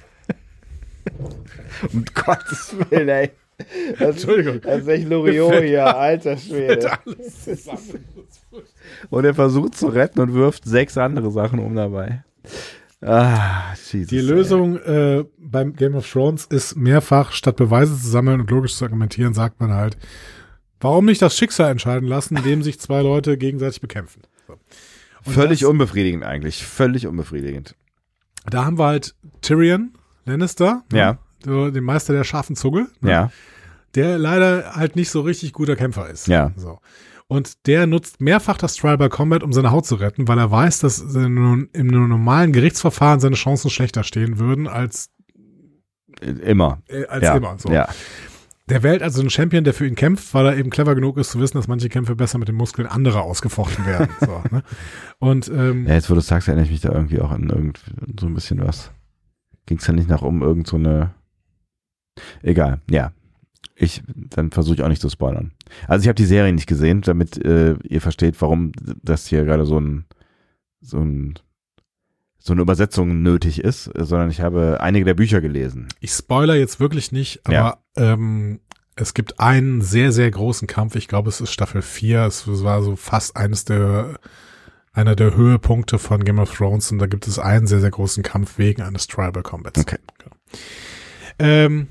Um Gottes Willen, ey. Entschuldigung. Das ist echt Loriot hier, alter Schwede. Alles zusammen. Und er versucht zu retten und wirft 6 andere Sachen um dabei. Jesus, die Lösung beim Game of Thrones ist mehrfach, statt Beweise zu sammeln und logisch zu argumentieren, sagt man halt, warum nicht das Schicksal entscheiden lassen, indem sich 2 Leute gegenseitig bekämpfen. So. Völlig unbefriedigend eigentlich. Völlig unbefriedigend. Da haben wir halt Tyrion Lannister, ja. Den Meister der scharfen Zunge, ja. Der leider halt nicht so richtig guter Kämpfer ist. Ja. So. Und der nutzt mehrfach das Trial by Combat, um seine Haut zu retten, weil er weiß, dass im normalen Gerichtsverfahren seine Chancen schlechter stehen würden als immer. Immer. So. Ja. Der wählt also einen Champion, der für ihn kämpft, weil er eben clever genug ist zu wissen, dass manche Kämpfe besser mit den Muskeln anderer ausgefochten werden. So, ne? Und jetzt, wo du sagst, erinnere ich mich da irgendwie auch an so ein bisschen was. Ging es ja nicht nach irgend so eine. Egal, ja. Dann versuche ich auch nicht zu spoilern. Also ich habe die Serie nicht gesehen, damit ihr versteht, warum das hier gerade so eine Übersetzung nötig ist, sondern ich habe einige der Bücher gelesen. Ich spoilere jetzt wirklich nicht, aber es gibt einen sehr, sehr großen Kampf. Ich glaube, es ist Staffel 4. Es war so fast einer der Höhepunkte von Game of Thrones und da gibt es einen sehr, sehr großen Kampf wegen eines Trial by Combats. Okay. Genau.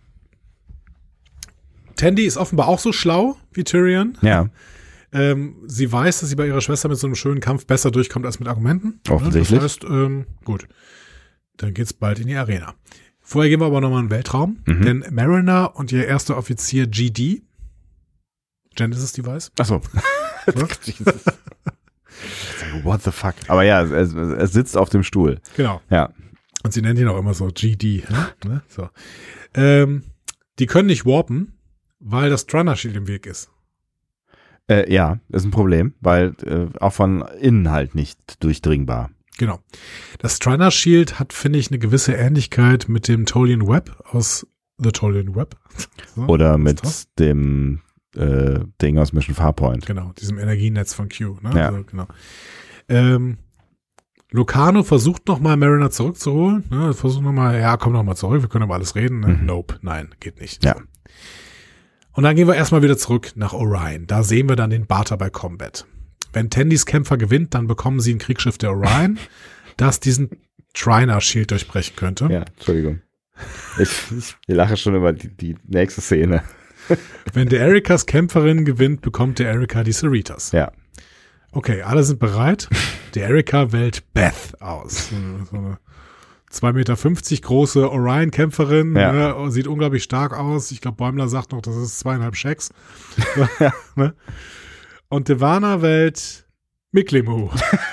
Tendi ist offenbar auch so schlau wie Tyrion. Ja. Sie weiß, dass sie bei ihrer Schwester mit so einem schönen Kampf besser durchkommt als mit Argumenten. Offensichtlich. Das heißt, gut, dann geht's bald in die Arena. Vorher gehen wir aber nochmal in den Weltraum, denn Mariner und ihr erster Offizier GD, Genesis Device. Ach so. What the fuck? Aber ja, er sitzt auf dem Stuhl. Genau. Ja. Und sie nennt ihn auch immer so GD. Ne? So. Die können nicht warpen, weil das Trunner-Shield im Weg ist. Ja, ist ein Problem, weil auch von innen halt nicht durchdringbar. Genau. Das Trunner-Shield hat, finde ich, eine gewisse Ähnlichkeit mit dem Tolian Web aus The Tolian Web. So, oder mit dem Ding aus Mission Farpoint. Genau, diesem Energienetz von Q. Ne? Ja. Also, genau. Locarno versucht nochmal Mariner zurückzuholen. Ne? Versucht nochmal, ja, komm nochmal zurück, wir können über alles reden. Ne? Nope, nein, geht nicht. Ja. So. Und dann gehen wir erstmal wieder zurück nach Orion. Da sehen wir dann den Barter bei Combat. Wenn Tandys Kämpfer gewinnt, dann bekommen sie ein Kriegsschiff der Orion, das diesen Triner-Shield durchbrechen könnte. Ja, Entschuldigung. Ich lache schon über die nächste Szene. Wenn der Erikas Kämpferin gewinnt, bekommt der Erika die Cerritos. Ja. Okay, alle sind bereit. Der Erika wählt Beth aus. So eine 2,50 Meter große Orion-Kämpferin. Ja. Ne, sieht unglaublich stark aus. Ich glaube, Bäumler sagt noch, das ist 2,5 Schecks. Ne? Und Devana wählt Miklimu.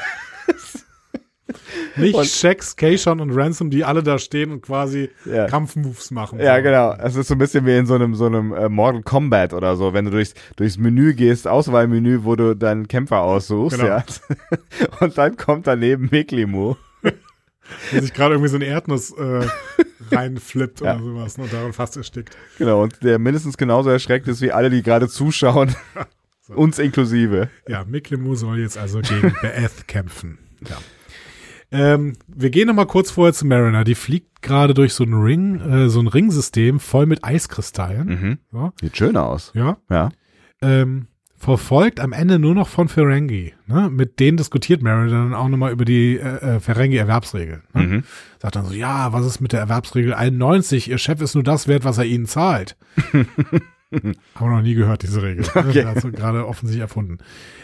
Nicht Shax, Kayshawn und Ransom, die alle da stehen und quasi Kampfmoves machen. Ja, genau. Es ist so ein bisschen wie in so einem Mortal Kombat oder so, wenn du durchs Menü gehst, Auswahlmenü, wo du deinen Kämpfer aussuchst, genau. Ja. Und dann kommt daneben Miklimu. Der sich gerade irgendwie so eine Erdnuss reinflippt oder sowas und daran fast erstickt. Genau, und der mindestens genauso erschreckt ist wie alle, die gerade zuschauen. So. Uns inklusive. Ja, Miklimu soll jetzt also gegen Beth kämpfen. Ja. Wir gehen noch mal kurz vorher zu Mariner. Die fliegt gerade durch so ein Ringsystem voll mit Eiskristallen. Mhm. So. Sieht schön aus. Ja. Ja. Verfolgt am Ende nur noch von Ferengi. Ne? Mit denen diskutiert Mariner dann auch nochmal über die Ferengi-Erwerbsregel. Ne? Mhm. Sagt dann so, ja, was ist mit der Erwerbsregel 91? Ihr Chef ist nur das wert, was er ihnen zahlt. Haben wir noch nie gehört, diese Regel. Okay. Also gerade offensichtlich erfunden.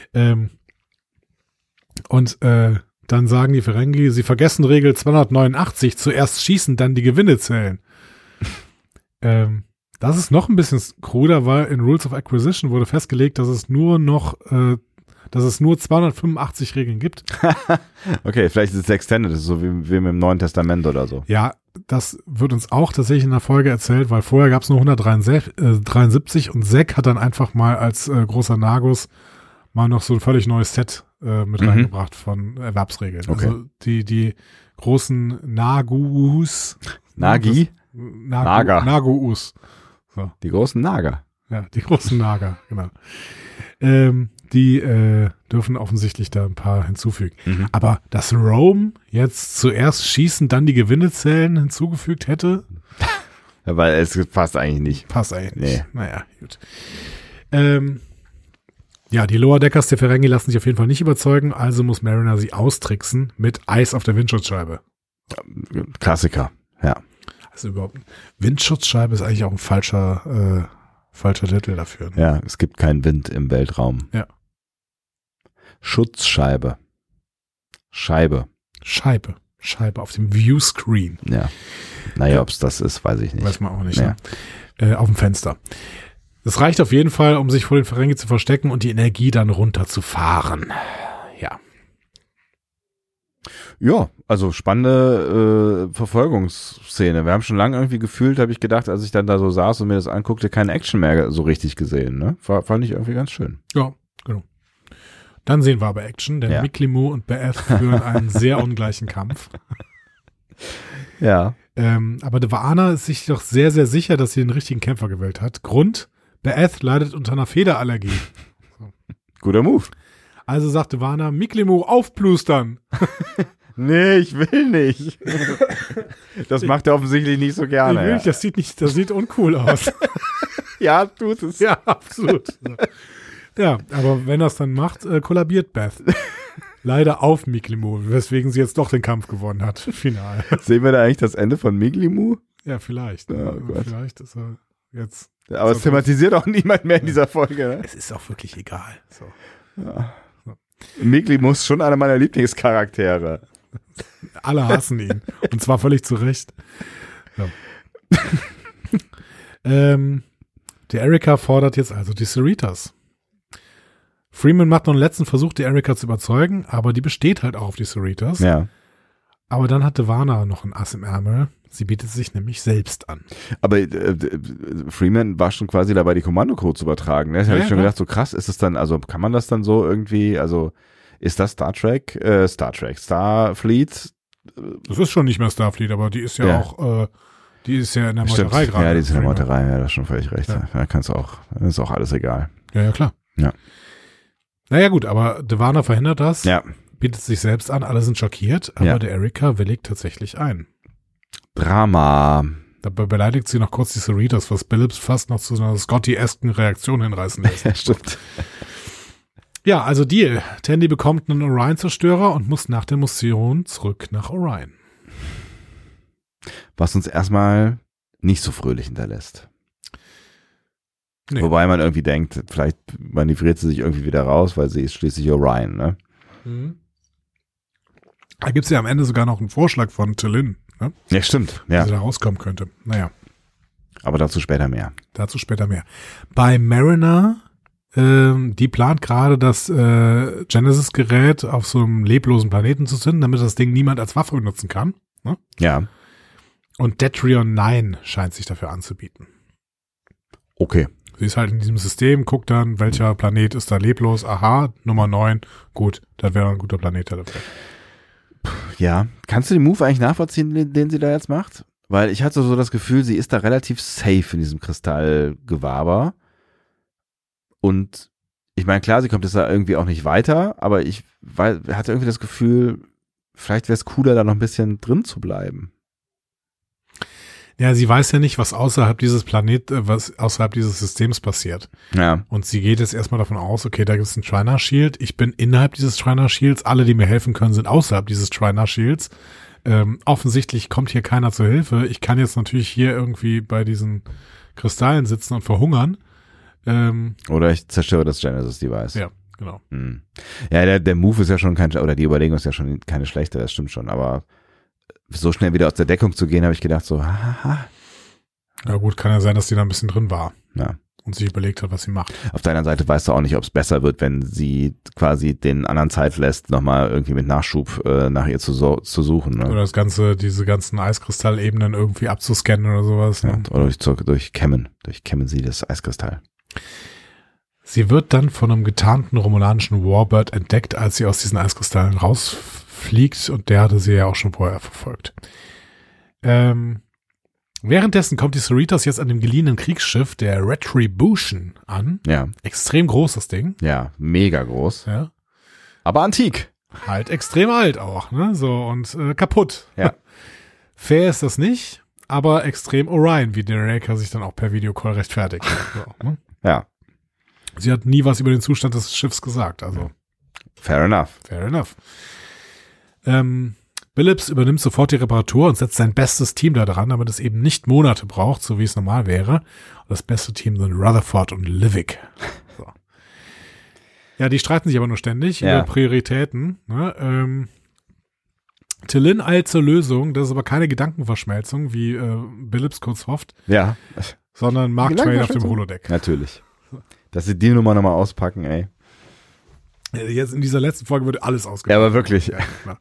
Dann sagen die Ferengi, sie vergessen Regel 289, zuerst schießen, dann die Gewinne zählen. Das ist noch ein bisschen kruder, weil in Rules of Acquisition wurde festgelegt, dass es nur 285 Regeln gibt. Okay, vielleicht ist es Extended, das ist so wie im Neuen Testament oder so. Ja, das wird uns auch tatsächlich in der Folge erzählt, weil vorher gab es nur 173 und Zack hat dann einfach mal als großer Nagus mal noch so ein völlig neues Set mit reingebracht von Erwerbsregeln. Okay. Also die großen Nagus. Nagi? Naga. Nagus. So. Die großen Nager. Ja, die großen Nager, genau. Die dürfen offensichtlich da ein paar hinzufügen. Mhm. Aber dass Rome jetzt zuerst schießen, dann die Gewinne zählen hinzugefügt hätte? Ja, weil es passt eigentlich nicht. Passt eigentlich nicht. Nee. Naja, gut. Ja, die Lower Deckers der Ferengi lassen sich auf jeden Fall nicht überzeugen, also muss Mariner sie austricksen mit Eis auf der Windschutzscheibe. Klassiker, ja. Also überhaupt, Windschutzscheibe ist eigentlich auch ein falscher Titel dafür. Ne? Ja, es gibt keinen Wind im Weltraum. Ja. Schutzscheibe. Scheibe auf dem Viewscreen. Ja. Naja, ob es das ist, weiß ich nicht. Weiß man auch nicht. Ja. Ne? Auf dem Fenster. Das reicht auf jeden Fall, um sich vor den Ferengi zu verstecken und die Energie dann runterzufahren. Ja. Ja, also spannende Verfolgungsszene. Wir haben schon lange irgendwie gefühlt, habe ich gedacht, als ich dann da so saß und mir das anguckte, keine Action mehr so richtig gesehen. Ne? Fand ich irgendwie ganz schön. Ja, genau. Dann sehen wir aber Action, denn Miklimu und Beth führen einen sehr ungleichen Kampf. Ja. Aber Devana ist sich doch sehr, sehr sicher, dass sie den richtigen Kämpfer gewählt hat. Grund, Beth leidet unter einer Federallergie. So. Guter Move. Also sagt Devana, Miklimu aufplustern. Nee, ich will nicht. Das macht er offensichtlich nicht so gerne. Ich will nicht, das sieht uncool aus. Ja, tut es. Ja, absolut. So. Ja, aber wenn er es dann macht, kollabiert Beth. Leider auf Miklimu, weswegen sie jetzt doch den Kampf gewonnen hat. Final. Sehen wir da eigentlich das Ende von Miklimu? Ja, vielleicht. Oh, vielleicht ist er jetzt. Aber es thematisiert auch niemand mehr in dieser Folge. Ne? Es ist auch wirklich egal. So. Ja. So. Miklimu ist schon einer meiner Lieblingscharaktere. Alle hassen ihn. Und zwar völlig zu Recht. Ja. Der Erika fordert jetzt also die Cerritos. Freeman macht noch einen letzten Versuch, die Erika zu überzeugen, aber die besteht halt auch auf die Cerritos. Ja. Aber dann hatte Warner noch ein Ass im Ärmel. Sie bietet sich nämlich selbst an. Aber Freeman war schon quasi dabei, die Kommandocode zu übertragen. Ne? Da habe ich schon gedacht, so krass, ist es dann, also kann man das dann so irgendwie, also ist das Starfleet? Das ist schon nicht mehr Starfleet, aber die ist ja auch, die ist ja in der Meuterei gerade. Ja, die ist in der Meuterei, ja, das ist schon völlig recht. Ja. Da kannst auch, dann ist auch alles egal. Ja, klar. Ja. Naja gut, aber Devana verhindert das, ja. Bietet sich selbst an, alle sind schockiert, aber der Erika willigt tatsächlich ein. Drama. Dabei beleidigt sie noch kurz die Cerritos, was Billups fast noch zu einer Scotty-esken Reaktion hinreißen lässt. Ja, stimmt. Ja, also Deal. Tandy bekommt einen Orion-Zerstörer und muss nach der Mission zurück nach Orion. Was uns erstmal nicht so fröhlich hinterlässt. Nee. Wobei man irgendwie denkt, vielleicht manövriert sie sich irgendwie wieder raus, weil sie ist schließlich Orion, ne? Mhm. Da gibt es ja am Ende sogar noch einen Vorschlag von T'Lyn, ne? Ja, stimmt. Ja. Wie sie da rauskommen könnte. Naja. Aber dazu später mehr. Bei Mariner, die plant gerade, das Genesis-Gerät auf so einem leblosen Planeten zu zünden, damit das Ding niemand als Waffe benutzen kann. Ne? Ja. Und Detrion 9 scheint sich dafür anzubieten. Okay. Sie ist halt in diesem System, guckt dann, welcher Planet ist da leblos. Aha, Nummer 9. Gut, das wäre ein guter Planet dafür. Ja, kannst du den Move eigentlich nachvollziehen, den sie da jetzt macht? Weil ich hatte so das Gefühl, sie ist da relativ safe in diesem Kristallgewaber. Und ich meine, klar, sie kommt jetzt da irgendwie auch nicht weiter, aber ich hatte irgendwie das Gefühl, vielleicht wäre es cooler, da noch ein bisschen drin zu bleiben. Ja, sie weiß ja nicht, was außerhalb dieses Systems passiert. Ja. Und sie geht jetzt erstmal davon aus, okay, da gibt es ein Triner Shield. Ich bin innerhalb dieses Triner Shields. Alle, die mir helfen können, sind außerhalb dieses Triner Shields. Offensichtlich kommt hier keiner zur Hilfe. Ich kann jetzt natürlich hier irgendwie bei diesen Kristallen sitzen und verhungern. Oder ich zerstöre das Genesis-Device. Ja, genau. Ja, der Move ist ja schon oder die Überlegung ist ja schon keine schlechte, das stimmt schon, aber so schnell wieder aus der Deckung zu gehen, habe ich gedacht so, haha. Ja gut, kann ja sein, dass die da ein bisschen drin war. Ja. Und sich überlegt hat, was sie macht. Auf der anderen Seite weißt du auch nicht, ob es besser wird, wenn sie quasi den anderen Zeit lässt, nochmal irgendwie mit Nachschub nach ihr zu suchen. Ne? Oder diese ganzen Eiskristallebenen irgendwie abzuscannen oder sowas. Ja, Ne? oder durchkämmen sie das Eiskristall. Sie wird dann von einem getarnten romulanischen Warbird entdeckt, als sie aus diesen Eiskristallen rausfliegt, und der hatte sie ja auch schon vorher verfolgt. Währenddessen kommt die Cerritos jetzt an dem geliehenen Kriegsschiff der Retribution an. Ja. Extrem groß, das Ding. Ja, mega groß. Ja. Aber antik. Halt extrem alt auch, ne? So, und kaputt. Ja. Fair ist das nicht, aber extrem Orion, wie der Erika sich dann auch per Videocall rechtfertigt. So, ne? Ja. Sie hat nie was über den Zustand des Schiffs gesagt, also. Fair enough. Billups übernimmt sofort die Reparatur und setzt sein bestes Team da dran, damit es eben nicht Monate braucht, so wie es normal wäre. Und das beste Team sind Rutherford und Livick. So. Ja, die streiten sich aber nur ständig über Prioritäten. Ne? T'Lyn eilt zur Lösung, das ist aber keine Gedankenverschmelzung, wie Billups kurz hofft. Ja. Sondern Mark Twain auf dem Holodeck. Natürlich. Dass sie die Nummer nochmal auspacken, ey. Jetzt in dieser letzten Folge wurde alles ausgepackt. Ja, aber wirklich. Ja, klar.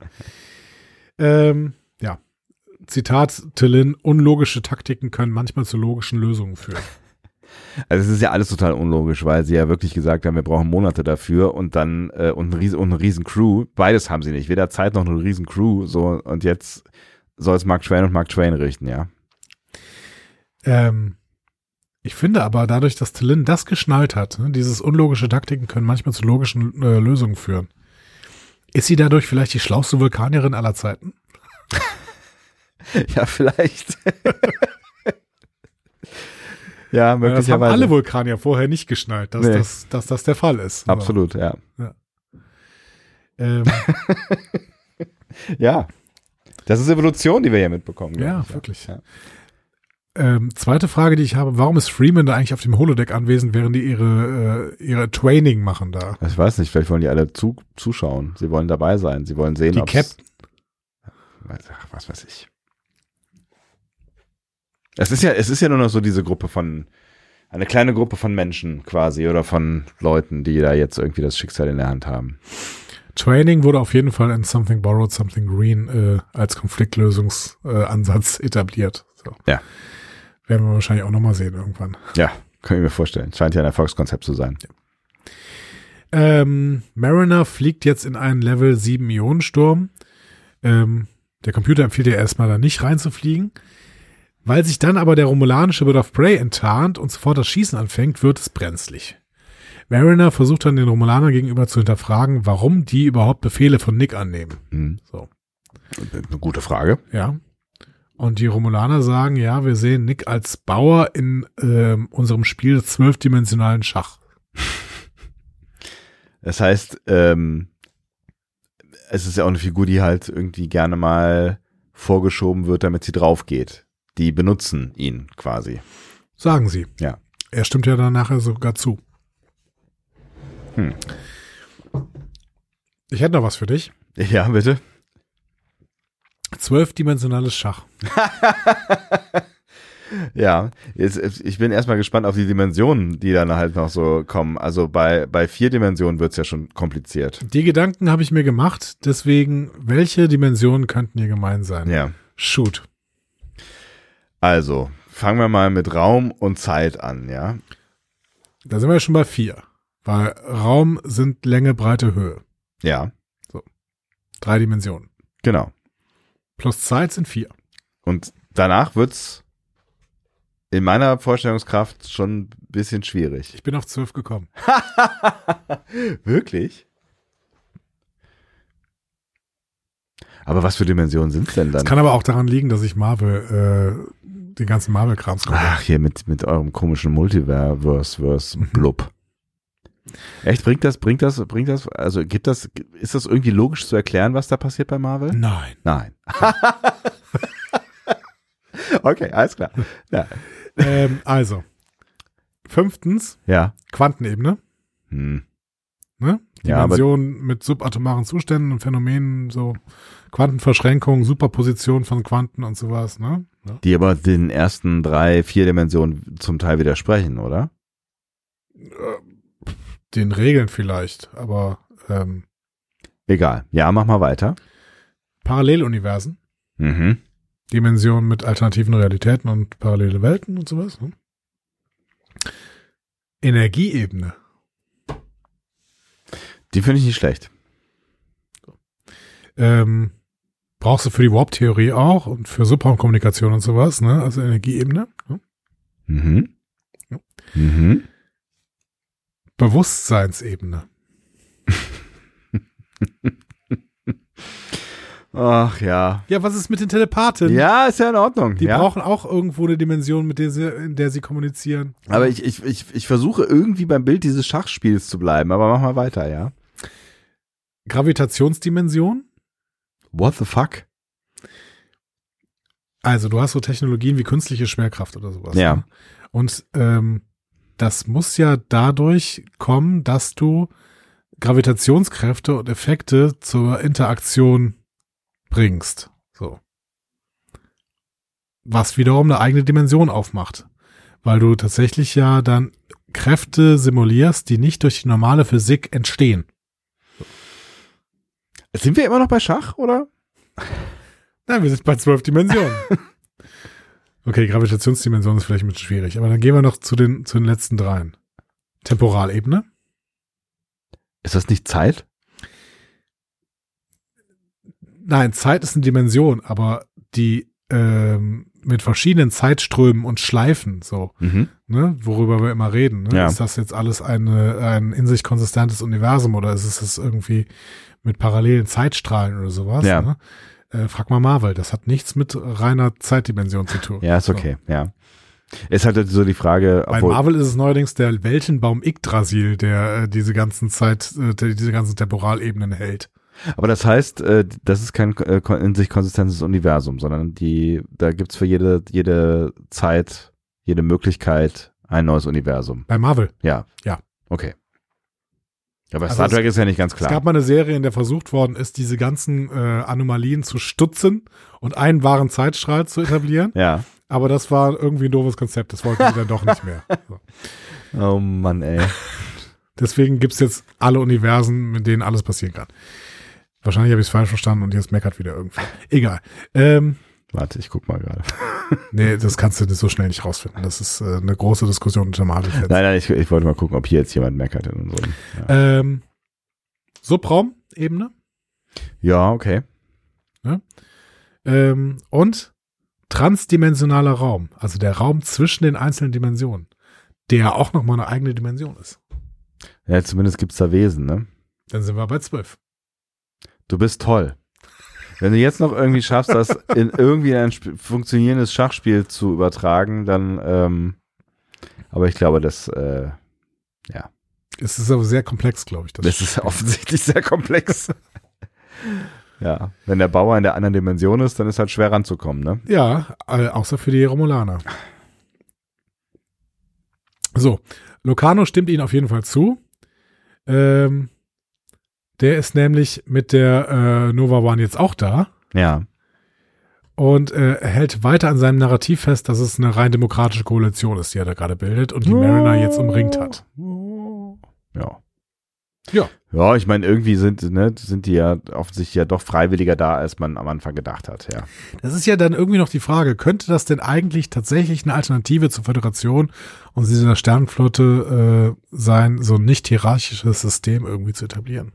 Ja. Zitat T'Lyn: Unlogische Taktiken können manchmal zu logischen Lösungen führen. Also es ist ja alles total unlogisch, weil sie ja wirklich gesagt haben, wir brauchen Monate dafür und dann und eine riesen Crew. Beides haben sie nicht. Weder Zeit noch eine riesen Crew. So, und jetzt soll es Mark Twain richten, ja. Ich finde aber, dadurch, dass T'Lyn das geschnallt hat, ne, dieses unlogische Taktiken können manchmal zu logischen Lösungen führen. Ist sie dadurch vielleicht die schlauste Vulkanierin aller Zeiten? Ja, vielleicht. Ja, möglicherweise. Das haben alle Vulkanier vorher nicht geschnallt, dass das der Fall ist. Absolut, ja. Ja. Das ist Evolution, die wir hier mitbekommen. Ja, wirklich. Ja. Zweite Frage, die ich habe: Warum ist Freeman da eigentlich auf dem Holodeck anwesend, während die ihre Training machen da? Ich weiß nicht, vielleicht wollen die alle zuschauen. Sie wollen dabei sein. Sie wollen sehen, ob Captain. Was weiß ich. Es ist ja nur noch so diese Gruppe von Eine kleine Gruppe von Menschen quasi oder von Leuten, die da jetzt irgendwie das Schicksal in der Hand haben. Training wurde auf jeden Fall in Something Borrowed, Something Green als Konfliktlösungsansatz etabliert. So. Ja. Werden wir wahrscheinlich auch nochmal sehen irgendwann. Ja, kann ich mir vorstellen. Scheint ja ein Erfolgskonzept zu sein. Ja. Mariner fliegt jetzt in einen Level 7 Ionensturm. Der Computer empfiehlt ja erstmal da nicht reinzufliegen. Weil sich dann aber der romulanische Bird of Prey enttarnt und sofort das Schießen anfängt, wird es brenzlig. Mariner versucht dann den Romulanern gegenüber zu hinterfragen, warum die überhaupt Befehle von Nick annehmen. Mhm. So. Eine gute Frage. Ja. Und die Romulaner sagen, ja, wir sehen Nick als Bauer in unserem Spiel 12-dimensionalen Schach. Das heißt, es ist ja auch eine Figur, die halt irgendwie gerne mal vorgeschoben wird, damit sie drauf geht. Die benutzen ihn quasi. Sagen sie. Ja. Er stimmt ja dann nachher sogar zu. Ich hätte noch was für dich. Ja, bitte. 12-dimensionales Schach. Ja, ich bin erstmal gespannt auf die Dimensionen, die dann halt noch so kommen. Also bei 4 Dimensionen wird's ja schon kompliziert. Die Gedanken habe ich mir gemacht, deswegen, welche Dimensionen könnten hier gemein sein? Ja. Shoot. Also, fangen wir mal mit Raum und Zeit an, ja? Da sind wir schon bei 4. Weil Raum sind Länge, Breite, Höhe. Ja. 3 Dimensionen. Genau. Plus Zeit sind 4. Und danach wird's in meiner Vorstellungskraft schon ein bisschen schwierig. Ich bin auf 12 gekommen. Wirklich? Aber was für Dimensionen sind's denn dann? Das kann aber auch daran liegen, dass ich Marvel, den ganzen Marvel-Krams gucke. Ach, hier mit eurem komischen Multiverse-Blub. Echt, bringt das, also ist das irgendwie logisch zu erklären, was da passiert bei Marvel? Nein. Nein. Okay, alles klar. Ja. Also, 5. Ja. Quantenebene. Hm. Ne? Ja, Dimensionen mit subatomaren Zuständen und Phänomenen, so Quantenverschränkung, Superposition von Quanten und sowas. Ne? Ja. Die aber den ersten 3, 4 Dimensionen zum Teil widersprechen, oder? Den Regeln vielleicht, aber egal. Ja, mach mal weiter. Paralleluniversen. Mhm. Dimensionen mit alternativen Realitäten und parallele Welten und sowas. Ne? Energieebene. Die finde ich nicht schlecht. Brauchst du für die Warp-Theorie auch und für Subraumkommunikation und sowas, ne? Also Energieebene. Ne? Mhm. Ja. Mhm. Bewusstseinsebene. Ach ja. Ja, was ist mit den Telepathen? Ja, ist ja in Ordnung. Die ja. brauchen auch irgendwo eine Dimension, in der sie kommunizieren. Aber ich versuche irgendwie beim Bild dieses Schachspiels zu bleiben, aber mach mal weiter, ja. Gravitationsdimension. What the fuck? Also du hast so Technologien wie künstliche Schwerkraft oder sowas. Ja. Ne? Und das muss ja dadurch kommen, dass du Gravitationskräfte und Effekte zur Interaktion bringst. So. Was wiederum eine eigene Dimension aufmacht. Weil du tatsächlich ja dann Kräfte simulierst, die nicht durch die normale Physik entstehen. Sind wir immer noch bei Schach, oder? Nein, wir sind bei 12 Dimensionen. Okay, Gravitationsdimension ist vielleicht ein bisschen schwierig, aber dann gehen wir noch zu den letzten 3. Temporalebene. Ist das nicht Zeit? Nein, Zeit ist eine Dimension, aber die mit verschiedenen Zeitströmen und Schleifen, so, ne, worüber wir immer reden. Ne? Ja. Ist das jetzt alles ein in sich konsistentes Universum oder ist es das irgendwie mit parallelen Zeitstrahlen oder sowas? Ja. Ne? Frag mal Marvel, das hat nichts mit reiner Zeitdimension zu tun. Ja, ist okay, ja. Ist halt so die Frage, Bei Marvel ist es neuerdings der Weltenbaum Yggdrasil, der diese ganzen Temporalebenen hält. Aber das heißt, das ist kein in sich konsistentes Universum, sondern da gibt's für jede Zeit, jede Möglichkeit ein neues Universum. Bei Marvel? Ja. Ja. Okay. Ja, bei Star Trek ist ja nicht ganz klar. Es gab mal eine Serie, in der versucht worden ist, diese ganzen Anomalien zu stutzen und einen wahren Zeitstrahl zu etablieren. Ja. Aber das war irgendwie ein doofes Konzept. Das wollten die dann doch nicht mehr. So. Oh Mann, ey. Deswegen gibt's jetzt alle Universen, mit denen alles passieren kann. Wahrscheinlich habe ich es falsch verstanden und jetzt meckert wieder irgendwer. Egal. Warte, ich guck mal gerade. Nee, das kannst du so schnell nicht rausfinden. Das ist eine große Diskussion unter Marvel-Fans. Nein, ich wollte mal gucken, ob hier jetzt jemand meckert in unserem. Ja, Subraum-Ebene. ja, okay. Ja? Und transdimensionaler Raum. Also der Raum zwischen den einzelnen Dimensionen. Der auch nochmal eine eigene Dimension ist. Ja, zumindest gibt's da Wesen, ne? Dann sind wir bei 12. Du bist toll. Wenn du jetzt noch irgendwie schaffst, das in irgendwie ein funktionierendes Schachspiel zu übertragen, dann, aber ich glaube, das, ja. Es ist aber sehr komplex, glaube ich. Das ist offensichtlich sehr komplex. Ja, wenn der Bauer in der anderen Dimension ist, dann ist halt schwer ranzukommen, ne? Ja, außer für die Romulaner. So, Locarno stimmt ihnen auf jeden Fall zu. Der ist nämlich mit der Nova One jetzt auch da. Ja. Und hält weiter an seinem Narrativ fest, dass es eine rein demokratische Koalition ist, die er da gerade bildet und die Mariner jetzt umringt hat. Ja. Ja. Ja, ich meine, irgendwie sind die ja offensichtlich ja doch freiwilliger da, als man am Anfang gedacht hat, ja. Das ist ja dann irgendwie noch die Frage, könnte das denn eigentlich tatsächlich eine Alternative zur Föderation und dieser Sternenflotte sein, so ein nicht hierarchisches System irgendwie zu etablieren?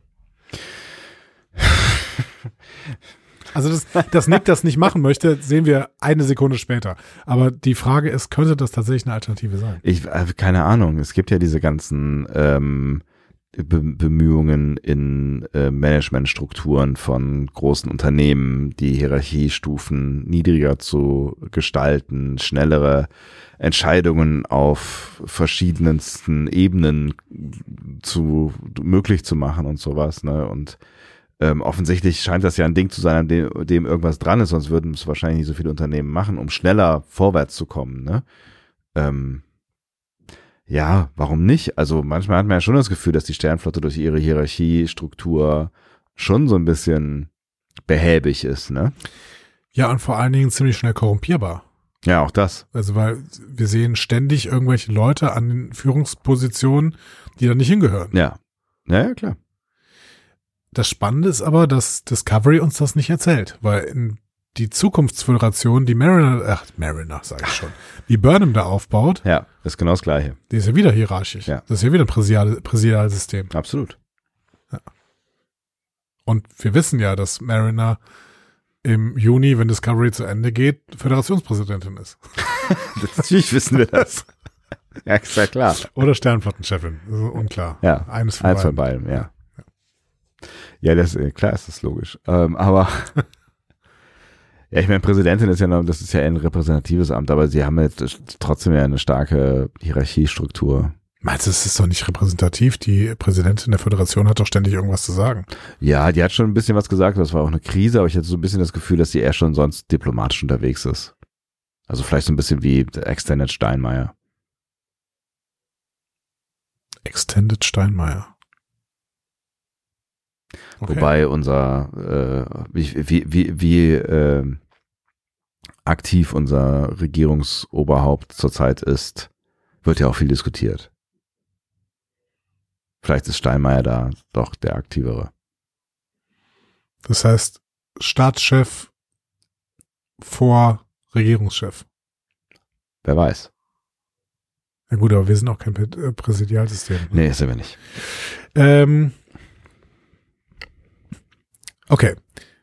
Also dass Nick das nicht machen möchte, sehen wir eine Sekunde später. Aber die Frage ist, könnte das tatsächlich eine Alternative sein? Keine Ahnung. Es gibt ja diese ganzen Bemühungen in Managementstrukturen von großen Unternehmen, die Hierarchiestufen niedriger zu gestalten, schnellere Entscheidungen auf verschiedensten Ebenen möglich zu machen und sowas, ne? Und offensichtlich scheint das ja ein Ding zu sein, an dem irgendwas dran ist, sonst würden es wahrscheinlich nicht so viele Unternehmen machen, um schneller vorwärts zu kommen, ne? Ja, warum nicht? Also manchmal hat man ja schon das Gefühl, dass die Sternenflotte durch ihre Hierarchiestruktur schon so ein bisschen behäbig ist, ne? Ja, und vor allen Dingen ziemlich schnell korrumpierbar. Ja, auch das. Also weil wir sehen ständig irgendwelche Leute an den Führungspositionen, die da nicht hingehören. Ja, ja, klar. Das Spannende ist aber, dass Discovery uns das nicht erzählt, weil in die Zukunftsföderation, die Mariner sage ich schon, die Burnham da aufbaut. Ja, ist genau das Gleiche. Die ist ja wieder hierarchisch. Ja. Das ist ja wieder ein Präsidialsystem. Absolut. Ja. Und wir wissen ja, dass Mariner im Juni, wenn Discovery zu Ende geht, Föderationspräsidentin ist. Natürlich wissen wir das. Ja, ist ja klar. Oder Sternflottenchefin. Das ist unklar. Ja, eins von beiden, ja. Ja, klar ist das logisch. Aber ja, ich meine, Präsidentin ist ja noch, das ist ja ein repräsentatives Amt, aber sie haben jetzt trotzdem ja eine starke Hierarchiestruktur. Meinst du, es ist doch nicht repräsentativ? Die Präsidentin der Föderation hat doch ständig irgendwas zu sagen. Ja, die hat schon ein bisschen was gesagt, das war auch eine Krise, aber ich hatte so ein bisschen das Gefühl, dass sie eher schon sonst diplomatisch unterwegs ist. Also vielleicht so ein bisschen wie Extended Steinmeier. Extended Steinmeier. Okay. Wobei unser, wie aktiv unser Regierungsoberhaupt zurzeit ist, wird ja auch viel diskutiert. Vielleicht ist Steinmeier da doch der aktivere. Das heißt, Staatschef vor Regierungschef. Wer weiß. Ja gut, aber wir sind auch kein Präsidialsystem. Ne? Nee, sind wir nicht. Okay.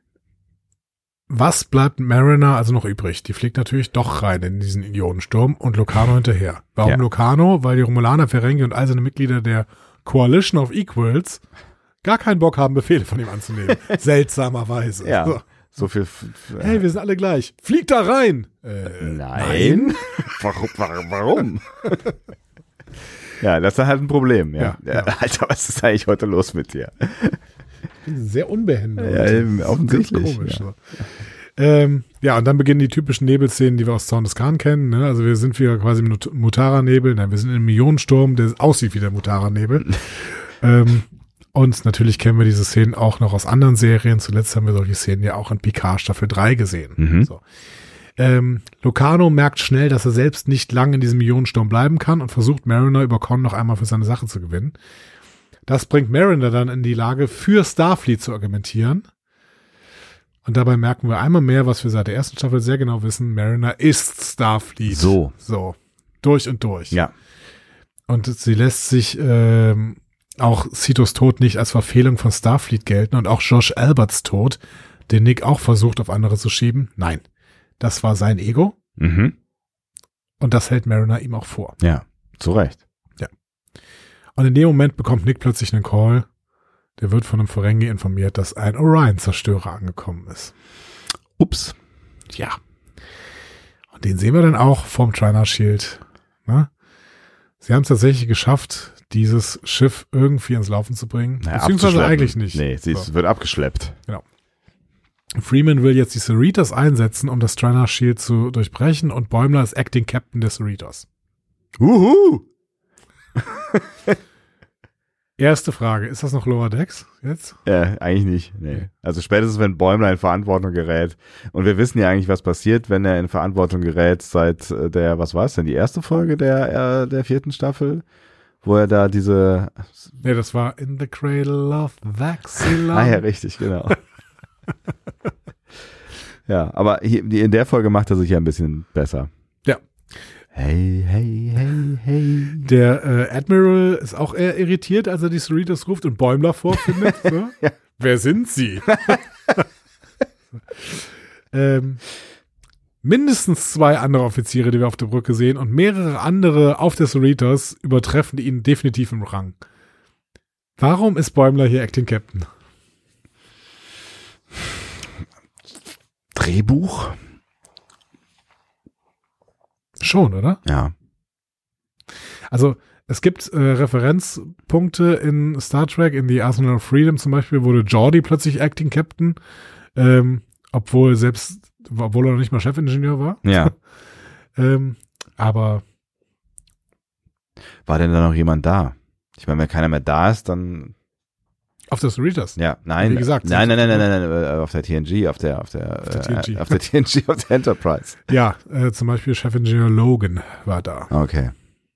Was bleibt Mariner also noch übrig? Die fliegt natürlich doch rein in diesen Idiotensturm und Locarno hinterher. Warum Locarno? Weil die Romulaner, Ferengi und all seine Mitglieder der Coalition of Equals gar keinen Bock haben, Befehle von ihm anzunehmen. Seltsamerweise. Ja. So viel. Hey, wir sind alle gleich. Flieg da rein! Nein. Warum? Ja, das ist halt ein Problem. Ja. Alter, was ist eigentlich heute los mit dir? Ich bin sehr unbehindert. Ja, offensichtlich. Komisch. Ja. Und dann beginnen die typischen Nebelszenen, die wir aus Zorn des Khan kennen. Ne? Also wir sind wieder quasi im Mutara-Nebel. Nein, wir sind im Millionensturm, der aussieht wie der Mutara-Nebel. Und natürlich kennen wir diese Szenen auch noch aus anderen Serien. Zuletzt haben wir solche Szenen ja auch in Picard Staffel 3 gesehen. Mhm. So. Locarno merkt schnell, dass er selbst nicht lang in diesem Ionensturm bleiben kann und versucht Mariner über Khan noch einmal für seine Sache zu gewinnen. Das bringt Mariner dann in die Lage, für Starfleet zu argumentieren. Und dabei merken wir einmal mehr, was wir seit der ersten Staffel sehr genau wissen. Mariner ist Starfleet. So. Durch und durch. Ja. Und sie lässt sich auch Sitos Tod nicht als Verfehlung von Starfleet gelten und auch Josh Alberts Tod, den Nick auch versucht, auf andere zu schieben. Nein. Das war sein Ego. Mhm. Und das hält Mariner ihm auch vor. Ja, zu Recht. Ja. Und in dem Moment bekommt Nick plötzlich einen Call. Der wird von einem Ferengi informiert, dass ein Orion-Zerstörer angekommen ist. Ups. Ja. Und den sehen wir dann auch vom Trina Shield. Ne? Sie haben es tatsächlich geschafft, dieses Schiff irgendwie ins Laufen zu bringen. Naja, beziehungsweise eigentlich nicht. Nee, wird abgeschleppt. Genau. Freeman will jetzt die Cerritos einsetzen, um das Trina Shield zu durchbrechen, und Bäumler ist Acting Captain der Cerritos. Erste Frage, ist das noch Lower Decks jetzt? Eigentlich nicht. Nee. Also spätestens, wenn Bäumler in Verantwortung gerät. Und wir wissen ja eigentlich, was passiert, wenn er in Verantwortung gerät seit was war es denn, die erste Folge der 4. Staffel? Wo er da diese... Nee, das war In the Cradle of Vaxilon. Ah ja, richtig, genau. Ja, aber hier, in der Folge macht er sich ja ein bisschen besser. Ja. Hey, hey, hey, hey. Der Admiral ist auch eher irritiert, als er die Cerritos ruft und Bäumler vorfindet. So. Ja. Wer sind sie? Mindestens 2 andere Offiziere, die wir auf der Brücke sehen, und mehrere andere auf der Cerritos übertreffen ihn definitiv im Rang. Warum ist Bäumler hier Acting Captain? Drehbuch? Schon, oder? Ja. Also es gibt Referenzpunkte in Star Trek, in The Arsenal of Freedom zum Beispiel, wurde Geordi plötzlich Acting Captain, obwohl er noch nicht mal Chefingenieur war. Ja. Aber war denn da noch jemand da? Ich meine, wenn keiner mehr da ist, dann... Auf der Cerritos? Ja, nein. Wie gesagt. Nein, auf der TNG, auf der Enterprise. Ja, zum Beispiel Chefingenieur Logan war da. Okay.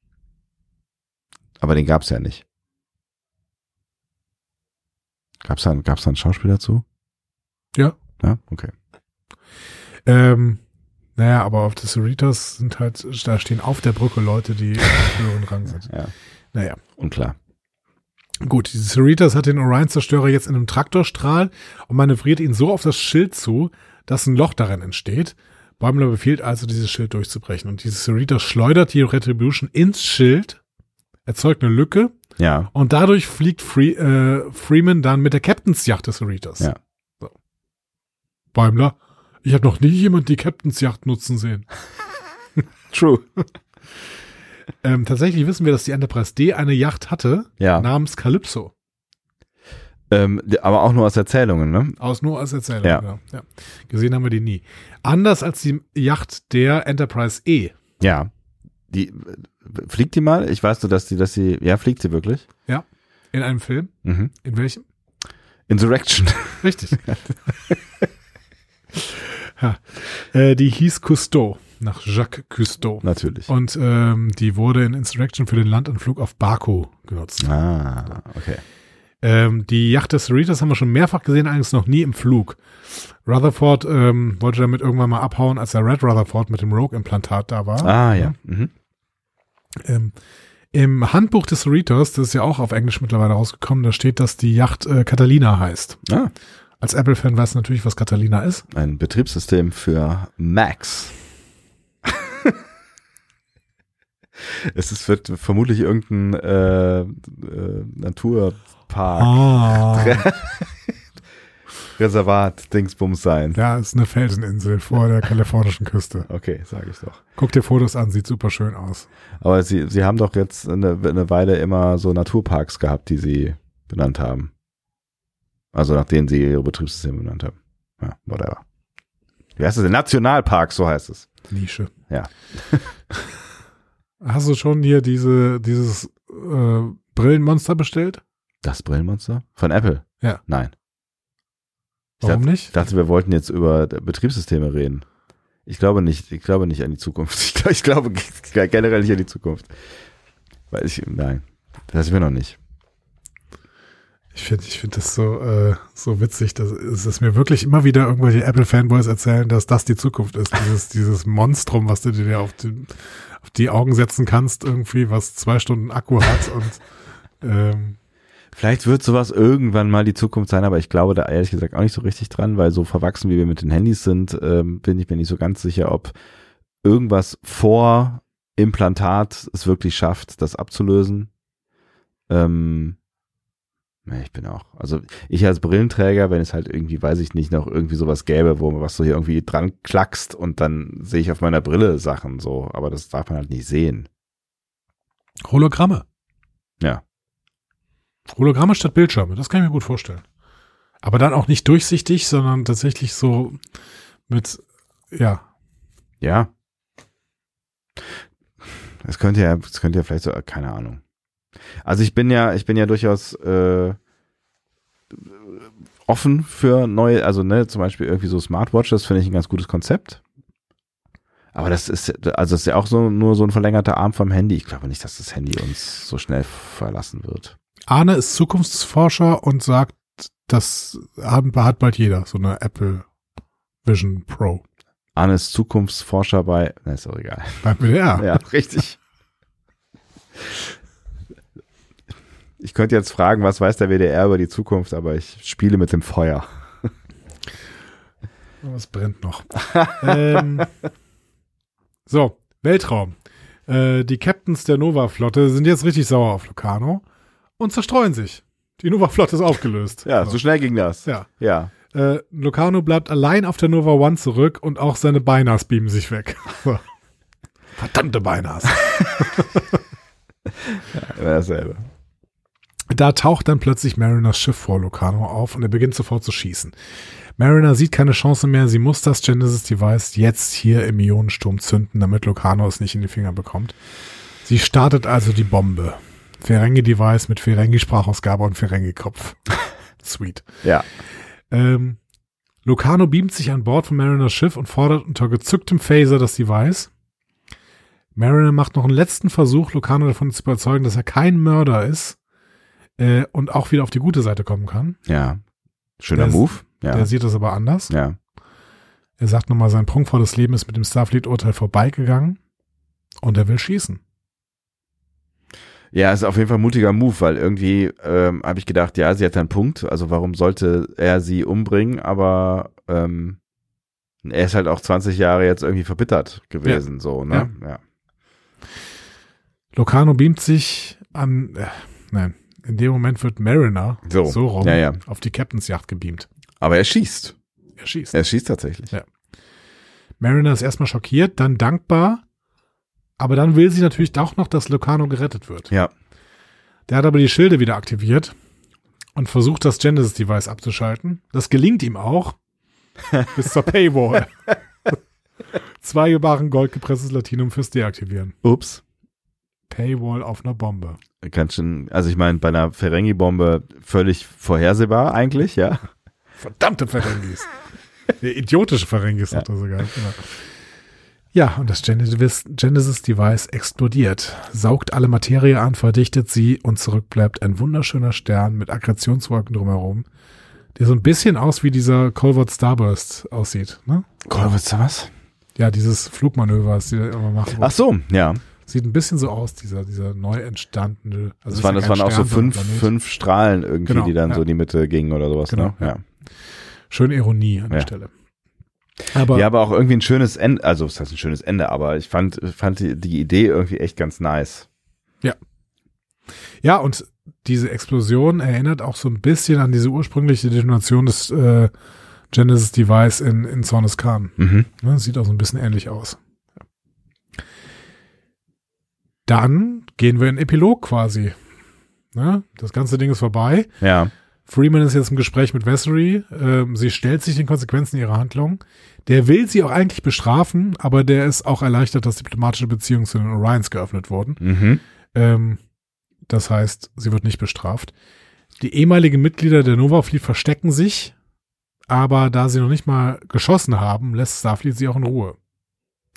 Aber den gab's ja nicht. Gab's da einen Schauspieler dazu? Ja. Ja, okay. Naja, aber auf der Cerritos sind halt, da stehen auf der Brücke Leute, die im höheren Rang sind. Ja. Naja. Unklar. Gut, diese Cerritos hat den Orion-Zerstörer jetzt in einem Traktorstrahl und manövriert ihn so auf das Schild zu, dass ein Loch darin entsteht. Bäumler befiehlt also, dieses Schild durchzubrechen. Und diese Cerritos schleudert die Retribution ins Schild, erzeugt eine Lücke. Ja. Und dadurch fliegt Freeman dann mit der Captain's Yacht des Cerritos. Ja. So. Bäumler, ich habe noch nie jemand die Captain's Yacht nutzen sehen. True. Tatsächlich wissen wir, dass die Enterprise D eine Yacht hatte, namens Calypso. Aber auch nur aus Erzählungen, ne? Nur aus Erzählungen, ja. Gesehen haben wir die nie. Anders als die Yacht der Enterprise E. Ja. Fliegt die mal? Ich weiß nur, dass sie, ja, fliegt sie wirklich? Ja. In einem Film? Mhm. In welchem? Insurrection. Richtig. Ja. Die hieß Cousteau. Nach Jacques Cousteau. Natürlich. Und die wurde in Insurrection für den Landanflug auf Baku genutzt. Ah, okay. Die Yacht des Cerritos haben wir schon mehrfach gesehen, allerdings noch nie im Flug. Rutherford wollte damit irgendwann mal abhauen, als der Red Rutherford mit dem Rogue-Implantat da war. Ah, ja. Mhm. Im Handbuch des Cerritos, das ist ja auch auf Englisch mittlerweile rausgekommen, da steht, dass die Yacht Catalina heißt. Ah. Als Apple-Fan weiß natürlich, was Catalina ist. Ein Betriebssystem für Macs. Wird vermutlich irgendein Naturpark Reservat Dingsbums sein. Ja, ist eine Felseninsel vor der kalifornischen Küste. Okay, sage ich doch. Guck dir Fotos an, sieht super schön aus. Aber sie haben doch jetzt eine Weile immer so Naturparks gehabt, die sie benannt haben. Also nach denen sie ihre Betriebssysteme benannt haben. Ja, whatever. Wie heißt es denn? Nationalpark, so heißt es. Nische. Ja. Hast du schon hier dieses Brillenmonster bestellt? Das Brillenmonster? Von Apple? Ja. Nein. Warum nicht? Ich dachte, wir wollten jetzt über Betriebssysteme reden. Ich glaube nicht an die Zukunft. Ich glaube generell nicht an die Zukunft. Nein, das ist mir noch nicht. Ich finde das so witzig, dass es mir wirklich immer wieder irgendwelche Apple-Fanboys erzählen, dass das die Zukunft ist. Dieses Monstrum, was du dir auf die Augen setzen kannst, irgendwie, was 2 Stunden Akku hat und vielleicht wird sowas irgendwann mal die Zukunft sein, aber ich glaube da ehrlich gesagt auch nicht so richtig dran, weil so verwachsen wie wir mit den Handys sind, bin ich mir nicht so ganz sicher, ob irgendwas vor Implantat es wirklich schafft, das abzulösen. Ich als Brillenträger, wenn es halt irgendwie, weiß ich nicht, noch irgendwie sowas gäbe, was du hier irgendwie dran klackst und dann sehe ich auf meiner Brille Sachen so, aber das darf man halt nicht sehen. Hologramme. Ja. Hologramme statt Bildschirme, das kann ich mir gut vorstellen. Aber dann auch nicht durchsichtig, sondern tatsächlich so mit, ja. Ja. Das könnte ja vielleicht so, keine Ahnung. Also ich bin ja durchaus offen für neue, also zum Beispiel irgendwie so Smartwatches finde ich ein ganz gutes Konzept. Aber das ist ja auch nur so ein verlängerter Arm vom Handy. Ich glaube nicht, dass das Handy uns so schnell verlassen wird. Arne ist Zukunftsforscher und sagt, das hat bald jeder, so eine Apple Vision Pro. Arne ist Zukunftsforscher ist doch egal. Beim WDR. Ja, richtig. Ich könnte jetzt fragen, was weiß der WDR über die Zukunft, aber ich spiele mit dem Feuer. Was brennt noch? So, Weltraum. Die Captains der Nova-Flotte sind jetzt richtig sauer auf Locarno und zerstreuen sich. Die Nova-Flotte ist aufgelöst. Ja, so schnell ging das. Ja. Locarno bleibt allein auf der Nova One zurück und auch seine Beinahs beamen sich weg. So. Verdammte Beinahs. Ja, immer dasselbe. Da taucht dann plötzlich Mariners Schiff vor Locarno auf und er beginnt sofort zu schießen. Mariner sieht keine Chance mehr, sie muss das Genesis-Device jetzt hier im Ionensturm zünden, damit Locarno es nicht in die Finger bekommt. Sie startet also die Bombe. Ferengi-Device mit Ferengi-Sprachausgabe und Ferengi-Kopf. Sweet. Ja. Locarno beamt sich an Bord von Mariners Schiff und fordert unter gezücktem Phaser das Device. Mariner macht noch einen letzten Versuch, Locarno davon zu überzeugen, dass er kein Mörder ist und auch wieder auf die gute Seite kommen kann. Ja. Schöner Move. Ja. Der sieht das aber anders. Ja. Er sagt nochmal, sein prunkvolles Leben ist mit dem Starfleet-Urteil vorbeigegangen und er will schießen. Ja, ist auf jeden Fall ein mutiger Move, weil irgendwie habe ich gedacht, ja, sie hat einen Punkt, also warum sollte er sie umbringen, aber er ist halt auch 20 Jahre jetzt irgendwie verbittert gewesen, so, ne? Ja. Locarno beamt sich an, in dem Moment wird Mariner so rum auf die Captains-Yacht gebeamt. Aber er schießt. Er schießt tatsächlich. Ja. Mariner ist erstmal schockiert, dann dankbar, aber dann will sie natürlich auch noch, dass Locarno gerettet wird. Ja. Der hat aber die Schilde wieder aktiviert und versucht, das Genesis-Device abzuschalten. Das gelingt ihm auch. Bis zur Paywall. 2 Baren goldgepresstes Latinum fürs Deaktivieren. Ups. Paywall auf einer Bombe. Also ich meine, bei einer Ferengi-Bombe völlig vorhersehbar eigentlich, ja. Verdammte Ferengis. Idiotische Ferengis hat er sogar. Genau. Ja, und das Genesis-Device explodiert, saugt alle Materie an, verdichtet sie und zurück bleibt ein wunderschöner Stern mit Akkretionswolken drumherum, der so ein bisschen aus wie dieser Colvard Starburst aussieht. Ne? Colvard was? Ja, dieses Flugmanöver, das die da immer machen. Ach so, ja. Sieht ein bisschen so aus, dieser neu entstandene. Also das waren auch so fünf Strahlen irgendwie, genau, die dann so in die Mitte gingen oder sowas. Genau, ne? Ja. Schöne Ironie an der Stelle. Aber auch irgendwie ein schönes Ende, also das heißt ein schönes Ende, aber ich fand die Idee irgendwie echt ganz nice. Ja. Ja, und diese Explosion erinnert auch so ein bisschen an diese ursprüngliche Detonation des Genesis-Device in Zornes Khan. Mhm. Ne, sieht auch so ein bisschen ähnlich aus. Dann gehen wir in Epilog quasi. Ne? Das ganze Ding ist vorbei. Ja. Freeman ist jetzt im Gespräch mit Vessery. Sie stellt sich den Konsequenzen ihrer Handlung. Der will sie auch eigentlich bestrafen, aber der ist auch erleichtert, dass diplomatische Beziehungen zu den Orions geöffnet wurden. Mhm. Das heißt, sie wird nicht bestraft. Die ehemaligen Mitglieder der Nova Fleet verstecken sich, aber da sie noch nicht mal geschossen haben, lässt Starfleet sie auch in Ruhe.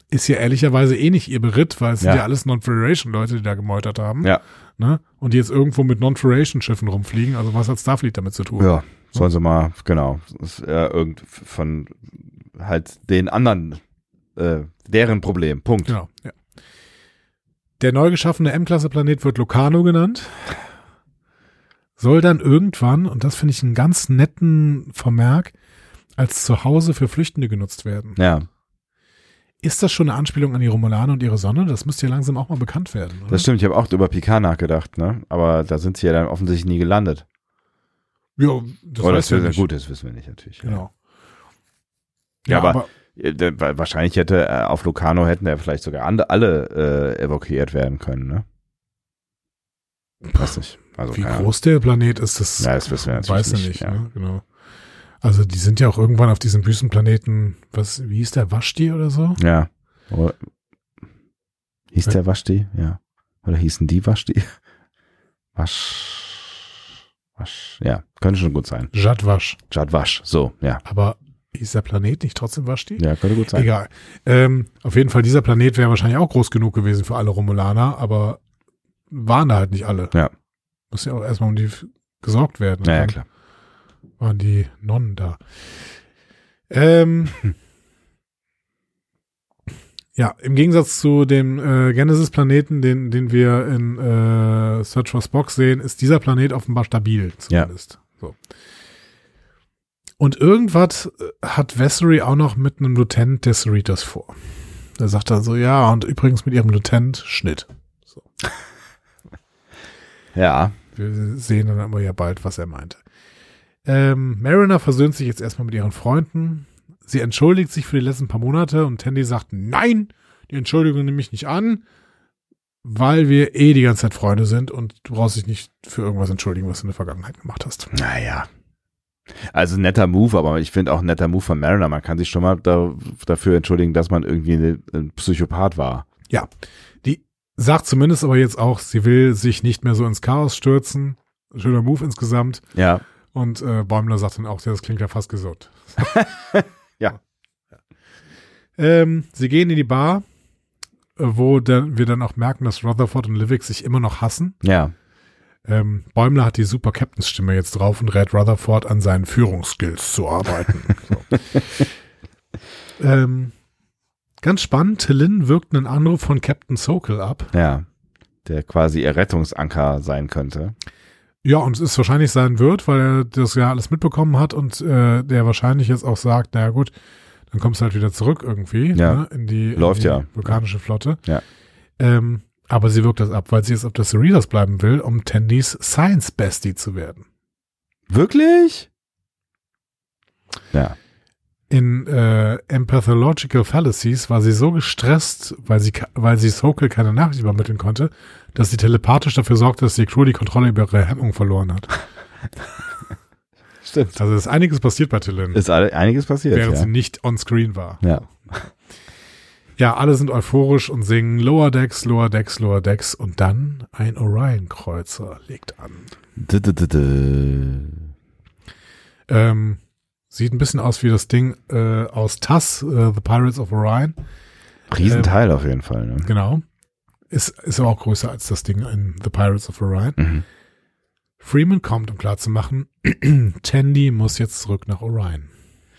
Ist ja ehrlicherweise eh nicht ihr Beritt, weil es sind ja alles Non-Federation-Leute, die da gemeutert haben. Ja. Ne? Und die jetzt irgendwo mit Non-Federation-Schiffen rumfliegen. Also was hat Starfleet damit zu tun? Ja, sollen sie mal, genau. Das ist von halt den anderen, deren Problem. Punkt. Genau, ja. Der neu geschaffene M-Klasse-Planet wird Locarno genannt. Soll dann irgendwann, und das finde ich einen ganz netten Vermerk, als Zuhause für Flüchtende genutzt werden. Ja. Ist das schon eine Anspielung an die Romulaner und ihre Sonne? Das müsste ja langsam auch mal bekannt werden, oder? Das stimmt, ich habe auch über Picard nachgedacht, ne? Aber da sind sie ja dann offensichtlich nie gelandet. Ja, das weiß ich nicht. Gut, das wissen wir nicht natürlich. Genau. Ja, aber wahrscheinlich hätte auf Locarno hätten ja vielleicht sogar alle evakuiert werden können, ne? Weiß nicht. Also, wie groß der Planet ist, das wissen wir natürlich weiß ich nicht. Ne? Genau. Also die sind ja auch irgendwann auf diesem Wüstenplaneten, wie hieß der, Vashti oder so? Ja. Hieß der Vashti? Ja. Oder hießen die Vashti? Ja, könnte schon gut sein. Jadwash, so, ja. Aber hieß der Planet nicht trotzdem Vashti? Ja, könnte gut sein. Egal. Auf jeden Fall, dieser Planet wäre wahrscheinlich auch groß genug gewesen für alle Romulaner, aber waren da halt nicht alle. Ja. Muss ja auch erstmal um die gesorgt werden. Ja, klar. Waren die Nonnen da. Ja, im Gegensatz zu dem Genesis-Planeten, den wir in Search for Spock sehen, ist dieser Planet offenbar stabil, zumindest. Ja. So. Und irgendwas hat Vessery auch noch mit einem Lieutenant der Cerritos vor. Da sagt er so, ja, und übrigens mit ihrem Lieutenant Schnitt. So. Ja. Wir sehen dann aber ja bald, was er meinte. Mariner versöhnt sich jetzt erstmal mit ihren Freunden. Sie entschuldigt sich für die letzten paar Monate und Tandy sagt, nein, die Entschuldigung nehme ich nicht an, weil wir die ganze Zeit Freunde sind und du brauchst dich nicht für irgendwas entschuldigen, was du in der Vergangenheit gemacht hast. Naja. Also netter Move, aber ich finde auch ein netter Move von Mariner. Man kann sich schon mal dafür entschuldigen, dass man irgendwie ein Psychopath war. Ja, die sagt zumindest aber jetzt auch, sie will sich nicht mehr so ins Chaos stürzen. Schöner Move insgesamt. Ja. Und Bäumler sagt dann auch, ja, das klingt ja fast gesund. Ja. Sie gehen in die Bar, wo wir dann auch merken, dass Rutherford und Livik sich immer noch hassen. Ja. Bäumler hat die super Captains-Stimme jetzt drauf und rät Rutherford an seinen Führungsskills zu arbeiten. So. Ganz spannend, T'Lyn wirkt einen Anruf von Captain Sokol ab. Ja, der quasi ihr Rettungsanker sein könnte. Ja, und es wahrscheinlich sein wird, weil er das ja alles mitbekommen hat und der wahrscheinlich jetzt auch sagt, naja gut, dann kommst du halt wieder zurück irgendwie, ne, in die vulkanische Flotte. Ja. Aber sie wirkt das ab, weil sie jetzt auf der Cerritos bleiben will, um Tandys Science Bestie zu werden. Wirklich? Ja. In Empathological Fallacies war sie so gestresst, weil sie Sokol keine Nachricht übermitteln konnte, dass sie telepathisch dafür sorgte, dass die Crew die Kontrolle über ihre Hemmung verloren hat. Stimmt. Also ist einiges passiert bei T'Lyn. Ist einiges passiert, während sie nicht on-screen war. Ja. Ja, alle sind euphorisch und singen Lower Decks, Lower Decks, Lower Decks und dann ein Orion-Kreuzer legt an. Sieht ein bisschen aus wie das Ding aus TASS, The Pirates of Orion. Riesenteil auf jeden Fall. Ne? Genau. Ist aber auch größer als das Ding in The Pirates of Orion. Mhm. Freeman kommt, um klarzumachen, Tandy muss jetzt zurück nach Orion.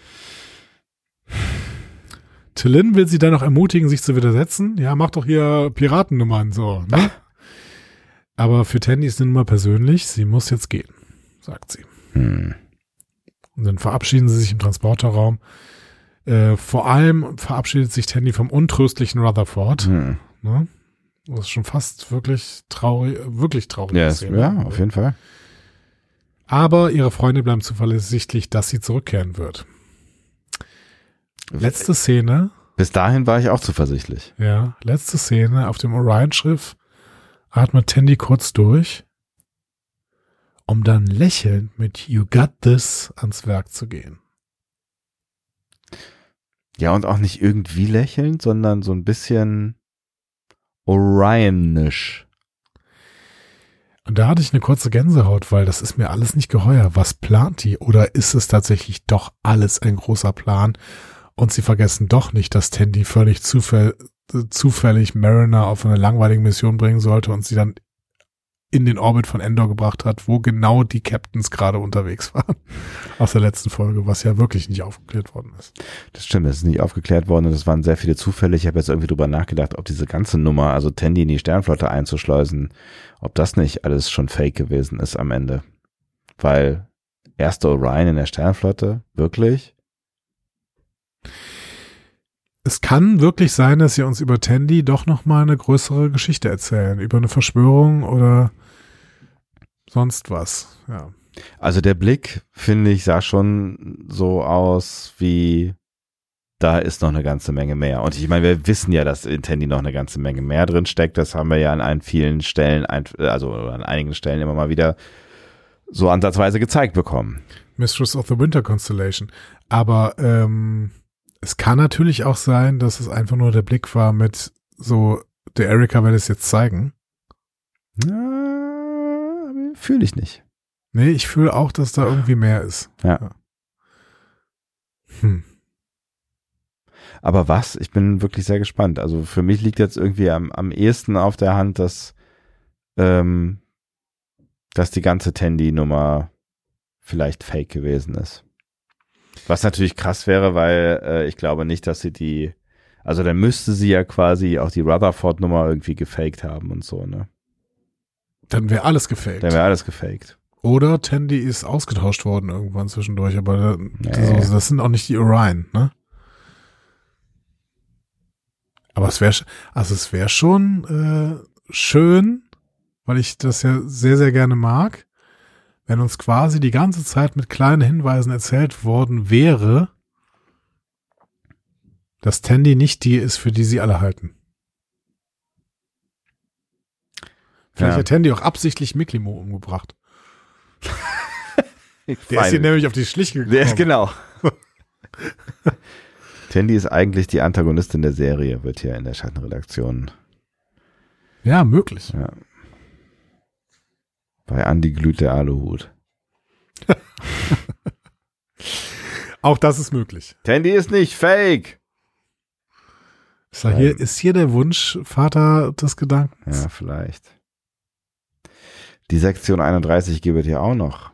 T'Lyn will sie dann noch ermutigen, sich zu widersetzen. Ja, mach doch hier Piratennummern so. Ne? Aber für Tandy ist eine Nummer persönlich. Sie muss jetzt gehen, sagt sie. Und dann verabschieden sie sich im Transporterraum. Vor allem verabschiedet sich Tandy vom untröstlichen Rutherford. Ne? Das ist schon fast wirklich traurig. Ja, auf jeden Fall. Aber ihre Freunde bleiben zuversichtlich, dass sie zurückkehren wird. Letzte Szene. Bis dahin war ich auch zuversichtlich. Ja, letzte Szene auf dem Orion-Schiff atmet Tandy kurz durch, um dann lächelnd mit You Got This ans Werk zu gehen. Ja, und auch nicht irgendwie lächelnd, sondern so ein bisschen Orionisch. Und da hatte ich eine kurze Gänsehaut, weil das ist mir alles nicht geheuer. Was plant die? Oder ist es tatsächlich doch alles ein großer Plan? Und sie vergessen doch nicht, dass Tandy völlig zufällig Mariner auf eine langweilige Mission bringen sollte und sie dann in den Orbit von Endor gebracht hat, wo genau die Captains gerade unterwegs waren. Aus der letzten Folge, was ja wirklich nicht aufgeklärt worden ist. Das stimmt, das ist nicht aufgeklärt worden und das waren sehr viele Zufälle. Ich habe jetzt irgendwie drüber nachgedacht, ob diese ganze Nummer, also Tandy in die Sternflotte einzuschleusen, ob das nicht alles schon fake gewesen ist am Ende. Weil erster Orion in der Sternflotte, wirklich? Es kann wirklich sein, dass sie uns über Tandy doch nochmal eine größere Geschichte erzählen. Über eine Verschwörung oder sonst was. Ja. Also der Blick, finde ich, sah schon so aus wie, da ist noch eine ganze Menge mehr. Und ich meine, wir wissen ja, dass in Tandy noch eine ganze Menge mehr drin steckt. Das haben wir ja an vielen Stellen, also an einigen Stellen immer mal wieder so ansatzweise gezeigt bekommen. Mistress of the Winter Constellation. Aber es kann natürlich auch sein, dass es einfach nur der Blick war mit so, der Erika will es jetzt zeigen. Fühle ich nicht. Nee, ich fühle auch, dass da irgendwie mehr ist. Ja. Aber was? Ich bin wirklich sehr gespannt. Also für mich liegt jetzt irgendwie am ehesten auf der Hand, dass die ganze Tandy-Nummer vielleicht fake gewesen ist. Was natürlich krass wäre, weil ich glaube nicht, dass sie also dann müsste sie ja quasi auch die Rutherford-Nummer irgendwie gefaked haben und so, ne? Dann wäre alles gefaked. Oder Tandy ist ausgetauscht worden irgendwann zwischendurch, aber das sind auch nicht die Orion, ne? Aber es wäre schon schön, weil ich das ja sehr, sehr gerne mag, wenn uns quasi die ganze Zeit mit kleinen Hinweisen erzählt worden wäre, dass Tandy nicht die ist, für die sie alle halten. Vielleicht hat Tandy auch absichtlich Miklimo umgebracht. Der ist hier nämlich auf die Schliche gekommen. Der ist genau. Tandy ist eigentlich die Antagonistin der Serie, wird hier in der Schattenredaktion. Ja, möglich. Ja. Bei Andi glüht der Aluhut. Auch das ist möglich. Tandy ist nicht fake. Ist hier der Wunschvater des Gedankens? Ja, vielleicht. Die Sektion 31 gibt es ja auch noch.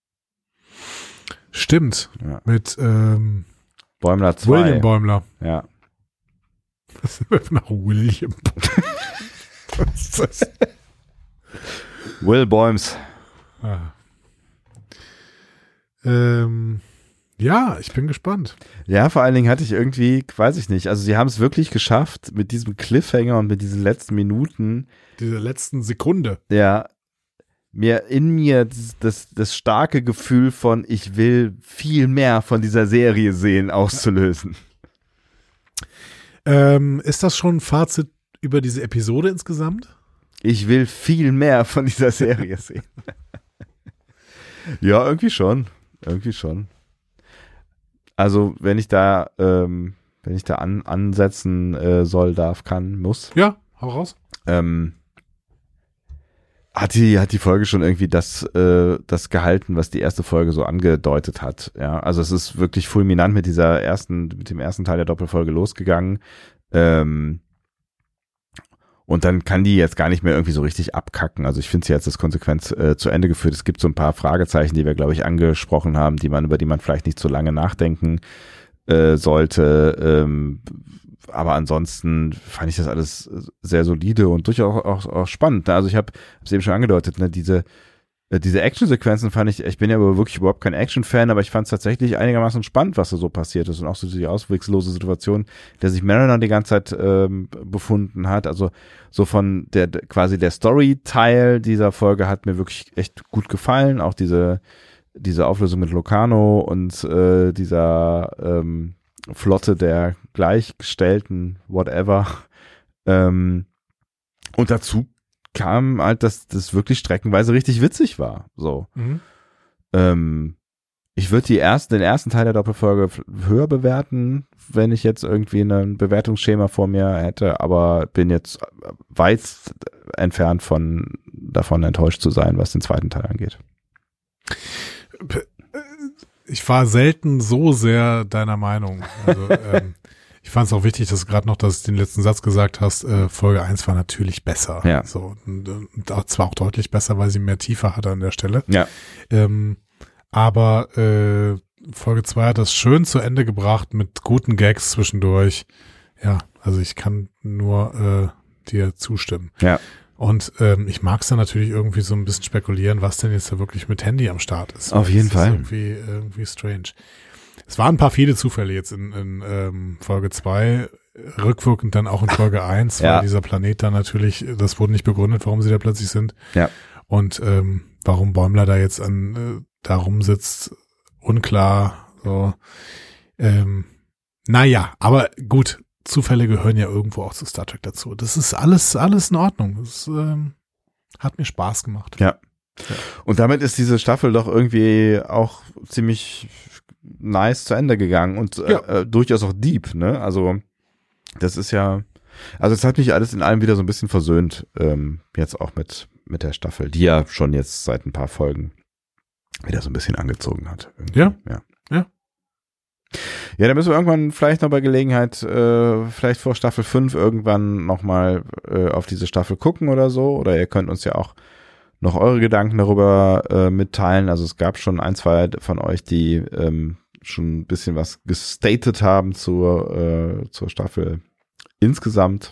Stimmt. Ja. Mit Bäumler 2. William Bäumler. Ja. Das ist nach William Bäumler. Was ist das? Will Bäums. Ja, ich bin gespannt. Ja, vor allen Dingen hatte ich irgendwie, weiß ich nicht, also sie haben es wirklich geschafft, mit diesem Cliffhanger und mit diesen letzten Minuten. Diese letzten Sekunde. Ja, in mir das starke Gefühl von, ich will viel mehr von dieser Serie sehen, auszulösen. Ist das schon ein Fazit über diese Episode insgesamt? Ich will viel mehr von dieser Serie sehen. Ja, irgendwie schon. Also, wenn ich da ansetzen soll, muss. Ja, hau raus. Hat die Folge schon irgendwie das gehalten, was die erste Folge so angedeutet hat. Ja, also es ist wirklich fulminant mit dem ersten Teil der Doppelfolge losgegangen. Und dann kann die jetzt gar nicht mehr irgendwie so richtig abkacken. Also ich finde sie jetzt das konsequent zu Ende geführt. Es gibt so ein paar Fragezeichen, die wir, glaube ich, angesprochen haben, über die man vielleicht nicht so lange nachdenken sollte. Aber ansonsten fand ich das alles sehr solide und durchaus auch spannend. Also ich habe es eben schon angedeutet, ne, diese Action-Sequenzen fand ich bin ja aber wirklich überhaupt kein Action-Fan, aber ich fand es tatsächlich einigermaßen spannend, was da so passiert ist und auch so die auswegslose Situation, der sich Mariner die ganze Zeit befunden hat. Also so von quasi der Story-Teil dieser Folge hat mir wirklich echt gut gefallen. Auch diese Auflösung mit Locarno und dieser Flotte der Gleichgestellten, whatever. Und dazu kam halt, dass das wirklich streckenweise richtig witzig war. So. Ich würde den ersten Teil der Doppelfolge höher bewerten, wenn ich jetzt irgendwie ein Bewertungsschema vor mir hätte, aber bin jetzt weit entfernt davon enttäuscht zu sein, was den zweiten Teil angeht. ich war selten so sehr deiner Meinung. Also, ich fand es auch wichtig, dass du gerade noch den letzten Satz gesagt hast, Folge 1 war natürlich besser. Ja. So, und zwar auch deutlich besser, weil sie mehr Tiefe hatte an der Stelle. Ja. Aber Folge 2 hat das schön zu Ende gebracht mit guten Gags zwischendurch. Ja, also ich kann nur dir zustimmen. Ja. Und ich mag es dann natürlich irgendwie so ein bisschen spekulieren, was denn jetzt da wirklich mit Handy am Start ist. Auf jeden Fall. Das ist irgendwie strange. Es waren viele Zufälle jetzt in Folge 2, rückwirkend dann auch in Folge 1, weil dieser Planet dann natürlich, das wurde nicht begründet, warum sie da plötzlich sind. Ja. Und warum Bäumler da jetzt da rumsitzt, unklar. So. Naja, aber gut, Zufälle gehören ja irgendwo auch zu Star Trek dazu. Das ist alles in Ordnung. Das hat mir Spaß gemacht. Ja. Und damit ist diese Staffel doch irgendwie auch ziemlich nice zu Ende gegangen und durchaus auch deep, ne? Also das ist ja, also es hat mich alles in allem wieder so ein bisschen versöhnt, jetzt auch mit der Staffel, die ja schon jetzt seit ein paar Folgen wieder so ein bisschen angezogen hat. Irgendwie. Ja. Ja, da müssen wir irgendwann vielleicht noch bei Gelegenheit, vielleicht vor Staffel 5 irgendwann nochmal auf diese Staffel gucken oder so. Oder ihr könnt uns ja auch noch eure Gedanken darüber mitteilen. Also es gab schon 1, 2 von euch, die schon ein bisschen was gestatet haben zur Staffel insgesamt.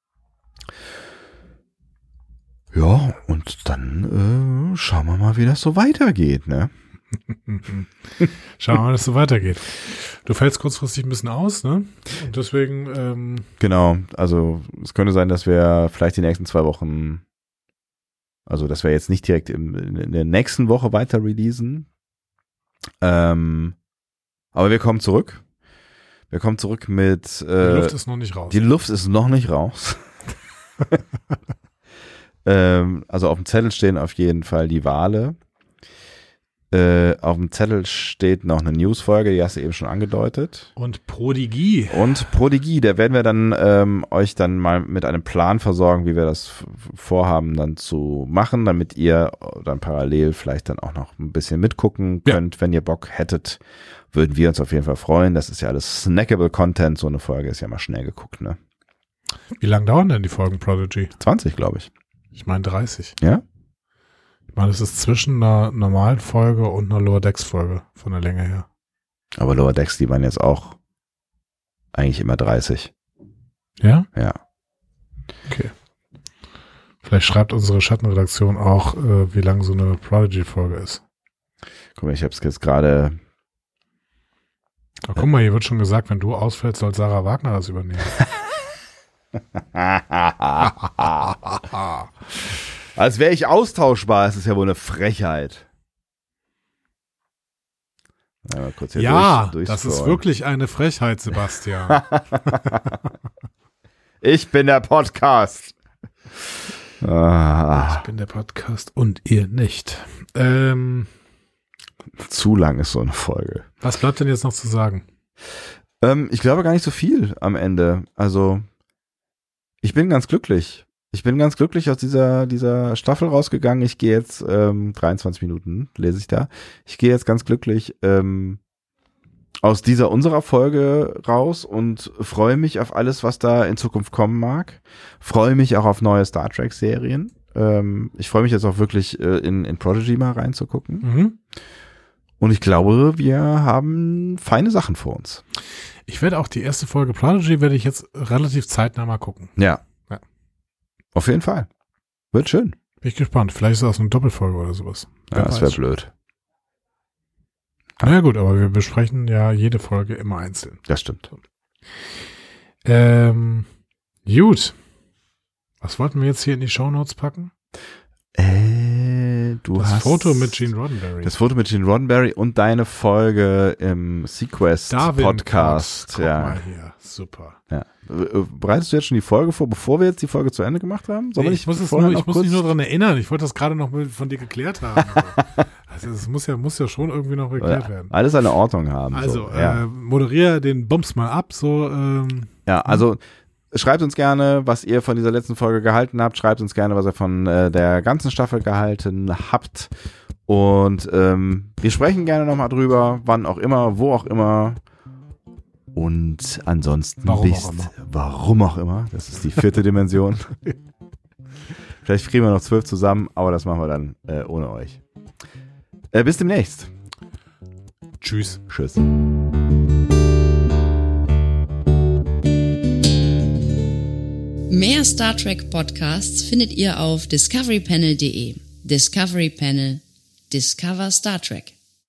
Ja, und dann schauen wir mal, wie das so weitergeht, ne? Schauen wir mal, wie das so weitergeht. Du fällst kurzfristig ein bisschen aus, ne? Und deswegen genau, also es könnte sein, dass wir vielleicht die nächsten 2 Wochen, also dass wir jetzt nicht direkt in der nächsten Woche weiter releasen. Aber wir kommen zurück. Wir kommen zurück mit die Luft ist noch nicht raus. Die Luft ist noch nicht raus. Also auf dem Zettel stehen auf jeden Fall die Wale. Auf dem Zettel steht noch eine Newsfolge, die hast du eben schon angedeutet. Und Prodigie. Da werden wir dann euch dann mal mit einem Plan versorgen, wie wir das vorhaben dann zu machen, damit ihr dann parallel vielleicht dann auch noch ein bisschen mitgucken könnt. Wenn ihr Bock hättet, würden wir uns auf jeden Fall freuen. Das ist ja alles snackable Content. So eine Folge ist ja mal schnell geguckt, ne? Wie lang dauern denn die Folgen Prodigy? 20, glaube ich. Ich meine 30. Ja? Ich meine, es ist zwischen einer normalen Folge und einer Lower Decks Folge von der Länge her. Aber Lower Decks, die waren jetzt auch eigentlich immer 30. Ja? Ja. Okay. Vielleicht schreibt unsere Schattenredaktion auch, wie lang so eine Prodigy-Folge ist. Guck mal, ich habe es jetzt gerade. Guck mal, hier wird schon gesagt, wenn du ausfällst, soll Sarah Wagner das übernehmen. Als wäre ich austauschbar, es ist ja wohl eine Frechheit. Kurz hier das ist wirklich eine Frechheit, Sebastian. Ich bin der Podcast. Ich bin der Podcast und ihr nicht. Zu lang ist so eine Folge. Was bleibt denn jetzt noch zu sagen? Ich glaube gar nicht so viel am Ende. Also ich bin ganz glücklich. Ich bin ganz glücklich aus dieser Staffel rausgegangen. Ich gehe jetzt 23 Minuten, lese ich da. Ich gehe jetzt ganz glücklich aus unserer Folge raus und freue mich auf alles, was da in Zukunft kommen mag. Freue mich auch auf neue Star Trek Serien. Ich freue mich jetzt auch wirklich in Prodigy mal reinzugucken. Mhm. Und ich glaube, wir haben feine Sachen vor uns. Ich werde auch die erste Folge Prodigy werde ich jetzt relativ zeitnah mal gucken. Ja. Auf jeden Fall. Wird schön. Bin ich gespannt. Vielleicht ist das eine Doppelfolge oder sowas. Ja, das wäre blöd. Naja gut, aber wir besprechen ja jede Folge immer einzeln. Das stimmt. Gut. Was wollten wir jetzt hier in die Shownotes packen? Das Foto mit Gene Roddenberry. Das Foto mit Gene Roddenberry und deine Folge im Sequest-Podcast. Guck mal hier. Super. Ja. Bereitest du jetzt schon die Folge vor, bevor wir jetzt die Folge zu Ende gemacht haben? Ich muss mich nur daran erinnern. Ich wollte das gerade noch von dir geklärt haben. Also es muss ja schon irgendwie noch geklärt werden. Alles eine Ordnung haben. Also moderiere den Bums mal ab. So. Ja, also schreibt uns gerne, was ihr von dieser letzten Folge gehalten habt. Schreibt uns gerne, was ihr von der ganzen Staffel gehalten habt. Und wir sprechen gerne nochmal drüber, wann auch immer, wo auch immer. Und ansonsten warum auch immer. Das ist die 4. Dimension. Vielleicht kriegen wir noch 12 zusammen, aber das machen wir dann ohne euch. Bis demnächst. Tschüss. Tschüss. Mehr Star Trek Podcasts findet ihr auf discoverypanel.de. Discovery Panel. Discover Star Trek.